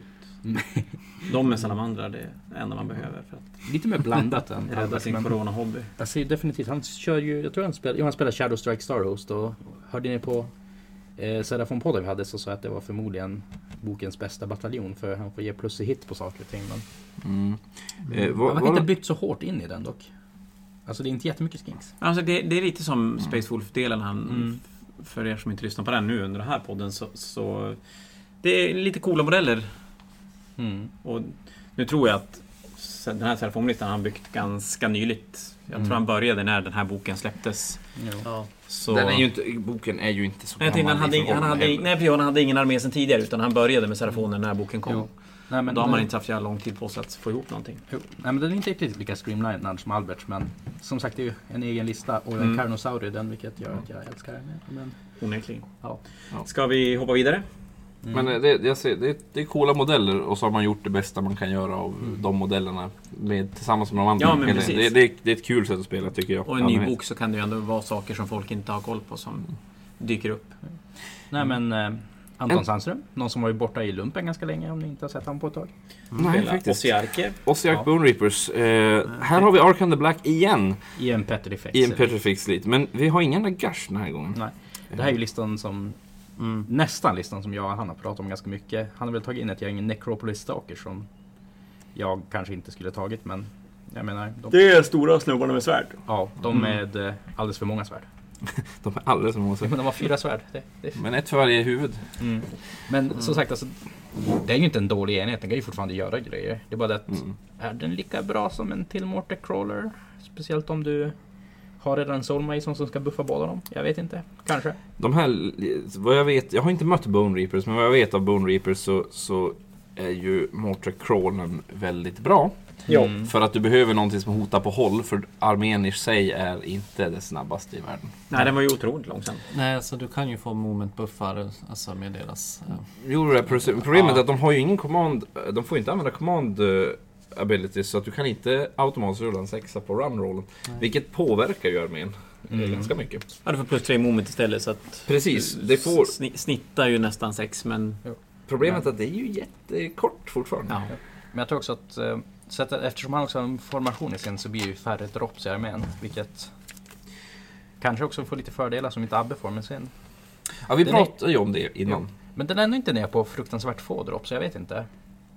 De med salamandrar, det är det enda man behöver för att lite mer blandat än rädda sin corona-hobby. Jag ser definitivt, han kör ju, jag tror han spelar Shadow Strike Starhost och hörde ni på Serafon-podden vi hade så sa att det var förmodligen bokens bästa bataljon för han får ge plus i hit på saker och ting. Men han har inte byggt så hårt in i den dock. Alltså det är inte jättemycket skinks. Alltså det är lite som Space Wolf-delen för er som inte lyssnar på den nu under den här podden så det är lite coola modeller. Och nu tror jag att den här Serafonlistan har han byggt ganska nyligt. Jag tror han började när den här boken släpptes. Ja. Så... boken är ju inte så gammal. Han hade ingen armé sedan tidigare utan han började med Serafonen när boken kom. Jo. Nej, men då har man inte haft lång tid på sig att få ihop någonting. Jo. Nej, men den är inte riktigt lika streamlinad som Alberts, men som sagt det är ju en egen lista och en Carnosaur i den, vilket gör att jag älskar den. Men... onekligen. Ja. Ska vi hoppa vidare? Men det är coola modeller och så har man gjort det bästa man kan göra av de modellerna tillsammans med de andra. Ja, men precis. Det är ett kul sätt att spela tycker jag. Och en ny bok så kan det ju ändå vara saker som folk inte har koll på som dyker upp. Nej men Anton Sandström, någon som varit borta i lumpen ganska länge om ni inte har sett honom på ett tag. Nej, faktiskt. Ossiark Bone Reapers. Här har vi Arkan the Black igen. I en Petrifex lite. Men vi har ingen Nagash den här gången. Nej. Det här är ju listan som nästan listan som jag och han har pratat om ganska mycket. Han har väl tagit in ett gäng Necropolis Stalkers som jag kanske inte skulle tagit, men jag menar... Det är stora snubbarna med svärd. Ja, de med alldeles för många svärd. De är alldeles för många svärd. Men de har 4 svärd. Men ett för varje huvud. Men som sagt, alltså, det är ju inte en dålig enhet. Den kan ju fortfarande göra grejer. Det är bara det att är den lika bra som en till Mortar Crawler? Speciellt om du har redan en Soul Mason som ska buffa båda dem. Jag vet inte. Kanske. De här, vad jag vet, jag har inte mött Bone Reapers, men vad jag vet av Bone Reapers så är ju Mortar Crawlern väldigt bra. Ja. För att du behöver någonting som hotar på håll, för armén i sig är inte det snabbaste i världen. Nej, den var ju otroligt långsam. Nej, så du kan ju få moment-buffar alltså med deras... Jo, det är problemet är att de har ju ingen command, de får inte använda command abilities, så att du kan inte automatiskt rulla en 6 på run-rollen. Vilket påverkar ju armén ganska mycket. Ja, du får plus 3 moment istället, så att Precis, det får... snittar ju nästan 6, men... Problemet är att det är ju jättekort fortfarande. Ja. Men jag tror också att eftersom han också har en formation i sin så blir ju färre drops i armén. Vilket kanske också får lite fördelar som inte Abbe får med sin. Ja, vi pratade ju om det innan. Ja. Men den är ändå inte ner på fruktansvärt få drops, så jag vet inte.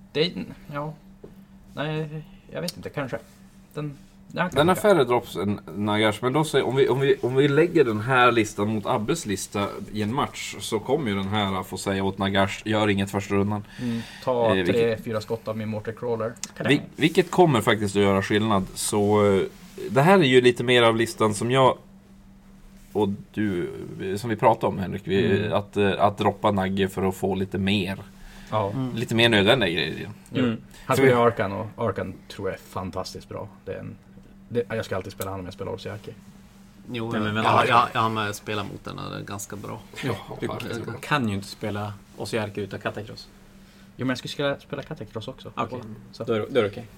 Nej, jag vet inte, kanske. Den har färre drops än Nagash, men då säger, om vi lägger den här listan mot Abbes lista i en match, så kommer ju den här få säga åt Nagash, gör inget första rundan. Ta 3-4 skott av min Mortar Crawler. Vilket kommer faktiskt att göra skillnad. Så det här är ju lite mer av listan som jag och du, som vi pratade om, Henrik, att droppa Nagge för att få lite mer. Ja. Lite mer nödvändiga grejer. Han spelar ju Arkan, och Arkan tror jag är fantastiskt bra. Jag ska alltid spela han om jag spelar Osiaki. Jo, men jag har med spelat mot den och det är ganska bra. Du kan ju inte spela Osiarki utan Katakros. Jo, men jag skulle spela Katakros också. Okej, då är det okej.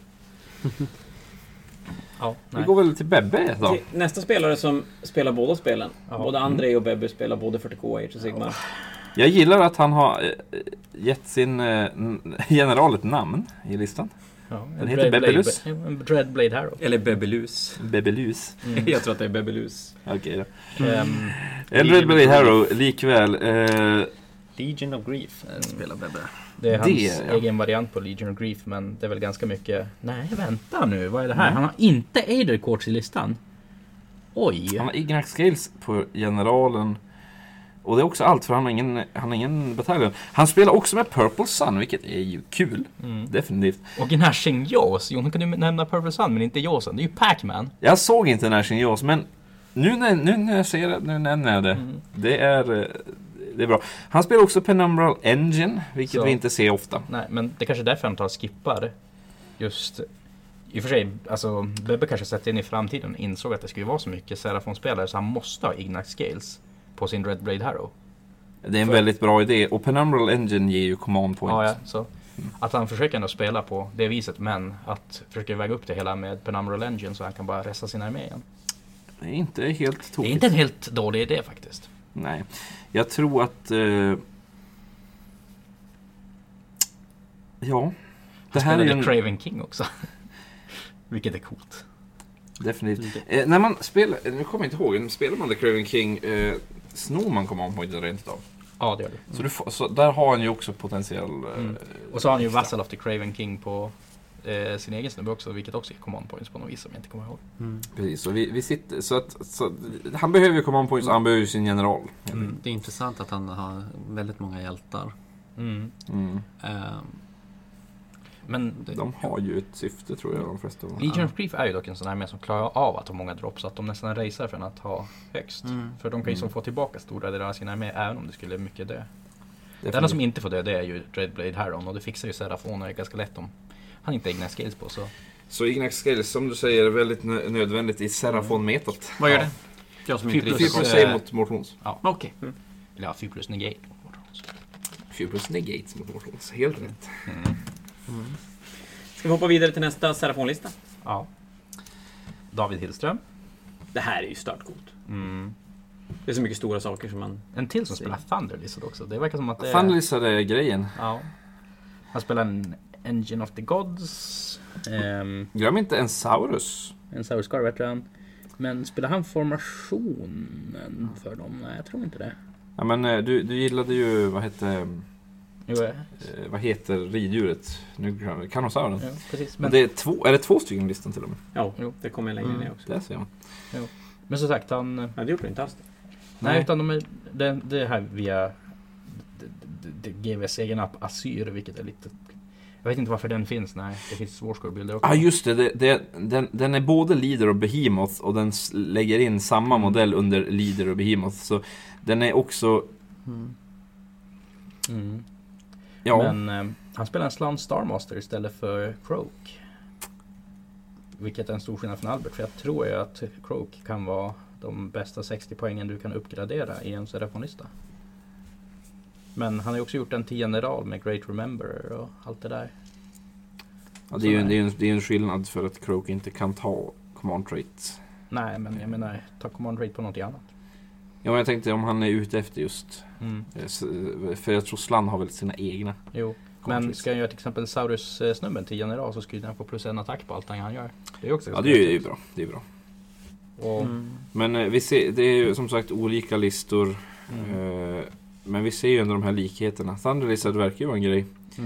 Ja, vi går väl till Bebbe då. Nästa spelare som spelar båda spelen. Både André och Bebbe spelar både 40K, Age och Sigmar. Jag gillar att han har gett sin general ett namn i listan. Ja, den heter Bebelus. En Dreadblade Harrow. Eller Bebelus. Bebelus. Jag tror att det är Bebelus. Okej då. En Dreadblade Harrow likväl. Legion of Grief spelar Bebbe. Det är hans egen variant på Legion of Grief, men det är väl ganska mycket... Nej, vänta nu, vad är det här? Han har inte Aether Quartz i listan. Oj. Han har Ignax Scales på generalen. Och det är också allt, för han har ingen bataljon. Han spelar också med Purple Sun, vilket är ju kul. Definitivt. Och Gnashing Jaws. Jon, kan du nämna Purple Sun, men inte Jawsen. Det är ju Pac-Man. Jag såg inte Gnashing Jaws, men nu när jag ser det, nu nämner jag det. Det är bra. Han spelar också Penumbral Engine, vilket vi inte ser ofta. Nej, men det är kanske därför han tar skippar. Just... I och för sig, alltså Bebbe kanske sett in i framtiden och insåg att det skulle vara så mycket Seraphon-spelare, så han måste ha Ignax Scales på sin Dreadblade Harrow. Det är en väldigt bra idé. Och Penumbral Engine ger ju command point. Ja, så att han försöker ändå spela på det viset, men att försöka väga upp det hela med Penumbral Engine så han kan bara resta sin armé igen. Det är inte helt tokigt. Det är inte en helt dålig idé faktiskt. Nej. Jag tror att... ja. Det här är en Craven King också. Vilket är coolt. Definitivt. När man spelar... Nu kommer jag inte ihåg. Spelar man The Craven King... snor man command point rent av? Ja, det gör du. Så där har han ju också potentiell... Och så har han ju Vassal of the Craven King på sin egen snubbe också, vilket också är command points på något vis som jag inte kommer ihåg. Precis, så vi sitter... Så han behöver ju command points, han behöver ju sin general. Det är intressant att han har väldigt många hjältar. Men de har ju ett syfte, tror jag, de flesta. Legion of Grief är ju dock en sån här med som klarar av att ha många drops, så att de nästan racear för att ha högst. För de kan ju så få tillbaka stora delar av sina armé även om det skulle mycket dö. Det enda som inte får dö, det är ju Dreadblade Harrow, och det fixar ju Seraphon ganska lätt om han inte Ignax Scales på. Så Ignax Scales, som du säger, är väldigt nödvändigt i Seraphon-metat. Vad gör det? Jag som inte riktigt save mot motions. Ja, okej. Eller ja, 4 plus negate mot motions. 4 plus negate mot motions, helt rätt. Ska vi hoppa vidare till nästa Seraphon-lista? Ja. David Hillström. Det här är ju startcoolt. Det är så mycket stora saker som man... En till som spelar Thunderlizard också. Det verkar som att det Thunderlizard är grejen. Ja. Han spelar en Engine of the Gods. Glöm inte en Saurus. En Saurus Scar veteran. Men spelar han formationen för dem? Nej, jag tror inte det. Ja, men du gillade ju, vad heter riddjuret? Carnosauren. Ja, precis. Men det är två stycken i listan till och med. Ja, det kommer längre ner också. Det ser man. Jo. Men som sagt, han... Ja, det gjorde inte alls det. Nej, utan det här via GVs egen app Asyr, vilket är lite... Jag vet inte varför den finns. Nej, det finns Warscore-bilder också. Ja, just det. Den är både Leader och Behemoth, och den lägger in samma modell under Leader och Behemoth. Så den är också... Ja. Men han spelar en Slant Starmaster istället för Croak. Vilket är en stor skillnad från Albert. För jag tror ju att Croak kan vara de bästa 60 poängen du kan uppgradera i en Seraphonista. Men han har ju också gjort en 10 general med Great Rememberer och allt det där. Ja, det är ju en skillnad för att Croak inte kan ta command traits. Nej, men jag menar, ta command trait på något annat. Ja, men jag tänkte om han är ute efter just... För jag tror Slan har väl sina egna. Jo, men ska jag göra till exempel Saurus-snubben till general så skulle han få plus en attack på allt han gör. Det är också det är ju bra. Det är bra. Och, Men vi ser, det är ju som sagt olika listor. Men vi ser ju ändå de här likheterna. Thunder Lizard verkar ju vara en grej.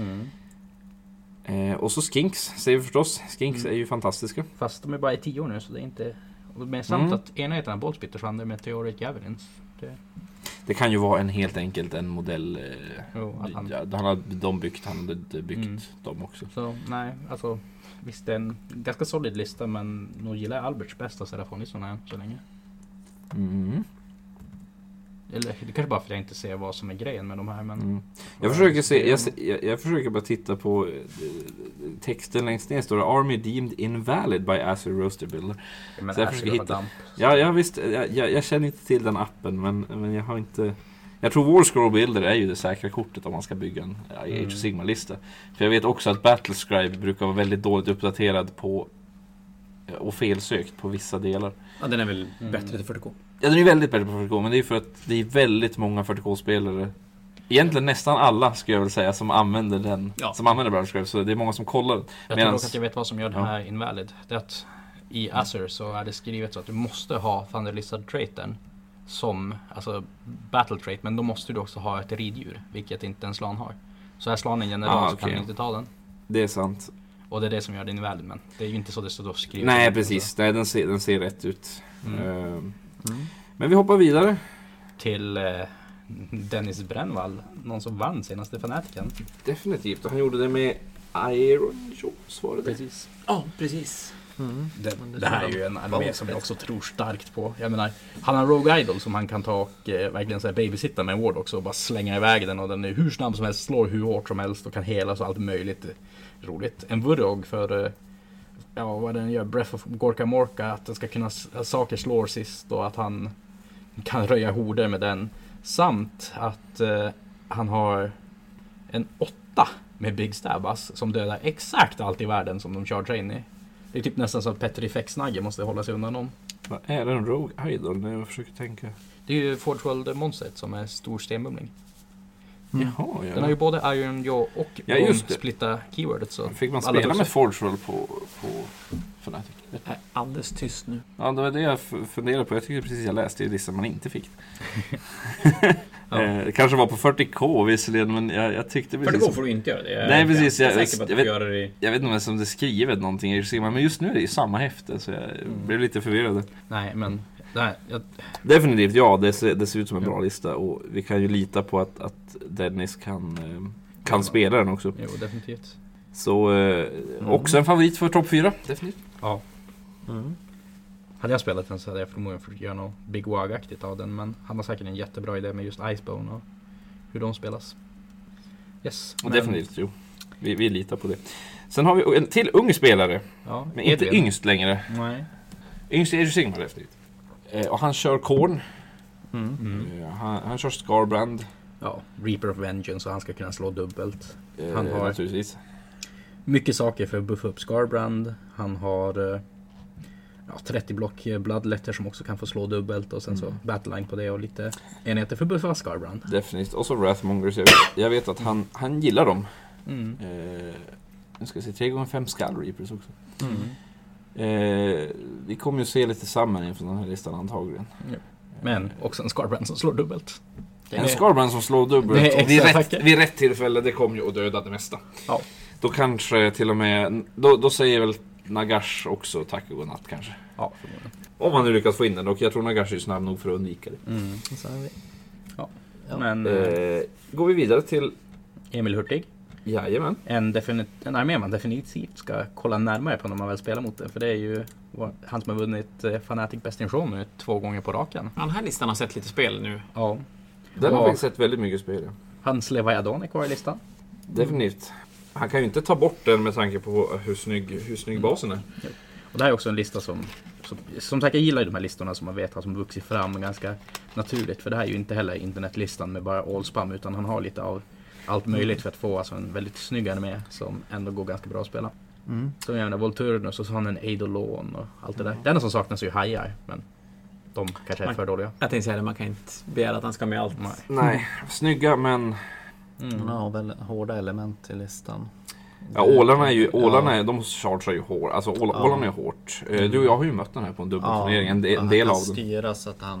Och så Skinks ser vi förstås. Skinks är ju fantastiska. Fast de är bara i 10 år nu så det är inte... Men samt att ena heter Boltspitters och andra Meteoric Javelins. Det kan ju vara helt enkelt en modell. Han har de byggt dem också. Så nej, alltså visst det är en ganska solid lista, men nog gillar jag Alberts bästa Seraphonisarna än så länge. Eller det kanske bara för att jag inte ser vad som är grejen med de här, men jag försöker bara titta på texten längst ner står det Army deemed invalid by Acer Roster Builder. Men så jag försöker hitta. Ja, visst, jag känner inte till den appen, men jag har inte. Jag tror War Scroll Builder är ju det säkra kortet om man ska bygga en Age of Sigmar-lista. För jag vet också att Battlescribe brukar vara väldigt dåligt uppdaterad på och felsökt på vissa delar. Ja, den är väl bättre till 40K. Ja, den är väldigt bättre på 40K, men det är för att det är väldigt många 40K-spelare. Egentligen nästan alla, skulle jag väl säga, som använder den, som använder Battlescribe, så det är många som kollar. Jag tror dock att jag vet vad som gör den här invalid. Det är att i Acer så är det skrivet så att du måste ha Thunder Lizard-traiten som, alltså battle trait, men då måste du också ha ett riddjur, vilket inte en slan har. Så är slan en general så kan du inte ta den. Det är sant. Och det är det som gör den invalid, men det är ju inte så det står skrivet. Nej, precis. Nej, den ser rätt ut. Men vi hoppar vidare. Till Dennis Brännvall, någon som vann senaste Fanatiken. Definitivt, och han gjorde det med Iron Jaws, var det? Precis. Ja, precis. Det här är ju en armé som jag också tror starkt på. Jag menar, han har Rogue Idol som han kan ta och verkligen så här babysitta med en ward också och bara slänga iväg den, och den är hur snabb som helst, slår hur hårt som helst och kan helas och allt möjligt roligt. En Vurrog för vad den gör, Breath of Gorka Morka, att den ska kunna saker slår sist och att han kan röja horder med den, samt att han har en 8 med Big Stabas som dödar exakt allt i världen som de chargear in i. Det är typ nästan så att Petrifex-Nagge måste hålla sig undan dem. Vad är det en Rogue Idol när jag försöker tänka? Det är ju Forge World monstret som är stor stenbumling. Jaha, ja. Den har ju både Iron Jaw och splitta keywordet. Så fick man spela med Forge World på Fnatic? Det är alldeles tyst nu. Ja, det var det jag funderade på. Jag tycker precis jag läste i listan man inte fick. Det kanske var på 40K visserligen, men jag tyckte precis... 40K får du inte göra det. Nej, precis. Jag vet inte om det skrivet någonting i Sigmar, men just nu är det ju samma häfte, så jag blev lite förvirrad. Nej, men... Definitivt, ja. Det ser ut som en bra lista, och vi kan ju lita på att Dennis kan spela den också. Jo, definitivt. Så också en favorit för topp 4. Definitivt. Ja. Hade jag spelat den så hade jag förmodligen fått göra något Big Wag-aktigt av den, men han har säkert en jättebra idé med just Icebone och hur de spelas. Yes. Men... Definitivt, jo. Vi litar på det. Sen har vi en till ung spelare. Ja, men inte yngst längre. Nej. Yngst är ju Sigmar definitivt. Och han kör Korn. Han kör Scarbrand. Ja, Reaper of Vengeance, och han ska kunna slå dubbelt. Han har naturligtvis mycket saker för att buffa upp Scarbrand. Han har 30 block Bloodletter som också kan få slå dubbelt, och sen så Battleline på det och lite enheter för att buffa Scarbrand. Definitivt. Och så Wrathmongers. Jag vet att han gillar dem. Nu ska jag se 3x5 Skull Reapers också. Vi kommer ju se lite samman inför den här listan antagligen. Ja. Men också en Scarbrand som slår dubbelt. En Scarbrand som slår dubbelt och vid rätt tillfälle, det kommer ju att döda det mesta. Ja. Då kanske till och med då säger väl Nagash också tack och godnatt kanske. Ja, förmodligen. Om man nu lyckas få in den, och jag tror Nagash är snabb nog för att undvika det. Så är vi. Ja. Men går vi vidare till Emil Hurtig. Jajamän. En armé man definitivt ska kolla närmare på när man väl spelar mot det. För det är ju han som har vunnit Fnatic Best in Show nu 2 gånger på raken. Den här listan har sett lite spel nu. Ja. Den har faktiskt sett väldigt mycket spel. Ja. Hans Leviathan är kvar i listan. Definitivt. Han kan ju inte ta bort den med tanke på hur snygg basen är. Och det här är också en lista som sagt, jag gillar ju de här listorna som man vet har som vuxit fram ganska naturligt. För det här är ju inte heller internetlistan med bara all-spam, utan han har lite av allt möjligt för att få alltså en väldigt snygg anime som ändå går ganska bra att spela. Så jag menar Volturnus och så har han en Eidolon och allt det där. Det enda som saknas är ju hajar, men de kanske är för dåliga. Jag tänkte säga det, man kan inte begära att han ska med allt. Nej, snygga men... Han har väl hårda element i listan. Ja, ålarna de chargear ju hårt. Alltså ålarna är hårt. Du och jag har ju mött den här på en dubbelturnering. En del av dem. Han kan styra så att han...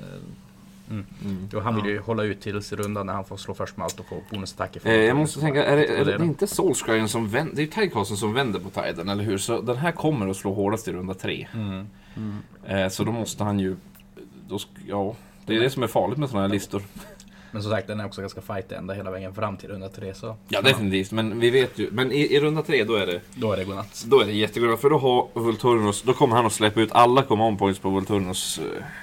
Han vill ju hålla ut tills rundan när han får slå först med allt och få bonusattacker. Jag måste tänka, är det inte Soulscryen som vänder? Det är ju Tidecasten som vänder på Tiden, eller hur? Så den här kommer att slå hårdast i runda 3. Så då måste han ju... det är det som är farligt med sådana här listor. Men som sagt, den är också ganska fightig ända hela vägen fram till runda 3. Så. Ja, definitivt. Men vi vet ju... Men i runda 3 då är det godnatt. Då är det jättegodnatt. För då har Volturnus... Då kommer han att släppa ut alla command points på Volturnus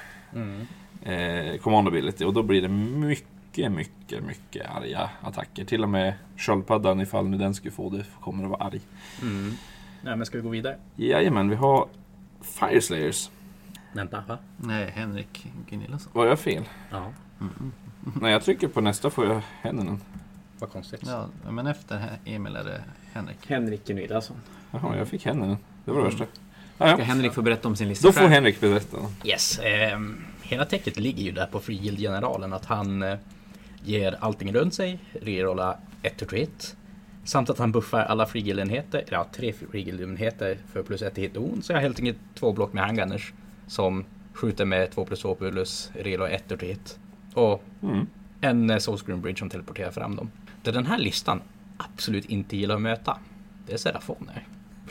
command ability. Och då blir det mycket arga attacker. Till och med sköldpaddan, ifall nu den skulle få det, kommer att vara arg. Nej, men ska vi gå vidare? Jajamän, vi har Fire Slayers. Vänta, va? Nej, Henrik Gunillasson. Var jag fel? Ja. När jag trycker på nästa får jag händerna. Vad konstigt. Ja, men efter Emil är det Henrik. Henrik Gunillasson. Jaha, jag fick händerna. Det var det värsta. Ska Henrik få berätta om sin lista? Då får Henrik berätta. Yes, hela täcket ligger ju där på Free Guild-generalen att han ger allting runt sig, rerolla 1-1, samt att han buffar alla Free Guild-enheter, 3 Free Guild-enheter för plus 1 i hit och on, så jag har helt enkelt 2 block med handgunners som skjuter med 2+2 plus rerolla 1-1 och en Soulscreen Bridge som teleporterar fram dem. Det den här listan absolut inte gillar att möta, det är Serafoner.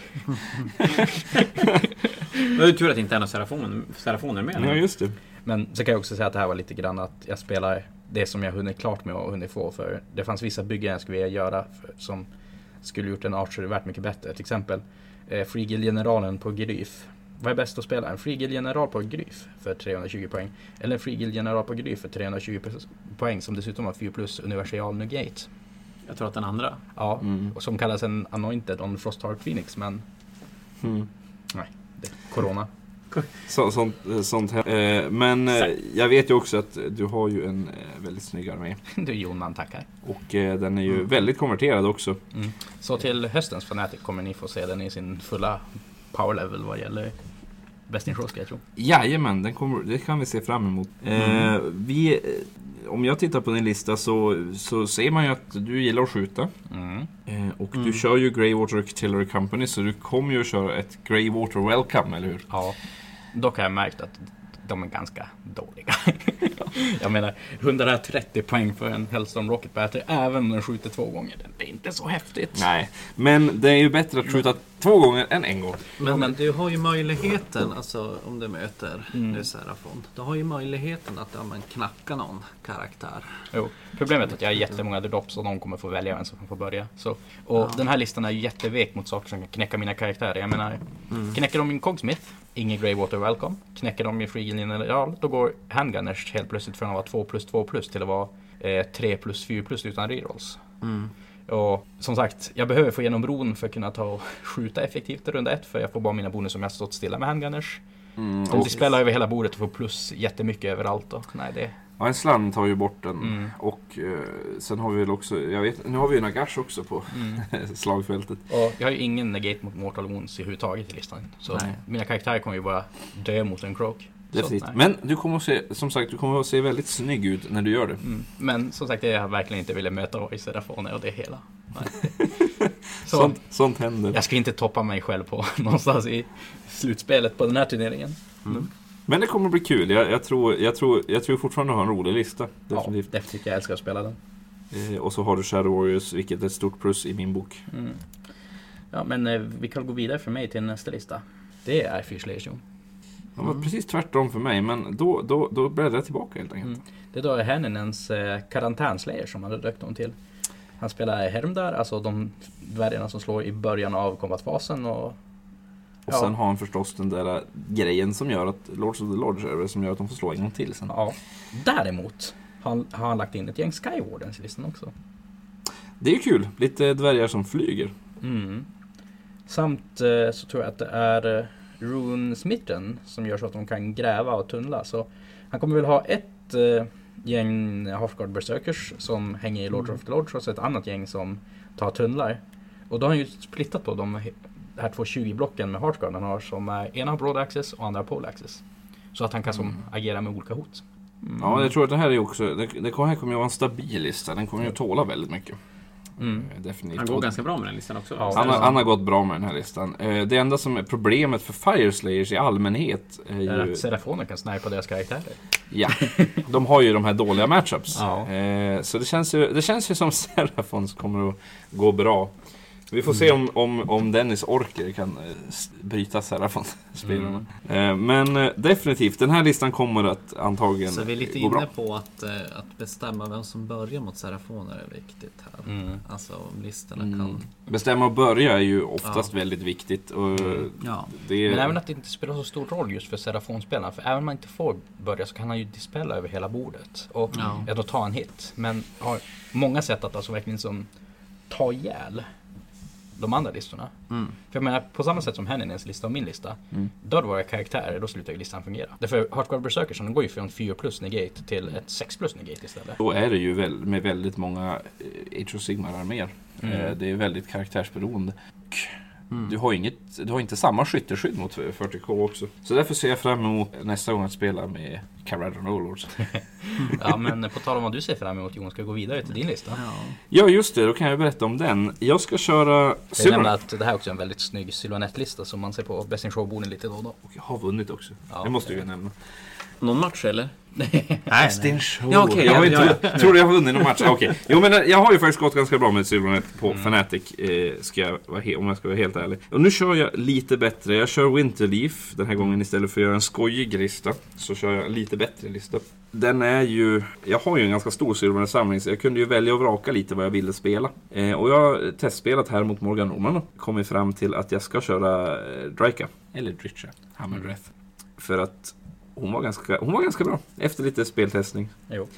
Det är tur att det inte är några Serafoner med. Ja, just det. Men så kan jag också säga att det här var lite grann att jag spelar det som jag hunnit klart med och hunnit få. För det fanns vissa byggen jag skulle vilja göra som skulle gjort en archer värt mycket bättre. Till exempel Free Guild-generalen på Gryf. Vad är bäst att spela? En Free Guild-general på Gryf för 320 poäng. Eller en Free Guild-general på Gryf för 320 poäng som dessutom har 4+ universal negate. Jag tror att den andra. Ja, och som kallas en Anointed on Frostheart Phoenix, men nej, det är corona. Sånt här. Men jag vet ju också att du har ju en väldigt snygg armé. Du Jon, man tackar. Och den är ju väldigt konverterad också. Så till höstens Fnatic kommer ni få se den i sin fulla power level vad gäller Best in Show, ska jag tro. Jajamän, det kan vi se fram emot. Om jag tittar på din lista så ser man ju att du gillar att skjuta. Och du kör ju Greywater Artillery Company, så du kommer ju att köra ett Greywater Welcome, eller hur? Ja, dock har jag märkt att de är ganska dåliga. Jag menar, 130 poäng för en Hellstorm Rocket Battery, även om den skjuter 2 gånger. Det är inte så häftigt. Nej, men det är ju bättre att skjuta 2 gånger än 1 gång. Men du har ju möjligheten, alltså om du möter Serafon, du har ju möjligheten att knacka någon karaktär. Jo, problemet är att jag har jättemånga drops och de kommer få välja vem som får börja. Och den här listan är ju jättevek mot saker som kan knäcka mina karaktärer. Jag menar, knäcker de min Cogsmith, ingen Greywater Welcome. Knäcker de min Free Guild-general, då går handgunners helt plötsligt från att vara 2+2+ till att vara 3+4+ utan rerolls. Och som sagt, jag behöver få igenom bron för att kunna ta och skjuta effektivt i runda 1, för jag får bara mina bonus som jag stått stilla med handgunners. Om de spelar över hela bordet och får plus jättemycket överallt då. Nej, det... Ja, en slant tar ju bort den. Och sen har vi väl också, jag vet, nu har vi ju Nagash också på slagfältet. Och jag har ju ingen negate mot Mortal Wounds i huvudtaget i listan. Så mina karaktärer kommer ju bara dö mot en croak. Definitivt. Men du kommer att se, som sagt, du kommer att se väldigt snygg ut när du gör det. Men som sagt, jag har verkligen inte velat möta i Serafoner och det hela. Sånt händer. Jag ska inte toppa mig själv på någonstans i slutspelet på den här turneringen. Men det kommer att bli kul. Jag tror fortfarande har en rolig lista. Definitivt. Ja, definitivt. Jag älskar att spela den. Och så har du Shadow Warriors, vilket är ett stort plus i min bok. Ja, men vi kan gå vidare för mig till nästa lista. Det är Fierce Legion. Det var precis tvärtom för mig, men då bläddrar jag tillbaka helt enkelt. Det är då Henninens karantänslayer som han hade döpt dem till. Han spelar Hermdar, alltså de dvärgarna som slår i början av kombatfasen. Och sen har han förstås den där grejen som gör att Lords of the Lodge, som gör att de får slå en gång till sen. Ja. Däremot har han lagt in ett gäng Skywardens i listan också. Det är ju kul, lite dvärgar som flyger. Samt så tror jag att det är runesmitten som gör så att de kan gräva och tunnla. Så han kommer väl ha ett gäng Halfguard Berserkers som hänger i Lords of the Lords och så ett annat gäng som tar tunnlar. Och då har han ju splittat på de här 220-blocken med Heartguard han har, som är ena har broad access och andra har pole access. Så att han kan som agera med olika hot. Ja, jag tror att det här är också, det här kommer ju vara en stabil lista. Den kommer ju att tåla väldigt mycket. Definitivt. Han går ganska bra med den listan också. Ja, Han har gått bra med den här listan. Det enda som är problemet för Fire Slayers i allmänhet är ju... Att Serafoner kan snipa deras karaktärer. Ja, de har ju de här dåliga matchups. Ja. Så det känns ju som Serafons kommer att gå bra. Vi får se om Dennis orker kan bryta Serafon-spelarna. Men definitivt, den här listan kommer att antagligen Så vi är lite gå bra. inne på att bestämma vem som börjar mot Serafoner är viktigt här. Alltså om listorna kan... Bestämma och börja är ju oftast väldigt viktigt. Och det... Men även att det inte spelar så stor roll just för Serafonspelarna. För även om man inte får börja så kan han ju dispella över hela bordet. Och då tar en hit. Men har många sätt att alltså verkligen som ta ihjäl de andra listorna. För jag menar, på samma sätt som Hennins lista och min lista, dör våra karaktärer, då slutar ju listan fungera. Därför Heartguard Berserkers, den går ju från 4 plus negate till ett 6 plus negate istället. Då är det ju med väldigt många Age of Sigmar-arméer. Det är väldigt karaktärsberoende. Du har inte samma skytteskydd mot 40K också. Så därför ser jag fram emot nästa gång att spela med Kharadron Overlords. Ja, men på tal om vad du ser fram emot, Jon, ska gå vidare till din lista. Ja, just det. Då kan jag berätta om den. Jag ska köra... Jag nämner att det här är också en väldigt snygg Sylvanett-lista som man ser på Best in Show-borden lite då och då. Och jag har vunnit också. Ja, det måste jag ju nämna. Någon match eller? Best in Show. Ja, okej, Jag tror jag har vunnit någon match. Okay. Jo, men jag har ju faktiskt gått ganska bra med Sylvanett på Fnatic, om jag ska vara helt ärlig. Och nu kör jag lite bättre. Jag kör Winterleaf den här gången istället för att göra en skojig lista. Så kör jag lite bättre lista. Den är ju... Jag har ju en ganska stor Sylvanett-samling så jag kunde ju välja och vraka lite vad jag ville spela. Och jag har testspelat här mot Morgan Norman och kommit fram till att jag ska köra Dryka. Eller Drycha. Hammerdrath. För att hon var ganska bra efter lite speltestning. Jo.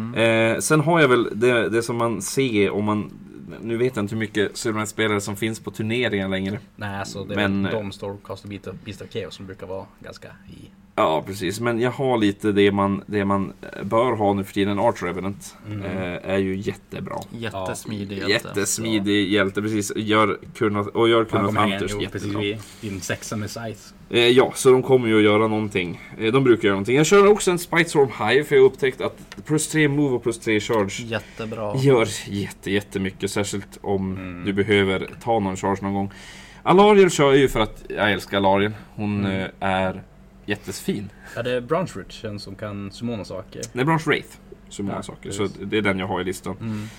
Sen har jag väl det som man ser om man... Nu vet jag inte hur mycket Sylvanett-spelare som finns på turneringen längre. Nej, så det är de Stormcast och Beast of Chaos som brukar vara ganska i... Ja, precis. Men jag har lite det man bör ha nu för tiden. Arch Revenant är ju jättebra. Jättesmidig hjälte. Jättesmidig hjälte, precis. Gör Kurnoth Hunters jättebra. Precis, din sexa med Scythe. Ja, så de kommer ju att göra någonting. De brukar göra någonting. Jag kör också en Spitestorm Hive för jag har upptäckt att plus 3 move och plus 3 charge jättebra. Gör jättemycket. Särskilt om du behöver ta någon charge någon gång. Alariel kör ju för att jag älskar Alariel. Hon är jättefin. Ja, det är Branch Rich som kan summona saker. Det är Branch Wraith summona saker. Så det är den jag har i listan.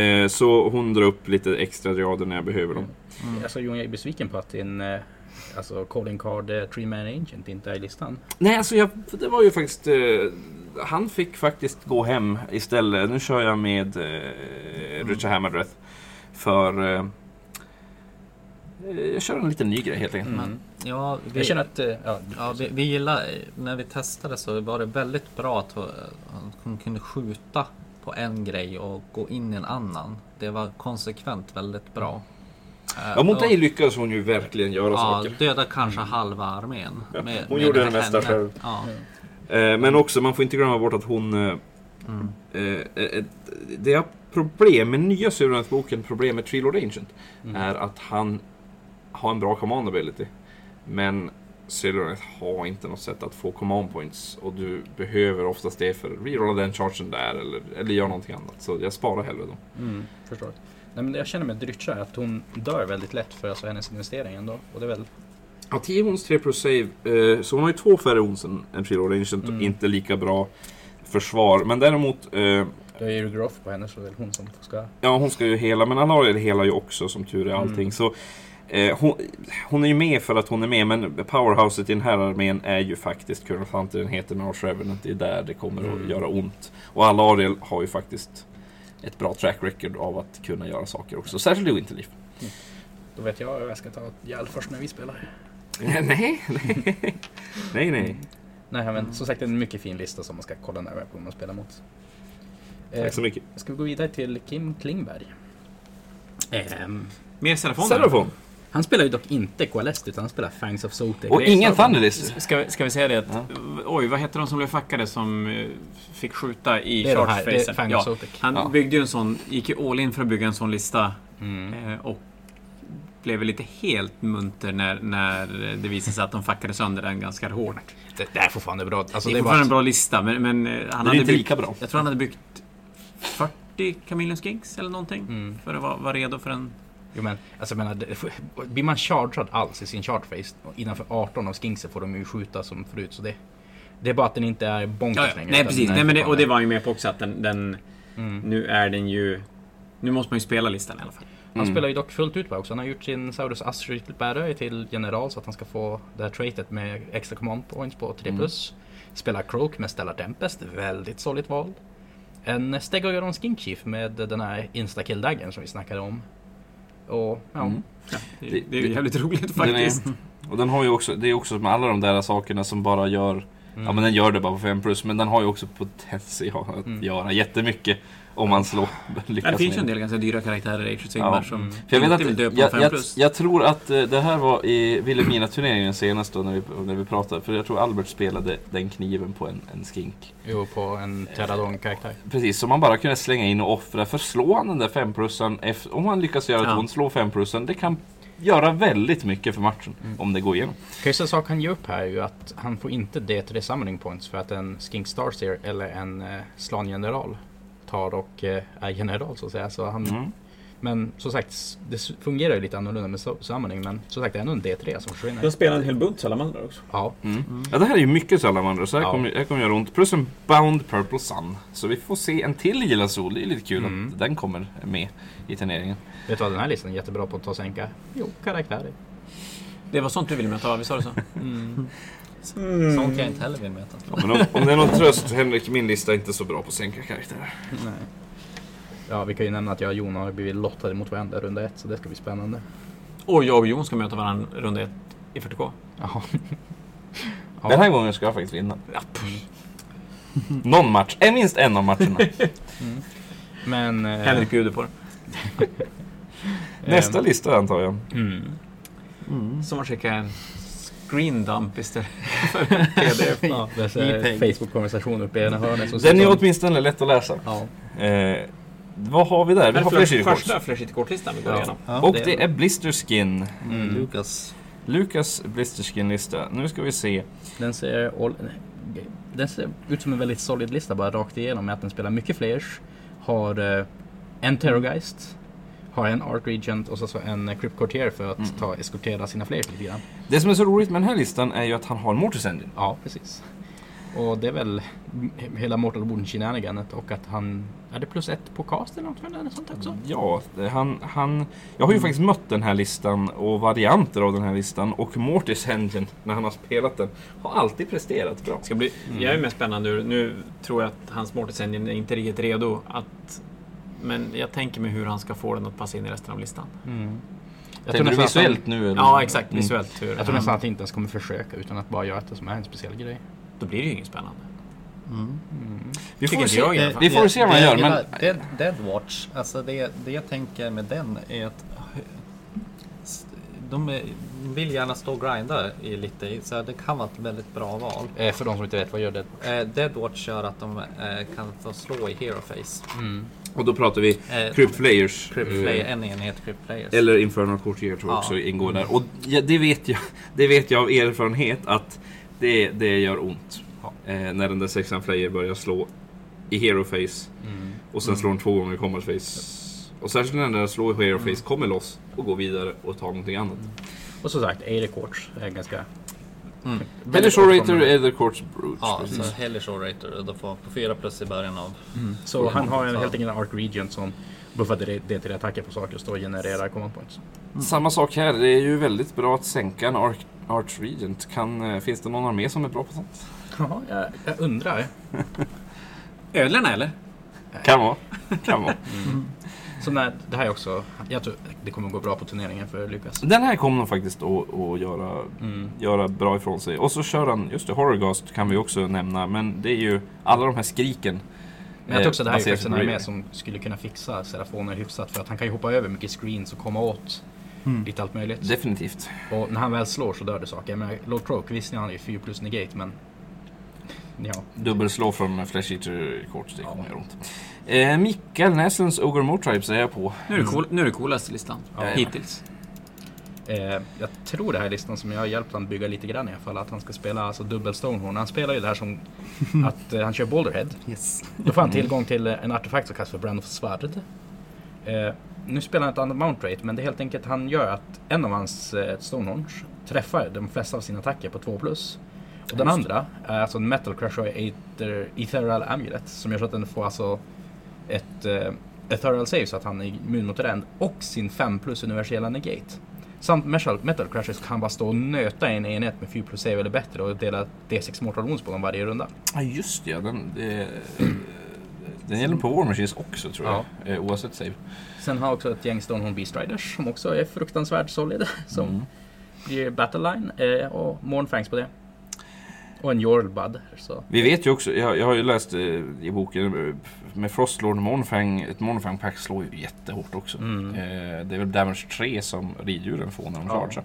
Så hon drar upp lite extra rader när jag behöver dem. Alltså Jon, jag är besviken på att din calling card Tree Man Ancient inte är i listan. Nej, alltså det var ju faktiskt... han fick faktiskt gå hem istället. Nu kör jag med Richard Hammerdrath. För... jag kör en liten ny grej helt enkelt. Ja, jag känner att... vi gillar... När vi testade så var det väldigt bra att hon kunde skjuta på en grej och gå in i en annan. Det var konsekvent väldigt bra. Ja, mot dig lyckades hon ju verkligen göra saker. Döda kanske halva armén. Hon gjorde det mesta själv. Men också, man får inte glömma bort att hon... det är problem med nya Sylvanett-boken, problem med Tree Lord Ancient, är att han har en bra command ability. Men Sylvanett har inte något sätt att få command points. Och du behöver oftast det för att rerolla den chargen där eller göra någonting annat. Så jag sparar hellre då. Förstår. Nej, men jag känner med Drycha att hon dör väldigt lätt för alltså hennes investering ändå. Och det är väl... Ja, 10 ons 3 plus save. Så hon har ju 2 färre ons än Tree Lord Ancient och inte lika bra försvar. Men däremot... det är ju Groff på henne så det är hon som ska... Ja, hon ska ju hela. Men Alariel helar ju också som tur är allting. Så hon är ju med för att hon är med. Men powerhouset i den här armén är ju faktiskt Kurnoth Hunter. Den heter med Arch Revenant. Det är där det kommer att göra ont. Och Alariel har ju faktiskt ett bra track record av att kunna göra saker också. Särskilt i Winterleaf. Då vet jag vad jag ska ta ihjäl först när vi spelar. Nej. Nej, men som sagt, det är en mycket fin lista som man ska kolla när på man spelar mot. Tack så mycket. Ska vi gå vidare till Kim Klingberg. Mer Serafon? Serafon. Han spelar ju dock inte Qualest utan han spelar Fangs of Sotek. Och ingen Thunderlist. Ska vi säga det? Att, oj, vad heter de som blev fackade som fick skjuta i det är de här, det är charge-facen? Fangs of Sotek. Han byggde ju en sån, gick ju all in för att bygga en sån lista. Och blev lite helt munter när det visade sig att de fackade sönder den ganska hårt. Det är fortfarande bra. Alltså, det är fortfarande en bra lista, men han hade inte byggt, lika bra. jag tror han hade byggt 40 Chameleon Skinks eller någonting för att vara redo för en... Jo, men alltså, blir man chargad alls i sin charge-face innanför 18 av skinkser får de ju skjuta som förut. Så det är bara att den inte är bonkers längre. Nej, precis. Och det var han ju med på också att den nu är den ju... Nu måste man ju spela listan i alla fall. Han spelar ju dock fullt ut också. Han har gjort sin Saurus Astrid till general så att han ska få det här traitet med extra command points på 3+. Spelar Croak med Stellar Tempest. Väldigt solid val. En Stegoron Skink Chief med den här Insta-kill-daggen som vi snackade om. Och ja. Det är ju jävligt roligt faktiskt. Och den har ju också, det är också med alla de där sakerna som bara gör, ja men den gör det bara på 5+, men den har ju också potential att göra jättemycket om man lyckas. Det finns ju en del ganska dyra karaktärer i Age of Sigmar som för jag vet inte vill dö på 5+. Jag tror att det här var i Wilhelmina-turneringen senast då när vi pratade, för jag tror Albert spelade den kniven på en skink. Jo, på en Terradon-karaktär. Precis, så man bara kunde slänga in och offra, för slå han den där 5+, om han lyckas göra ett hon slå 5+, det kan göra väldigt mycket för matchen om det går igenom. Första sak han ger upp här är ju att han får inte D3 summoning points för att en Skink Starseer eller en Slan-general tar och är general så att säga. Så han, men som sagt, det fungerar ju lite annorlunda med summoning, men som sagt det är ändå en D3 som försvinner. Jag spelar en hel bunt salamandrar också. Ja. Ja, det här är ju mycket salamandrar, så här kommer göra ont. Plus en Bound Purple Sun. Så vi får se en till Gilla Sol. Det är lite kul att den kommer med i turneringen. Vet du vad, den här listan är jättebra på att ta sänka? Jo, karaktärer. Det var sånt du ville möta, vi sa det så. Sånt jag inte heller vill möta. Ja, men om det är någon tröst, Henrik, min lista är inte så bra på att sänka karaktärer. Nej. Ja, vi kan ju nämna att jag och Jon har blivit lottade mot varandra runda 1, så det ska bli spännande. Och jag och Jon ska möta varandra runda 1 i 40K. Jaha. Den här gången ska jag faktiskt vinna. Någon match, minst en av matcherna. Men Henrik bjuder på det. Nästa lista antar jag. Som man skickar en screen dump istället för PDF. ja, Facebook-konversation uppe i ena hörnet. Den är åtminstone lätt att läsa. Ja. Vad har vi där? Vi har första Flash-It-kortlistan vi går igenom. Ja, och det är Blister Skin. Lucas Blister Skin-lista. Nu ska vi se. Den ser ut som en väldigt solid lista bara rakt igenom, med att den spelar mycket flares, har en Terrorgeist, har en Arc Regent och så en Crypt Courtier för att eskortera sina flares lite grann. Det som är så roligt med den här listan är ju att han har en Mortis Engine. Ja, precis. Och det är väl hela Mortal Wound shenaniganet, och att han är det +1 på cast eller något eller sånt också. Ja, jag har ju faktiskt mött den här listan och varianter av den här listan, och Mortis Engine när han har spelat den har alltid presterat bra. Ska bli, jag är mest spännande nu tror jag att hans Mortis Engine är inte riktigt redo men jag tänker mig hur han ska få den att passa in i resten av listan. Jag tror nästan visuellt nu eller? Ja, exakt, visuellt. Jag tror nästan att han inte ens kommer försöka utan att bara göra det som är en speciell grej. Då blir det ju inget spännande. Vi får se vad man gör. Men Deadwatch, alltså det jag tänker med den är att de vill gärna stå och grinda i lite, så det kan vara ett väldigt bra val. För de som inte vet, vad gör det? Deadwatch gör att de kan få slå i Hero Face. Och då pratar vi Crypt Flayers. En enhet Crypt Flayers. Eller Infernal Courtier tror jag också ingår där. Och det vet jag av erfarenhet att det gör ont. När den där 6an Flayer börjar slå i Hero Face och sen slår den 2 gånger i Combat Face. Och särskilt när den slår i Hero Face kommer loss och går vidare och tar någonting annat. Och som sagt, Aether Quartz är ganska... Hellish Orator, Aether Quartz Brooch. Ja, så Hellish Orator, då får på 4+ i början av... Så han har helt enkelt en Arc Regent som buffade det till attacker på saker och står och genererar command points. Samma sak här, det är ju väldigt bra att sänka en Arch Regent. Finns det någon armé som är bra på sånt? Ja, jag undrar. Ödlarna eller? Kan vara. Så det här är också, jag tror det kommer gå bra på turneringen för Lucas. Den här kommer nog faktiskt att göra bra ifrån sig. Och så kör han, just det, Horrorghast kan vi också nämna, men det är ju alla de här skriken. Men jag tror också det här är faktiskt en armé som skulle kunna fixa Serafoner hyfsat, för att han kan ju hoppa över mycket screens och komma åt lite allt möjligt. Definitivt. Och när han väl slår så dör det saker. Men Lord Croak, visst han är ju 4 plus negate, men ja. Dubbelslå från Flesh Eater Courts, det kommer göra ont. Mikael Näslunds Ogre Motribes är jag på. Nu är det coolaste listan hittills. Jag tror det här är listan som jag har hjälpt han bygga lite grann i alla fall. Att han ska spela alltså dubbel Stonehorn. Han spelar ju det här som att han kör Boulderhead. Yes. Då får han tillgång till en artefakt som kallas för Brand of Svärd. Nu spelar han ett annat mount rate, men det är helt enkelt han gör att en av hans Stonehorns träffar de flesta av sina attacker på 2+. Och den andra är alltså en Metal Crusher Ethereal Amulet som gör så att den får alltså ett Ethereal Save så att han är immun mot rend och sin 5+ universella negate. Samt Metal Crusher så kan han bara stå och nöta en enhet med 4+ save eller bättre och dela D6 Mortal Wounds på dem varje runda. Ja just det, den gäller på War Machines också tror jag, oavsett save. Sen har också ett gäng Stonehorn Beast Riders som också är fruktansvärt solid som blir Battleline och Mournfangs på det. Och en Jorlbud. Så. Vi vet ju också, jag har ju läst i boken med Frostlord Mournfang, ett Mournfang-pack slår ju jättehårt också. Det är väl damage 3 som riddjuren får när de chargear.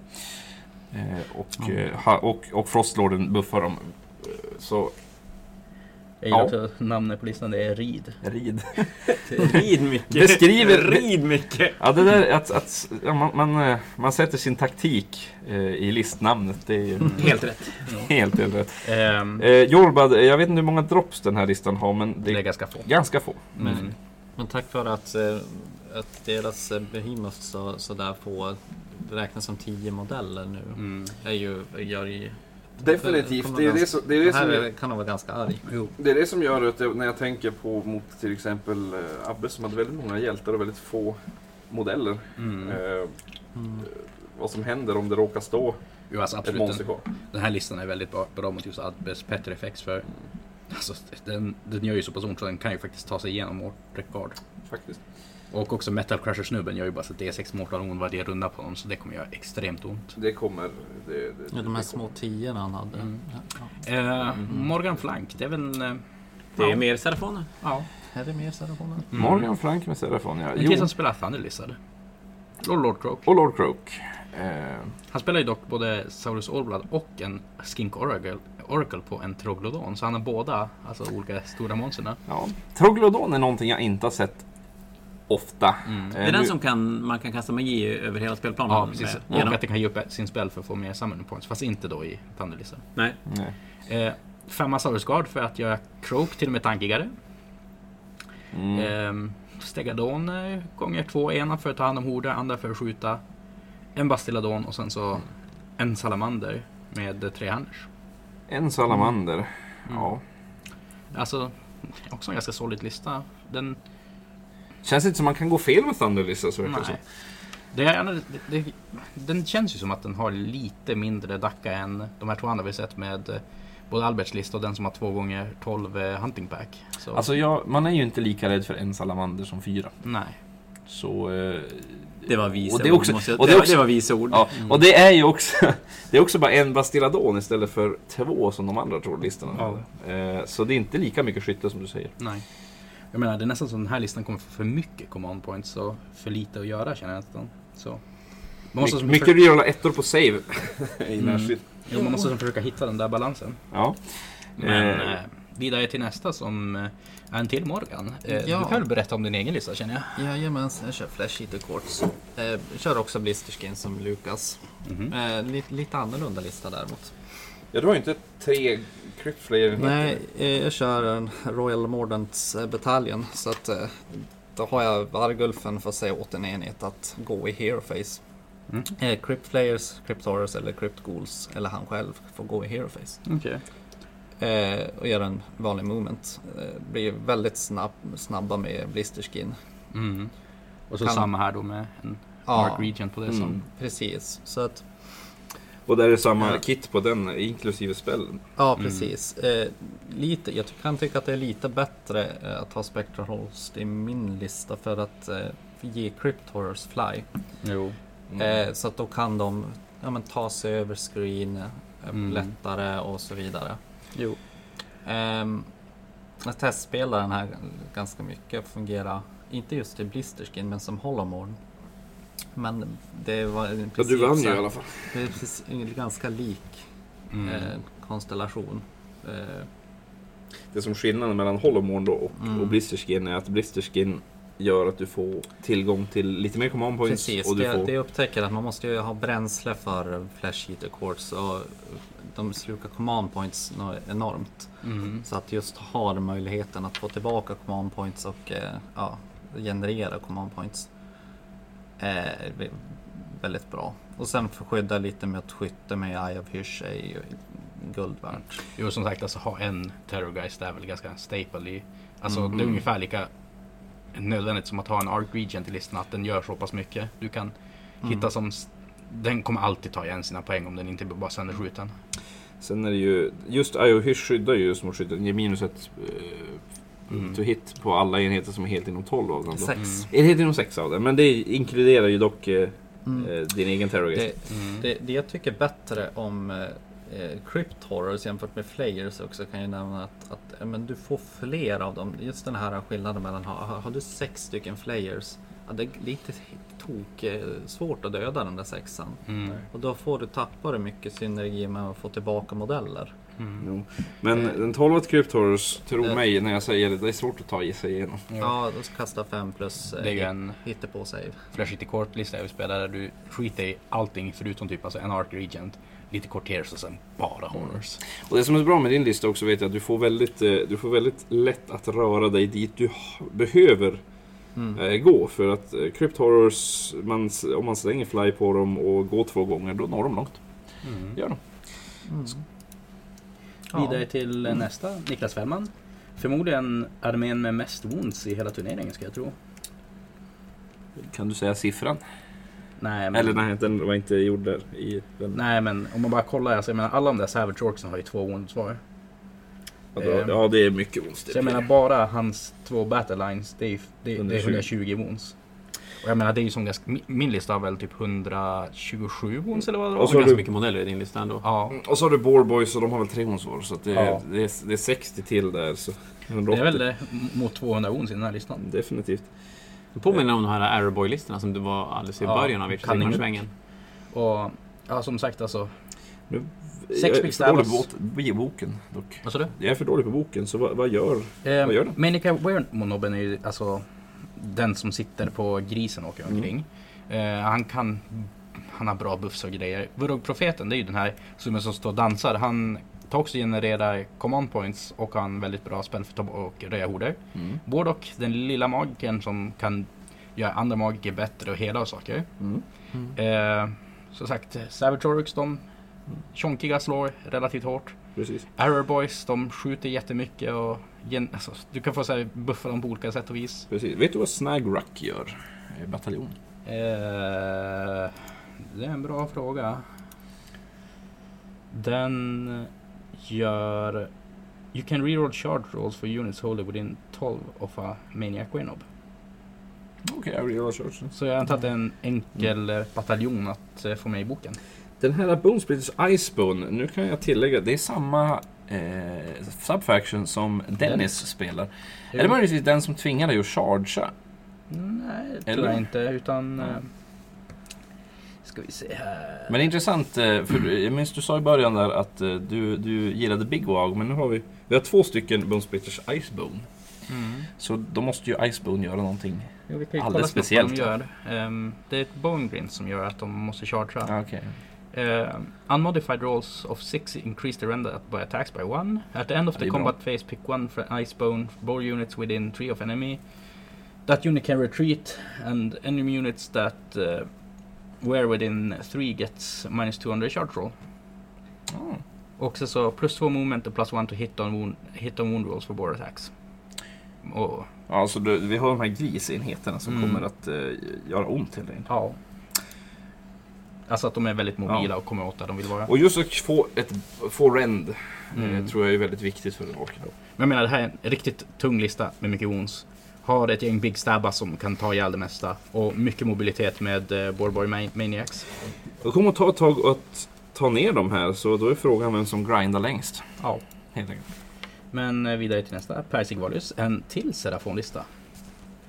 Och Frostlorden buffar dem. Så jag gillar också namnet på listan, det är Rid. Rid mycket. Beskriver Rid mycket. Ja, det där att man sätter sin taktik i listnamnet, det är ju helt rätt. Helt rätt. Jorlbad, jag vet inte hur många drops den här listan har, men det är ganska få. Men tack för att deras Behemoth så där får räknas som 10 modeller nu. Gör ju definitivt. Det kan nog vara ganska arg. Det är det som gör att när jag tänker på mot till exempel Abbe som hade väldigt många hjältar och väldigt få modeller. Vad som händer om det råkar stå alltså, ett monster kvar. Den här listan är väldigt bra mot just Abbes Petter Effects för alltså, den gör ju så pass ont så den kan ju faktiskt ta sig igenom vårt rekord. Faktiskt. Och också Metal Crusher-snubben gör ju bara så D6 Mortal Wound varje runda på honom, så det kommer göra extremt ont. Det kommer... de här små 10 han hade. Morgan Flank, det är väl... det är mer Serafoner. Ja, är det mer Serafoner? Morgan Flank med Serafon, ja. En kille som spelar Thunderlizard. Och Lord Croak. Lord Croak. Han spelar ju dock både Saurus Allblood och en Skink Oracle på en Troglodon, så han har båda alltså olika stora monsterna. Ja, Troglodon är någonting jag inte har sett ofta. Det är den som man kan kasta magi över hela spelplanen. Ja, precis. Och att den kan ge upp sin spel för att få mer summoning points, fast inte då i Thunderlizard. Nej. 5 Saurus Guard för att göra Croak till och med tankigare. Stegadon gånger 2, ena för att ta hand om horder, andra för att skjuta. En Bastiladon och sen så en Salamander med 3 handers. En Salamander, ja. Alltså, också en ganska solid lista. Den känns inte som man kan gå fel med Thunderlizard. Den känns ju som att den har lite mindre dacka än de här 2 andra vi sett med både Alberts lista och den som har 2x12 hunting pack. Så. Alltså man är ju inte lika rädd för en Salamander som 4. Nej. Så... det var visa ord. Det var visa ord. Ja, och det är ju också det är också bara en Bastiladon istället för 2 som de andra trådlistorna. Så det är inte lika mycket skytte som du säger. Nej. Jag menar, det är nästan som den här listan kommer för mycket command points och för lite att göra, känner jag nästan. Så. Mycket reala ettor på save i närskilt. Man måste försöka hitta den där balansen. Ja. Men vidare till nästa som är en till Morgan. Du kan väl berätta om din egen lista, känner jag. Jajamensan, jag kör Flesh Eater Quartz. Kör också Blisterskin som Lukas. Lite annorlunda lista däremot. Ja, du har ju inte 3 Cryptflayer. Nej, jag kör en Royal Mordants bataljon. Så att då har jag Vargulfen för att säga åt en enhet att gå i Hero Phase. Cryptflayers, Cryptorers eller Cryptghouls eller han själv får gå i Hero Phase. Okej. Och göra en vanlig movement. Blir väldigt snabba med Blisterskin. Och så samma här då med en Mark Regent på det som. Precis. Så att, och där är samma kit på den inklusive spellen. Ja, precis. Jag kan tycka att det är lite bättre att ha Spectral Host i min lista för att ge Crypt Horrors fly. Jo. Så att då kan de ta sig över screen lättare och så vidare. Jo. Jag testspelar den här ganska mycket. Fungerar inte just i Blisterskin men som Holomorn. Men det var i Ja, princip du vann ju så i här- alla fall. Det är precis en ganska lik konstellation. Det som skillnaden mellan Holomorn då och Blisterskin är att Blisterskin gör att du får tillgång till lite mer command points. Precis, Och du får... det upptäcker att man måste ju ha bränsle för Flesh Eater Quartz och de slukar command points enormt. Så att just ha möjligheten att få tillbaka command points och generera command points är väldigt bra. Och sen skydda lite med att skytte med Eye of Hysh är ju guld värt. Jo, som sagt, alltså ha en Terrorgeist är väl ganska staple i. Alltså det är ungefär lika nödvändigt som att ha en Arc Regent i listan, att den gör så pass mycket. Du kan hitta som... Den kommer alltid ta igen sina poäng om den inte bara sönderskjuten. Sen är det ju... Just Eye of Hysh skyddar ju som skyddar. Den ger minus ett to hit på alla enheter som är helt inom 12 av dem. 6. Helt inom 6 av dem. Men det inkluderar ju dock din egen Terrorgeist. Det jag tycker bättre om Crypt Horrors jämfört med Flayers också kan jag nämna att men du får fler av dem. Just den här skillnaden mellan har du 6 stycken Flayers, det är lite svårt att döda den där 6an. Och då tappar du mycket synergi med att få tillbaka modeller. Jo. Men den 12 Crypt Horrors, tror mig när jag säger det är svårt att ta i sig igenom. Ja, då ska kasta 5 plus Det är ju en hitta på save. Flash It Court-lista jag spelar där du skiter i allting förutom typ alltså en Arc Regent, lite Courtiers och sen bara Horrors. Och det som är bra med din lista också vet jag att du får väldigt lätt att röra dig dit du behöver gå. För att Crypt Horrors, om man slänger fly på dem och går 2 gånger, då når de långt. Gör de. Vidare till nästa, Niklas Fällman. Förmodligen armén med mest wounds i hela turneringen, ska jag tro. Kan du säga siffran? Nej, men... Eller nej, den var inte gjord där i den. Nej, men om man bara kollar, alltså, jag menar, alla de där Savage Orksen har ju 2 wounds var. Ja, det är mycket wounds. Så jag menar, bara hans 2 battle lines, det är 120. 120 wounds. Och jag menar, det är ju som min lista har väl typ 127 wounds eller vad det var. Och så har ganska du- mycket modeller i din lista ändå. Ja, Och så har du Boar Boys och de har väl 3 wounds var. Så att det är 60 till där. Så det är väl det mot 200 wounds i den här listan. definitivt. Det påminner om de här Arrowboy-listorna som det var alldeles i början av Sigmar-svängen. Och ja, som sagt alltså. Jag Sex är big för dålig stabs. på boken dock. Vad sa du? Jag är för dålig på boken, så vad gör den? Manica Weremon är ju alltså den som sitter på grisen och åker omkring. Han har bra buffs och grejer. Vurog-profeten, det är ju den här som står och dansar. Han tar också genererar command points och har en väldigt bra spel för och röja horder. Bordok, den lilla magiken som kan göra andra magiker bättre och hela saker. Så sagt, Savage Orcs, de tjonkiga slår relativt hårt. Precis. Arrow Boys, de skjuter jättemycket och alltså, du kan få så här, buffa dem på olika sätt och vis. Precis. Vet du vad Snagruck gör i bataljon? Det är en bra fråga. Den gör... You can reroll charge rolls for units holding within 12 of a Maniac Winob. Okej, jag vill göra churchen. Så jag antar att det är en enkel bataljon att få med i boken. Den här Bonesplitters Icebone, nu kan jag tillägga, det är samma subfaction som Dennis spelar. Är det möjligtvis den som tvingar dig att chargea? Nej, det Eller? tror jag inte, utan... ska vi se här... Men det är intressant, för jag minns du sa i början där att du gillade Big Wog, men nu har vi har 2 stycken Bonesplitters Icebone. Så då måste ju Icebone göra någonting. Jo, vi kan ju alldeles kolla speciellt speciellt. vad de gör. Det är ett Bone Grind som gör att de måste chargea. Okej. Unmodified rolls of 6 increase the render by attacks by 1. At the end of Ja, the det är combat phase, pick one Icebone bore units within 3 of enemy. That unit can retreat, and enemy units that were within 3 gets -2 on the charge roll. Också så +2 movement och +1 to hit on wound rolls for bore attacks. Och, Ja, så vi har de här grisenheterna som kommer att göra ont till dig. ja. Alltså att de är väldigt mobila och kommer åt där de vill vara. Och just att få rend tror jag är väldigt viktigt för orken. Men jag menar, det här är en riktigt tung lista med mycket wounds. Har ett gäng big stabbas som kan ta ihjäl det mesta. Och mycket mobilitet med Boarboy Maniacs. Det kommer att ta ett tag att ta ner dem här, så då är frågan vem som grindar längst. Ja. Helt enkelt. Men vidare till nästa. Persig Valius. En till Serafon-lista.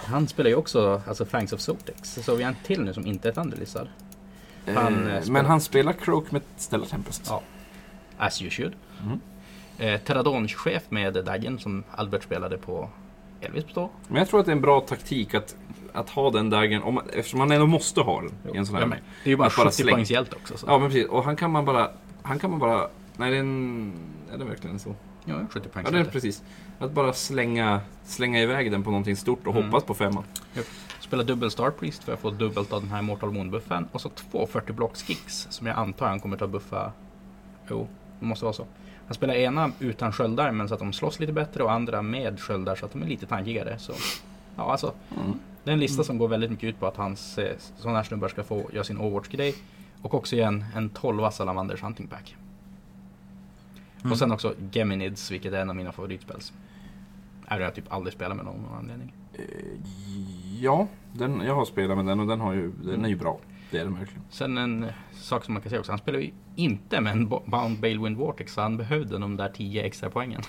Han spelar ju också alltså Fangs of Sotex. Så vi har en till nu som inte är Thunderlizard. Men han spelar Croak med Stellar Tempest. Ja. As you should. Terradon-chef med Dagen som Albert spelade på Elvis på. Men jag tror att det är en bra taktik att ha den Dagen, eftersom man ändå måste ha den. I en sån här, det är ju bara 70 poängs hjälte också. Så. Ja, men precis. Och han kan man bara... Nej, är det verkligen så? Ja, 70 poängs Ja, det är precis. Att bara slänga iväg den på någonting stort och hoppas på 5. Spela dubbel Star Priest för att få dubbelt av den här Mortal Wound-buffen. Och så 2 40 block Skicks som jag antar han kommer ta buffa. Jo, det måste vara så. Han spelar ena utan sköldar men så att de slåss lite bättre och andra med sköldar så att de är lite tankigare. Så, ja, alltså, det är en lista som går väldigt mycket ut på att hans sådana här snubbar ska få göra sin Overwatch-grej. Och också igen en 12 Salamanders Hunting Pack. Och sen också Geminids, vilket är en av mina favoritspels. Jag typ aldrig spelat med någon anledning. Ja, jag har spelat med den och den är ju bra. Det är det verkligen. Sen en sak som man kan säga också, han spelar ju inte med en Bound Balewind Vortex så han behövde de där 10 extra poängen.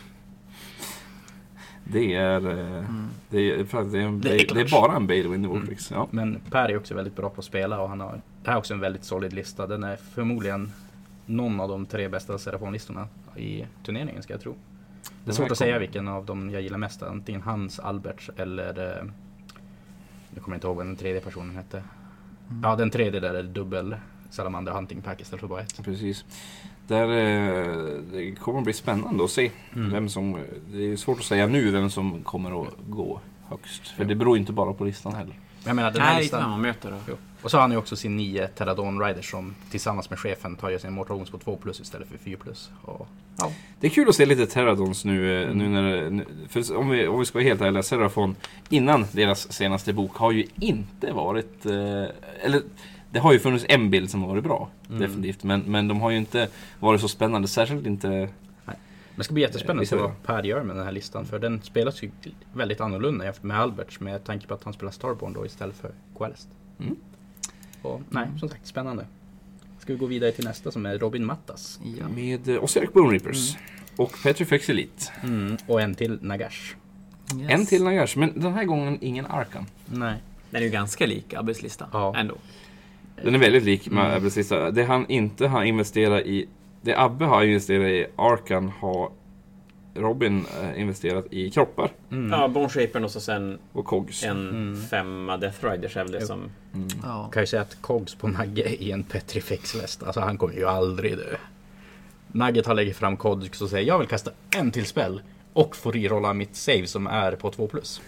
Det är bara en Balewind Vortex. Ja. Men Per är också väldigt bra på att spela och det här är också en väldigt solid lista. Den är förmodligen någon av de 3 bästa Seraphon-listorna i turneringen ska jag tro. Det är svårt att säga vilken av dem jag gillar mest. Antingen Hans, Alberts eller nu kommer jag inte ihåg vad den tredje personen hette. Ja, den tredje där är dubbel Salamander Hunting Pack istället för bara ett. Precis. Det kommer att bli spännande att se vem som... Det är svårt att säga nu vem som kommer att gå högst. För det beror inte bara på listan heller. Jag menar, den här listan man möter då. Och så har han ju också sin 9 Terradon Riders som tillsammans med chefen tar ju sin Mortal Wounds på 2+ istället för 4+. Och, ja. Det är kul att se lite Terradons nu när för om vi ska vara helt ärliga, Seraphon innan deras senaste bok har ju inte varit eller det har ju funnits en bild som har varit bra, definitivt, men de har ju inte varit så spännande, särskilt inte. Nej. Men det ska bli jättespännande att se vad Per gör med den här listan, för den spelas ju väldigt annorlunda jämfört med Alberts, med tanke på att han spelar Starborn då istället för Quest. Och som sagt, spännande. Ska vi gå vidare till nästa som är Robin Mattas. Ja. Med Ossiarch Bone Reapers och Petrifex Elite. Och en till Nagash. Yes. En till Nagash, men den här gången ingen Arkan. Nej. Den är ju ganska lik Abbes lista ändå. Den är väldigt lik med Abbes lista. Det han inte har investerat i, det Abbe har investerat i Arkan har Robin investerat i kroppar. Ja, Bone Shaper och så sen och Cogs. en 5 Death Riders är väl det som... Ja. Kan ju säga att Cogs på Nagge är en Petrifex-väst. Alltså han kommer ju aldrig dö. Nugget har lägger fram Cogs och säger jag vill kasta en till spel och få rerolla mitt save som är på 2+.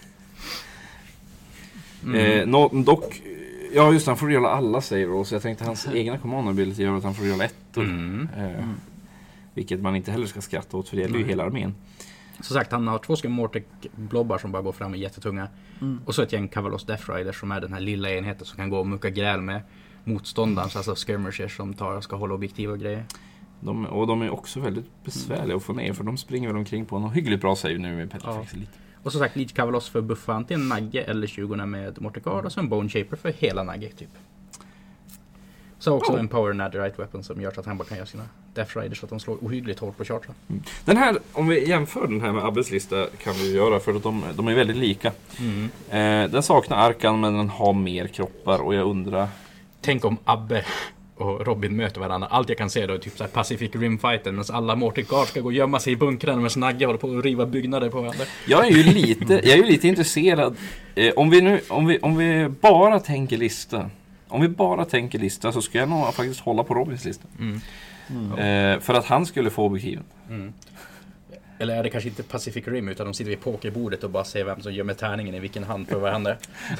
Dock, ja just det, han får rerolla alla save rolls. Så jag tänkte hans egna command ability gör att han får rerolla 1. Vilket man inte heller ska skratta åt, för det gäller ju hela armén. Som sagt, han har 2 Mortek-blobbar som bara går fram och är jättetunga. Och så ett gäng Kavalos Death Riders som är den här lilla enheten som kan gå och mucka gräl med motståndaren, alltså skirmishers som ska hålla objektiv och grejer. De är också väldigt besvärliga att få ner, för de springer väl omkring på en hyggligt bra save nu med Petrifex Elite. Och som sagt, Leech Kavalos för buffa antingen Nagge eller 20 med Mortekard och så en Bone Shaper för hela Nagge typ. Så också en Power Netherite Weapon som gör så att han bara kan göra sina Death Riders så att de slår ohyggligt hårt på chartra. Den här, om vi jämför den här med Abbes lista kan vi göra, för att de är väldigt lika. Den saknar Arkan men den har mer kroppar och jag undrar... Tänk om Abbe och Robin möter varandra. Allt jag kan se då är typ så här Pacific Rim-fighten medan alla Mortekard ska gå och gömma sig i bunkrarna medan Nagge håller på att riva byggnader på varandra. Jag är ju lite intresserad. Om vi bara tänker lista. Om vi bara tänker lista så ska jag nog faktiskt hålla på Robins lista. För att han skulle få objektiven. Eller är det kanske inte Pacific Rim utan de sitter vid pokerbordet och bara ser vem som gömmer tärningen i vilken hand för varandra.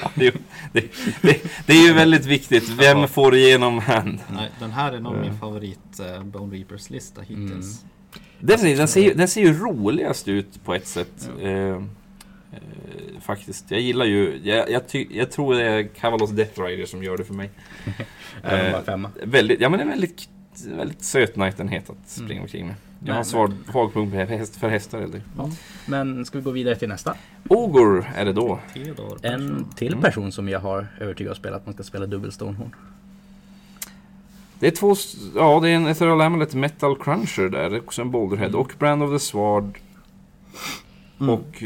Det är ju väldigt viktigt. Vem får igenom hand? Nej, den här är nog min favorit Bone Reapers lista hittills. Den ser ju roligast ut på ett sätt. Faktiskt. Jag gillar ju... Jag tror det är Kavalos Death Rider som gör det för mig. Väldigt, ja, men det är väldigt söt Knightenhet att springa omkring med. Jag har svag punkt för hästar eller. Men ska vi gå vidare till nästa? Ogor är det då. En till person som jag har övertygat att spela att man ska spela dubbel Stonehorn. Det är två... Ja, det är en Ethereal Amulet Metal Cruncher där. Det är också en Boulderhead och Brand of the Sword Och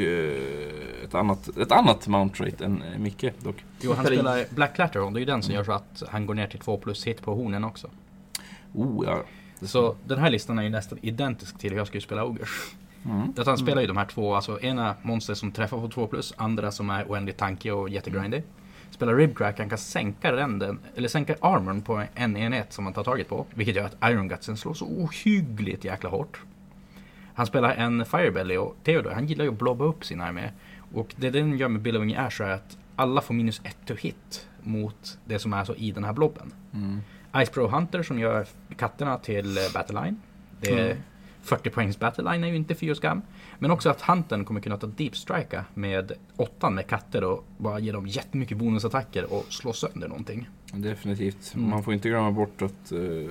ett annat mount rate än Micke dock. Jo, han spelar Black Clatterhorn. Det är ju den som gör så att han går ner till 2+ hit på hornen också. Ja. Så den här listan är ju nästan identisk till hur jag skulle spela Ogres. Att han spelar ju de här två, alltså ena monster som träffar på 2+, andra som är oändligt tanky och jättegrindy. Spelar Ribcrack, han kan sänka renden, eller sänka armorn på en enhet som man tar taget på, vilket gör att Iron Gutsen slår så ohyggligt jäkla hårt. Han spelar en Firebelly och Theodor, han gillar ju att blobba upp sin armé. Och det den gör med Billowing Ash är att alla får -1 to hit mot det som är så i den här blobben. Ice Pro Hunter som gör katterna till Battleline. Det är 40 poängs Battleline är ju inte fy och skam. Men också att Huntern kommer kunna ta Deep Strika med 8 med katter och bara ge dem jättemycket bonusattacker och slå sönder någonting. Definitivt. Man får inte glömma bort att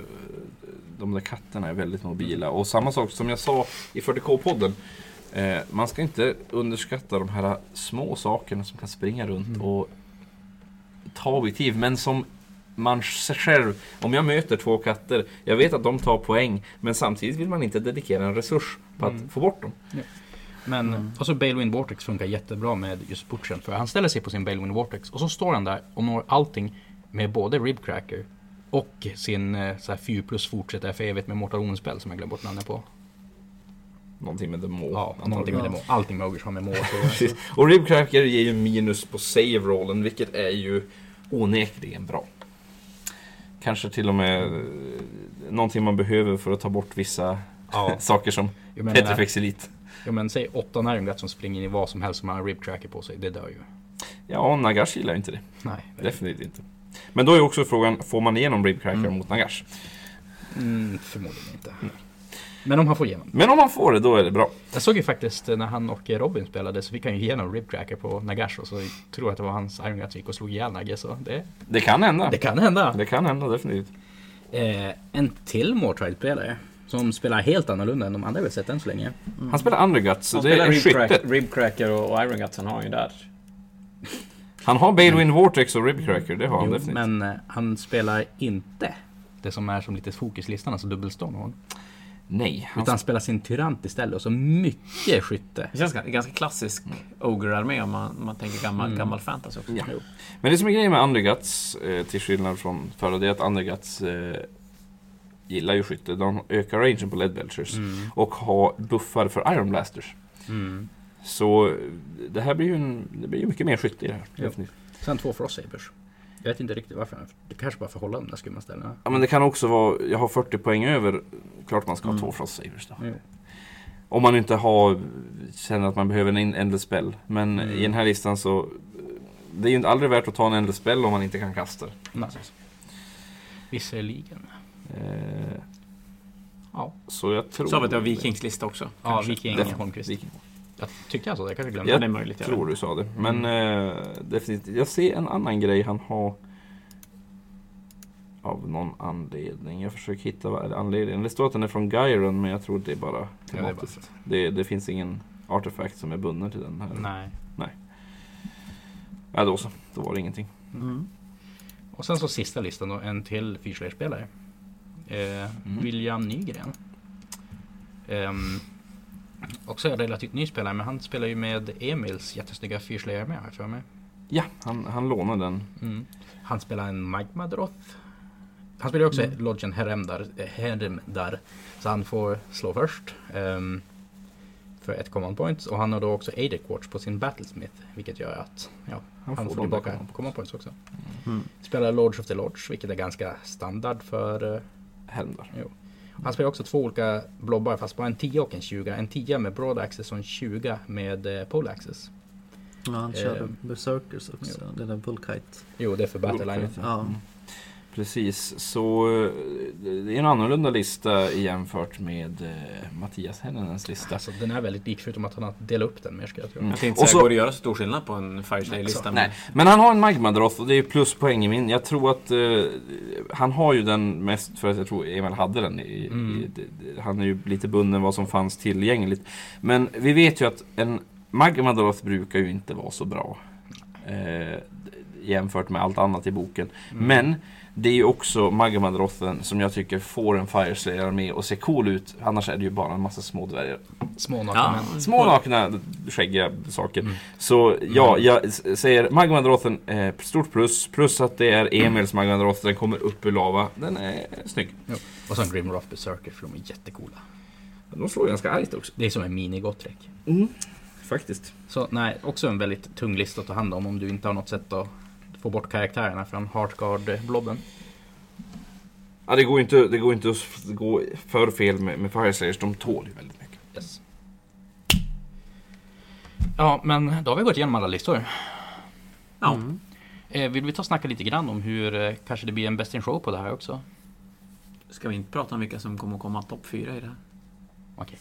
de där katterna är väldigt mobila. Och samma sak som jag sa i 40K-podden. Man ska inte underskatta de här små sakerna som kan springa runt och ta objektiv. Men som man själv, om jag möter 2 katter, jag vet att de tar poäng, men samtidigt vill man inte dedikera en resurs på att få bort dem. Ja. Men och så Balewind Vortex funkar jättebra med just Butchen, för han ställer sig på sin Balewind Vortex och så står han där och når allting med både Ribcracker och sin så här 4+ fortsätter för evigt med Mortal Wound-spel som jag glömde bort namnet på. Någonting med demo. Ja, någonting med demo. Allting med Ogres har med demo. Och Ribcracker ger ju minus på save-rollen, vilket är ju onekligen bra. Kanske till och med någonting man behöver för att ta bort vissa saker som Petrifex Elite. Ja, men säg 8 Iron som springer in i vad som helst som har en Ribcracker på sig, det dör ju. Ja, Nagash gillar inte det. Nej. Definitivt inte. Men då är också frågan, får man igenom Ribcracker mot Nagash? Förmodligen inte. Men om han får igenom. Men om han får det, då är det bra. Jag såg ju faktiskt när han och Robin spelade så fick han ju igenom Ribcracker på Nagash och så tror jag att det var hans Iron Guts gick och slog ihjäl Nagge, så det kan hända. Det kan hända. Det kan hända, definitivt. En till Mortrial-spelare som spelar helt annorlunda än de andra vi sett än så länge. Han spelar Underguts, så han det är en skytte. Ribcracker och Iron Guts han har ju där. Han har Balewind Vortex och Ribcracker, det har han definitivt. Men han spelar inte det som är som lite fokuslistan, alltså Doublestone. Nej. Utan han spelar sin Tyrant istället och så mycket skytte. Det känns ganska klassisk Ogre-armé om man tänker gammal fantasy också. Ja. Men det som är grejen med Underguts till skillnad från förra, det är att Underguts gillar ju skytte. De ökar rangen på Lead Belchers och har buffar för Iron Blasters. Så det här blir ju mycket mer skytte i det här. Definitivt. Sen 2 Frost Sabers. Jag vet inte riktigt varför. Det kanske bara för att hålla de där skumma ställena. Ja, men det kan också vara, jag har 40 poäng över. Klart man ska ha 2 Frost Sabers då. Om man inte känner att man behöver en endless spell. Men i den här listan så det är ju aldrig värt att ta en endless spell om man inte kan kasta. Nej. Visserligen. Ja. Så jag tror... Så har vi det Vikings lista också. Ja, Viking Holmqvist. Jag tyckte alltså det, jag kanske glömde. Jag det är möjligt, tror du sa det. Men definitivt. Jag ser en annan grej han har av någon anledning. Jag försöker hitta anledningen. Det står att den är från Gyron, men jag tror det är bara tematiskt. Det finns ingen artefakt som är bunden till den här. Nej. Ja, då var det ingenting. Och sen så sista listan då, en till fyrslayer-spelare. William Nygren. Också en relativt ny spelare, men han spelar ju med Emils jättesnygga fyrslayer med, för mig. Ja, han lånar den. Han spelar en Magmadroth. Han spelar också Lodgen Heremdar, så han får slå först för ett command point. Och han har då också Aether Quartz på sin Battlesmith, vilket gör att han får tillbaka command points också. Spelar Lords of the Lodge, vilket är ganska standard för Heremdar. Han spelar också 2 olika blobbar, fast bara en 10 och en 20. En 10 med broad access och en 20 med pole access. Ja, han körde Berserkers också. Det där Vulkite. Jo, det är för Battleline. Ja. Precis, så det är en annorlunda lista jämfört med Mattias Hennenens lista. Alltså, den är väldigt lik, förutom att han har delat upp den mer, ska jag tro. Jag tänkte säga, går det att göra så stor skillnad på en Fireslayer-lista? Nej, men han har en Magmadroth och det är pluspoäng i min. Jag tror att han har ju den mest för att jag tror Emil hade den. Han är ju lite bunden vad som fanns tillgängligt. Men vi vet ju att en Magmadroth brukar ju inte vara så bra. jämfört med allt annat i boken. Men det är ju också Magamandrothen som jag tycker får en Fireslayer-armé och ser cool ut. Annars är det ju bara en massa små dvärgar. Små nakna män. Små nakna, skäggiga saker. Så ja, jag säger Magamandrothen stort plus att det är Emils Magamandrothen, den kommer upp ur lava. Den är snygg. Jo. Och så en Grimroth Berserker, för de är jättecoola. De slår ganska argt också. Det är som en mini-Gottrek. Faktiskt. Så nej, också en väldigt tung lista att ta hand om du inte har något sätt att få bort karaktärerna från Heartguard-blobben. Ja, det går inte att gå för fel med Fireslayers. De tål ju väldigt mycket. Yes. Ja, men då har vi gått igenom alla listor. Ja. Vill vi ta och snacka lite grann om hur kanske det blir en best in show på det här också? Ska vi inte prata om vilka som kommer att komma topp 4 i det här? Okej.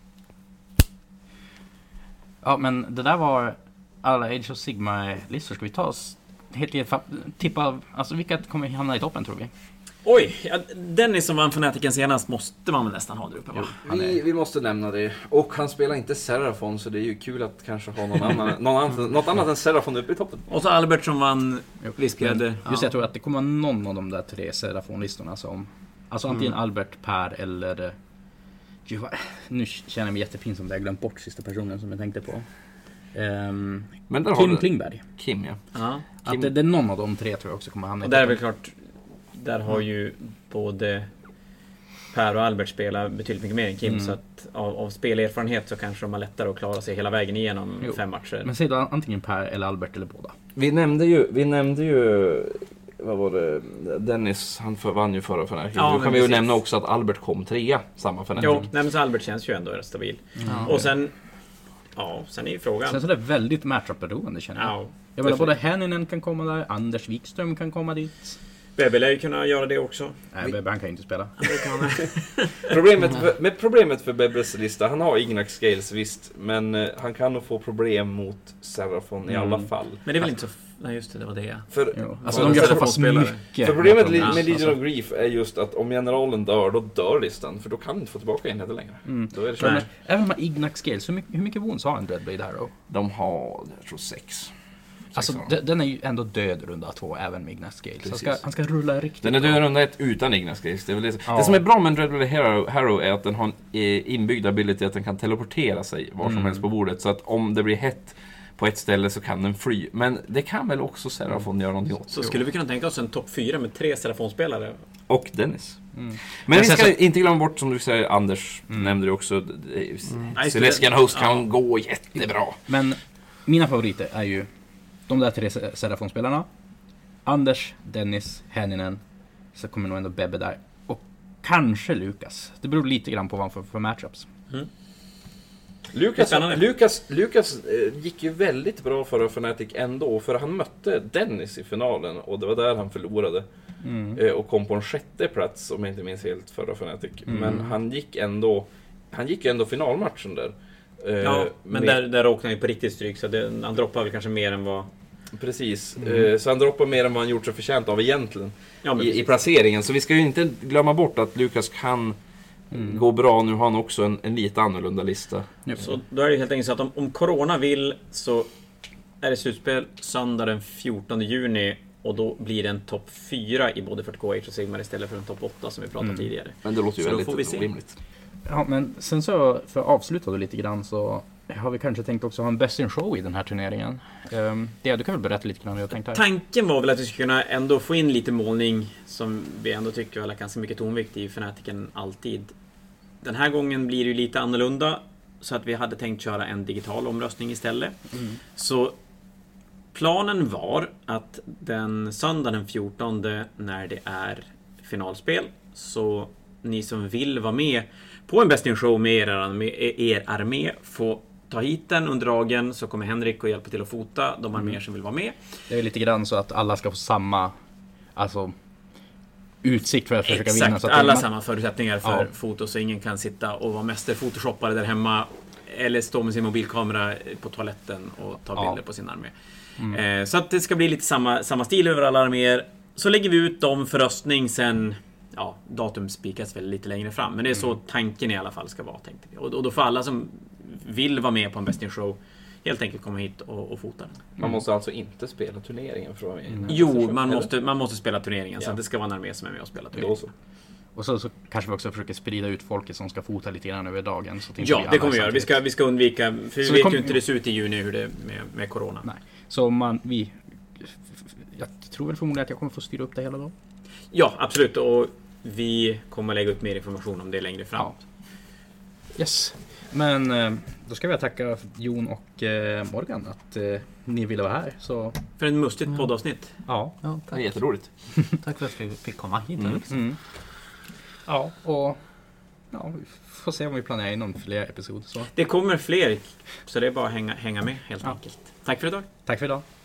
Ja, men det där var alla Age of Sigmar-listor. Ska vi ta oss helt enkelt tippa, alltså vilka kommer hamna i toppen tror vi? Oj, ja, Dennis som vann Fanatiken senast måste man väl nästan ha där uppe, va? Vi måste nämna det. Och han spelar inte Seraphon, så det är ju kul att kanske ha något annat än Seraphon uppe i toppen. Och så Albert som vann Bliskade. Just jag tror att det kommer någon av de där 3 Seraphon-listorna som... Alltså antingen Albert, Per eller... Nu känner jag mig jättepinsamt, jag har glömt bort sista personen som jag tänkte på. Men där Kim har Klingberg. Kim, ja. Att det är någon av de 3 tror jag också kommer hamna i Och där är toppen. väl klart, där har ju både Per och Albert spelat betydligt mycket mer än Kim, så att av spelerfarenhet så kanske de har lättare att klara sig hela vägen igenom 5 matcher. Men säg då antingen Per eller Albert eller båda. Vi nämnde ju vad var det? Dennis, han vann ju förra Fanatiken. Ja, Då kan vi ju nämna också att Albert kom 3 samma Fanatiken. Jo, nej, men så Albert känns ju ändå rätt stabil. Och sen är ju frågan. Sen så är det väldigt matchup-beroende känner jag. Ja, Jag menar både Henninen kan komma där, Anders Wikström kan komma dit. Bebbe lär ju kunna göra det också. Nej, Bebbe han kan ju inte spela. Problemet för Bebbes lista, han har Ignax Scales visst, men han kan nog få problem mot Seraphon i alla fall. Men det är väl inte så... Nej, just det, det var det. För, alltså de gör så pass mycket. För problemet med Legion of Grief är just att om generalen dör, då dör listan. För då kan du inte få tillbaka enheter längre. Då är det Men, även om man Ignax Scales, hur mycket wounds har en Dreadblade Arrow? De har, jag tror 6. Alltså den är ju ändå död runda 2 även med Ignax Scales. Han ska rulla riktigt. Den är död runda 1 utan Ignax Scales. Det som är bra med en Dreadblade Arrow är att den har en inbyggd ability att den kan teleportera sig var som helst på bordet. Så att om det blir hett på ett ställe så kan den fly. Men det kan väl också Seraphon göra någonting åt. Så skulle vi kunna tänka oss en topp 4 med 3 Seraphon-spelare. Och Dennis. Men vi ska inte glömma bort, som du säger, Anders nämnde det också. Celestian Host kan gå jättebra. Men mina favoriter är ju de där 3 Seraphon-spelarna. Anders, Dennis, Henninen. Så kommer nog ändå Bebbe där. Och kanske Lukas. Det beror lite grann på vad man för matchups. Lukas gick ju väldigt bra för Fnatic ändå, för han mötte Dennis i finalen och det var där han förlorade och kom på en 6:e plats om jag inte minns helt förra Fnatic. Men han gick ändå finalmatchen där. Ja, men där råkade han ju på riktigt stryk, så han droppade väl kanske mer än vad... Precis, så han droppar mer än vad han gjort sig förtjänt av egentligen i placeringen. Så vi ska ju inte glömma bort att Lukas kan gå bra. Nu har han också en lite annorlunda lista. Så då är det helt enkelt så att om Corona vill så är det slutspel söndag den 14 juni och då blir det en topp 4 i både 40K Age och Sigmar istället för en topp 8 som vi pratade tidigare. Men det låter ju så väldigt rimligt. Ja, men sen så för att avsluta då lite grann så har vi kanske tänkt också ha en best in show i den här turneringen. Du kan väl berätta lite grann vad jag tänkte här. Tanken var väl att vi skulle kunna ändå få in lite målning som vi ändå tycker har ganska mycket tonvikt i Fanatiken alltid. Den här gången blir det ju lite annorlunda så att vi hade tänkt köra en digital omröstning istället. Så planen var att den söndag den 14 när det är finalspel, så ni som vill vara med på en best in show med er armé får ta hit den under dagen, så kommer Henrik och hjälpa till att fota de arméer som vill vara med. Det är lite grann så att alla ska få samma utsikt för att försöka vinna. Exakt, Så att alla samma förutsättningar för foto, så ingen kan sitta och vara mäster photoshoppare där hemma eller stå med sin mobilkamera på toaletten och ta bilder på sin armé. Så att det ska bli lite samma stil över alla arméer. Så lägger vi ut dem för röstning sen. Ja, datum spikas väl lite längre fram, men det är så tanken i alla fall ska vara, tänkte vi. Och då får alla som vill vara med på en best in show helt enkelt komma hit och fota den. Man måste alltså inte spela turneringen för att vara med. Jo, man måste spela turneringen så Ja. att det ska vara en armé som är med och spelar Då turneringen. så. Och så kanske vi också försöker sprida ut folket som ska fota lite grann över dagen. Så att inte Ja, alla det kommer vi göra. samtidigt. Vi ska undvika, för vi Så vet kom- ju inte hur det ser ut i juni hur det är med corona. Nej. Så jag tror väl förmodligen att jag kommer få styra upp det hela då. Ja, absolut. Och vi kommer lägga upp mer information om det längre fram. Ja. Yes. Men då ska vi tacka Jon och Morgan att ni ville vara här. Så För en mustigt poddavsnitt. ja. Ja, Det är tack. jätteroligt. Tack för att vi fick komma hit. Alex. Ja, och vi får se om vi planerar in någon fler episoder. Så. Det kommer fler, så det är bara att hänga med helt Ja. enkelt. Tack för idag. Tack för idag.